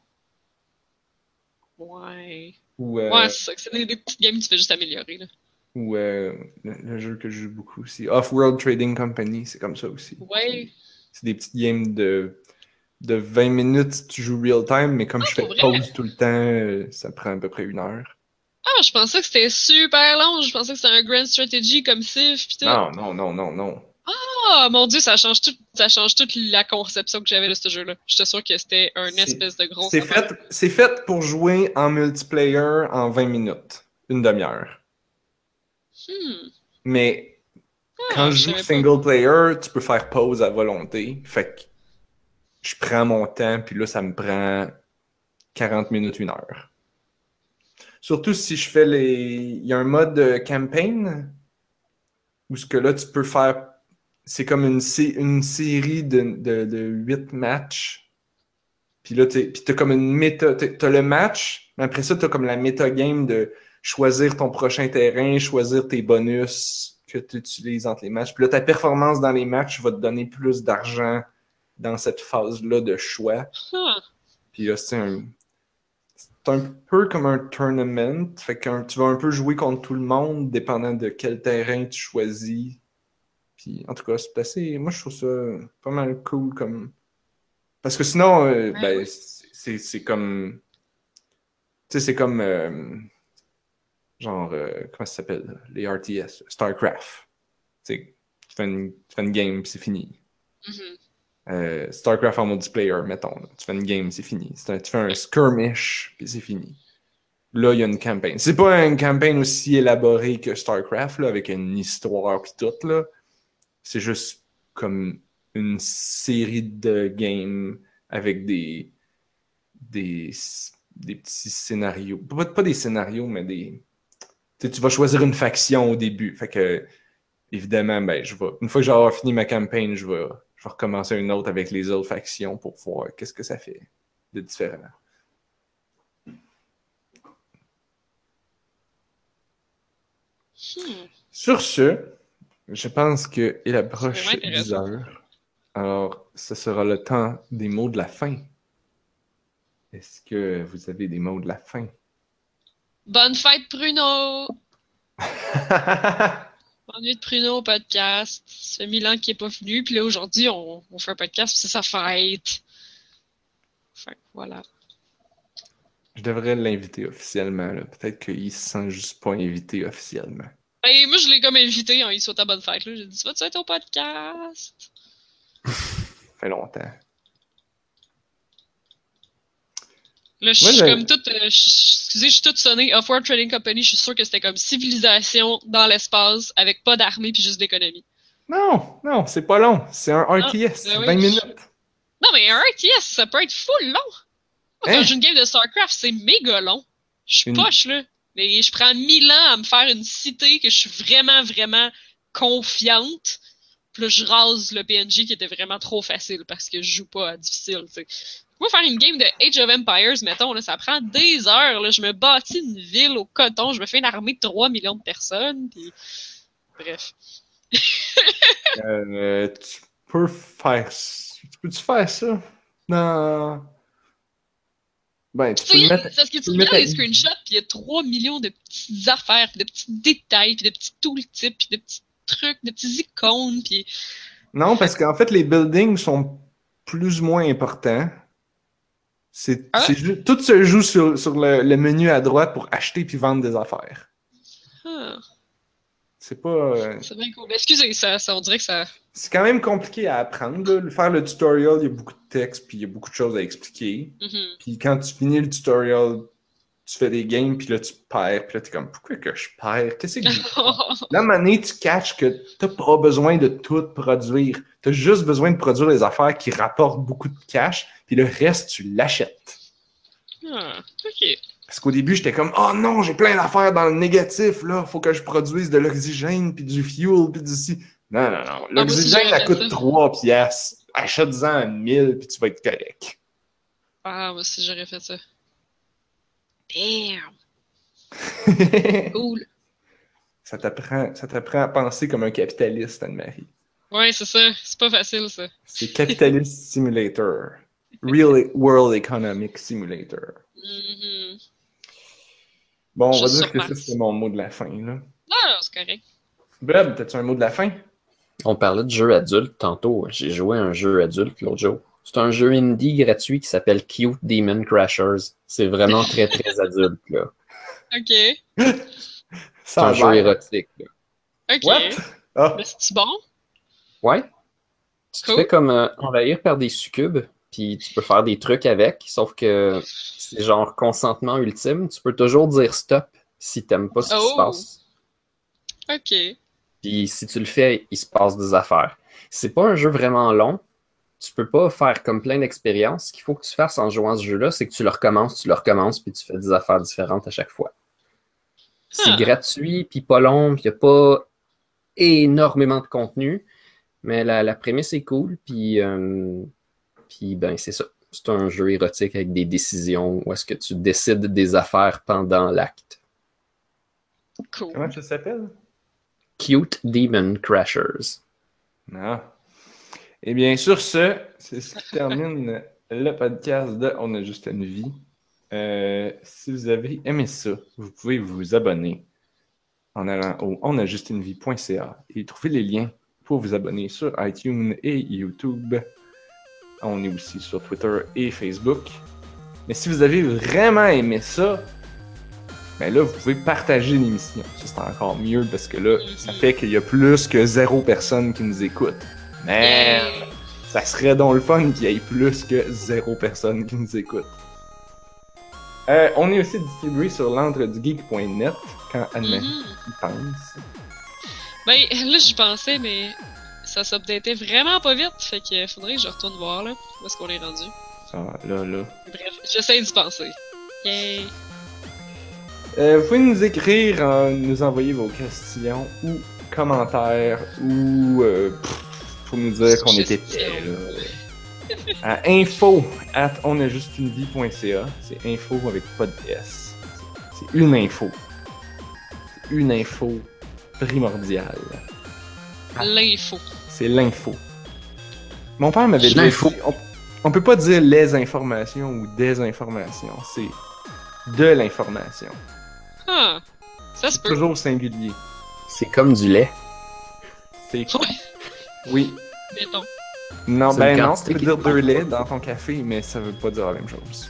Ouais. Ou, euh, Ouais, c'est ça, que c'est des, des petites games que tu fais juste améliorer, là. ou euh, le, le jeu que je joue beaucoup aussi. Off-World Trading Company, c'est comme ça aussi. Ouais. C'est des petites games de, de vingt minutes si tu joues real time, mais comme Ah, je fais pour vrai? pause tout le temps, euh, ça prend à peu près une heure. Ah, je pensais que c'était super long. Je pensais que c'était un grand strategy comme Civ pis tout. Non, non, non, non, non. Ah, mon Dieu, ça change tout, ça change toute la conception que j'avais de ce jeu-là. J'étais sûr que c'était un C'est espèce de gros c'est fait, c'est fait pour jouer en multiplayer en vingt minutes, une demi-heure. Hmm. Mais quand Ah, je je joue savais pas. single player, tu peux faire pause à volonté. Fait que je prends mon temps, puis là, ça me prend quarante minutes, une heure. Surtout si je fais les... Il y a un mode euh, campaign, où ce que là, tu peux faire... C'est comme une, sé- une série de, de, de huit matchs. Puis là, t'es- puis t'as comme une méta... T'as t'as le match, mais après ça, t'as comme la méta-game de choisir ton prochain terrain, choisir tes bonus que tu utilises entre les matchs. Puis là, ta performance dans les matchs va te donner plus d'argent dans cette phase-là de choix. Ah. Puis là, c'est un... c'est un peu comme un tournament. Fait que tu vas un peu jouer contre tout le monde, dépendant de quel terrain tu choisis. Puis en tout cas, c'est assez... Moi, je trouve ça pas mal cool comme... Parce que sinon, euh, Ouais, ben, ouais. c'est c'est comme... Tu sais, c'est comme... euh, genre, euh, comment ça s'appelle? Les R T S, StarCraft. Tu sais, tu fais une, tu fais une game, puis c'est fini. Mhm. Euh, StarCraft en multiplayer, mettons. Là. Tu fais une game, c'est fini. C'est un- tu fais un skirmish, puis c'est fini. Là, il y a une campagne. C'est pas une campagne aussi élaborée que StarCraft, là, avec une histoire puis tout, là. C'est juste comme une série de games avec des, des, des petits scénarios. Pas, pas des scénarios, mais des... Tu sais, tu vas choisir une faction au début. Fait que, évidemment, ben, je vais... Une fois que j'aurai fini ma campagne, je vais, je vais recommencer une autre avec les autres factions pour voir qu'est-ce que ça fait de différent. Hmm. Sur ce, je pense qu'il C'est approche vraiment dix intéressant. heures. Alors, ce sera le temps des mots de la fin. Est-ce que vous avez des mots de la fin? Bonne fête, Pruno! Bonne nuit de Pruno au podcast. Ça fait mille ans qu'il est pas venu, puis là, aujourd'hui, on, on fait un podcast, puis c'est sa fête. Fait que voilà. Je devrais l'inviter officiellement. là. Peut-être qu'il se sent juste pas invité officiellement. Et moi, je l'ai comme invité, hein, il souhaite ta bonne fête, là. J'ai dit, tu vas-tu être au podcast? Ça fait longtemps. Là, je Moi, suis je- comme toute. euh, je- excusez, je suis toute sonnée. Off-World Trading Company, je suis sûre que c'était comme civilisation dans l'espace avec pas d'armée puis juste d'économie. Non, non, c'est pas long. C'est un Ah, R T S, ben vingt oui. minutes. Non, mais un R T S, ça peut être full long. Moi, quand Hein? je joue une game de StarCraft, c'est méga long. Je suis Une- poche, là. Mais je prends mille ans à me faire une cité que je suis vraiment, vraiment confiante. Puis là, je rase le P N J qui était vraiment trop facile parce que je joue pas à difficile, tu sais. Moi, faire une game de Age of Empires, mettons, là, ça prend des heures. Là. Je me bâtis une ville au coton, je me fais une armée de trois millions de personnes, puis... Bref. Euh, tu peux faire ça. Tu peux-tu faire ça? Non. Ben, tu Tu peux le sais, mettre. c'est parce que tu tu peux le mettre regardes à- les screenshots, puis il y a trois millions de petites affaires, puis de petits détails, puis de petits tooltips, puis de petits trucs, de petits icônes, puis... Non, parce qu'en fait, les buildings sont plus ou moins importants. C'est, Ah, c'est ju- Tout se joue sur, sur le, le menu à droite pour acheter puis vendre des affaires. ah, C'est pas. euh, c'est bien cool. Mais excusez, ça, ça, on dirait que ça... C'est quand même compliqué à apprendre. Là. Faire le tutorial, il y a beaucoup de texte puis il y a beaucoup de choses à expliquer. Mhm. Puis quand tu finis le tutorial, tu fais des games, puis là, tu perds, puis là, t'es comme, pourquoi que je perds? Qu'est-ce que j'ai fait? Là, à un moment donné, tu catches que t'as pas besoin de tout produire. T'as juste besoin de produire les affaires qui rapportent beaucoup de cash, puis le reste, tu l'achètes. Ah, ok. Parce qu'au début, j'étais comme, oh non, j'ai plein d'affaires dans le négatif, là, faut que je produise de l'oxygène, puis du fuel, puis du ci. Non, non, non. L'oxygène, Ah, ça coûte trois piastres. Achète-en à mille, puis tu vas être correct. Ah, moi aussi, j'aurais fait ça. Damn! Cool! Ça t'apprend, ça t'apprend à penser comme un capitaliste, Anne-Marie. Ouais, c'est ça. C'est pas facile, ça. C'est Capitalist Simulator. Real World Economic Simulator. Mm-hmm. Bon, on va Juste dire sur que ça, Mars. c'est mon mot de la fin, là. Non, non, c'est correct. Bob, t'as-tu un mot de la fin? On parlait de jeux adultes tantôt. J'ai joué à un jeu adulte l'autre jour. C'est un jeu indie gratuit qui s'appelle Cute Demon Crashers. C'est vraiment très, très adulte, là. Ok. C'est un jeu érotique, là. Ok. What? Ah. Mais c'est-tu bon? Ouais. Tu te Cool. fais comme euh, envahir par des succubes, puis tu peux faire des trucs avec, sauf que c'est genre consentement ultime. Tu peux toujours dire stop si t'aimes pas ce qui Oh. se passe. Ok. Puis si tu le fais, il se passe des affaires. C'est pas un jeu vraiment long. Tu peux pas faire comme plein d'expériences. Ce qu'il faut que tu fasses en jouant à ce jeu-là, c'est que tu le recommences, tu le recommences, puis tu fais des affaires différentes à chaque fois. C'est Ah. gratuit, puis pas long, puis il n'y a pas énormément de contenu, mais la, la prémisse est cool, puis, euh, puis ben c'est ça. C'est un jeu érotique avec des décisions où est-ce que tu décides des affaires pendant l'acte. Cool. Comment ça s'appelle? Cute Demon Crashers. Non. Et bien, sur ce, c'est ce qui termine le podcast de On a juste une vie. Euh, si vous avez aimé ça, vous pouvez vous abonner en allant au onajustunevie point c a et trouver les liens pour vous abonner sur iTunes et YouTube. On est aussi sur Twitter et Facebook. Mais si vous avez vraiment aimé ça, ben là, vous pouvez partager l'émission. Ça, c'est encore mieux parce que là, ça fait qu'il y a plus que zéro personne qui nous écoute. Mais Yeah. ça serait donc le fun qu'il y ait plus que zéro personne qui nous écoute. Euh, on est aussi distribué sur l'entredugeek point net quand Anne-Marie Mhm. y pense. Ben, là, j'y pensais, mais ça s'updatait vraiment pas vite. Fait que faudrait que je retourne voir, là, où est-ce qu'on est rendu. Ah, là, là. Bref, j'essaie d'y penser. Yay! Euh, vous pouvez nous écrire, euh, nous envoyer vos questions ou commentaires ou euh, pff, faut nous dire qu'on était épais, là. À info at onajustunevie point c a. C'est info avec pas de S. C'est une info. C'est une info primordiale. L'info. C'est l'info. Mon père m'avait dit L'info. on, on peut pas dire les informations ou des informations. C'est de l'information. Ah, ça se C'est peut. toujours singulier. C'est comme du lait. C'est Ouais, oui. mettons. Non, C'est ben une non, quantité tu peux qui dire dépend. deux laits dans ton café, mais ça veut pas dire la même chose.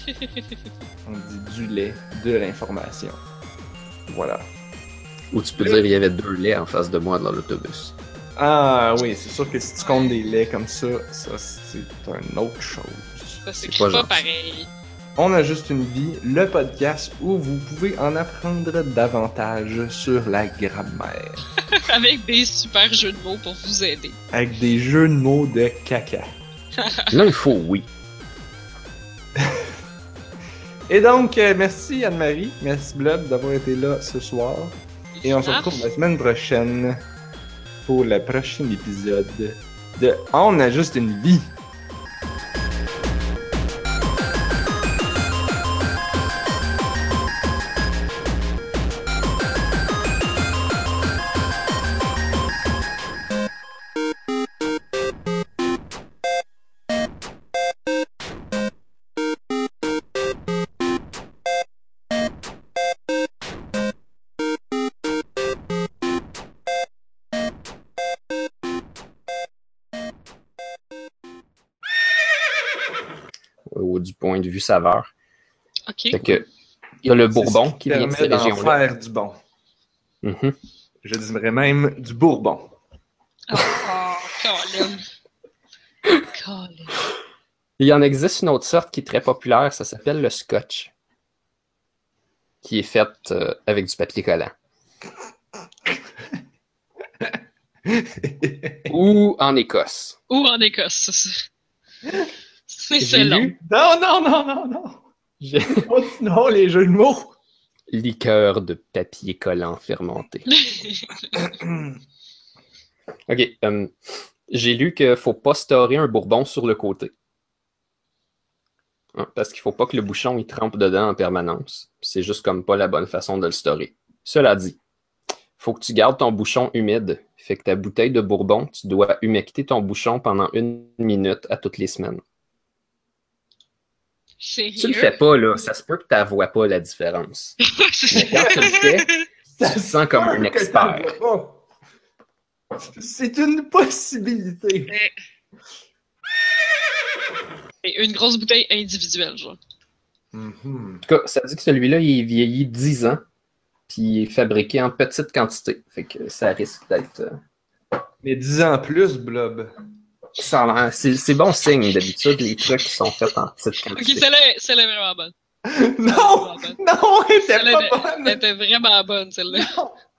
On dit du lait, de l'information. Voilà. Ou tu peux dire il y avait deux laits en face de moi dans l'autobus. Ah oui, c'est sûr que si tu comptes des laits comme ça, ça c'est une autre chose. Ça C'est s'écrit pas pas, gentil. pareil. On a juste une vie, le podcast où vous pouvez en apprendre davantage sur la grammaire. Avec des super jeux de mots pour vous aider. Avec des jeux de mots de caca. L'info, oui. Et donc, euh, merci Anne-Marie, merci Blood d'avoir été là ce soir. Et on se retrouve la semaine prochaine pour le prochain épisode de On a juste une vie. Ou du point de vue saveur. Ok. Fait que, il y a le bourbon C'est ce qui vient de ces permet d'en régions-là. faire du bon. Mhm. Je dirais même du bourbon. Oh, oh, Colin. Colin. Il y en existe une autre sorte qui est très populaire, ça s'appelle le scotch. qui est faite euh, avec du papier collant. Ou en Écosse. Ou en Écosse, c'est ça. C'est J'ai selon. lu Non, non, non, non, non. j'ai- Continuons les jeux de mots. liqueur de papier collant fermenté. OK. euh, j'ai lu qu'il ne faut pas storer un bourbon sur le côté. Hein, parce qu'il ne faut pas que le bouchon il trempe dedans en permanence. C'est juste comme pas la bonne façon de le storer. Cela dit, faut que tu gardes ton bouchon humide. Fait que ta bouteille de bourbon, tu dois humecter ton bouchon pendant une minute à toutes les semaines. Sérieux? Tu le fais pas, là. Ça se peut que tu ne vois pas la différence. Mais quand tu le fais, tu te sens comme un expert. C'est une possibilité. Et une grosse bouteille individuelle, genre. Mm-hmm. En tout cas, ça dit que celui-là, il est vieilli dix ans, puis il est fabriqué en petite quantité. Fait que ça risque d'être... euh, Mais dix ans plus, Blob. ça a l'air- C'est c'est bon signe, d'habitude, les trucs qui sont faits en petite Ok, quantité. celle-là, celle-là est vraiment bonne. Non! Vraiment bonne. Non, elle était Celle-là pas était- bonne! Elle était vraiment bonne, celle-là. Non,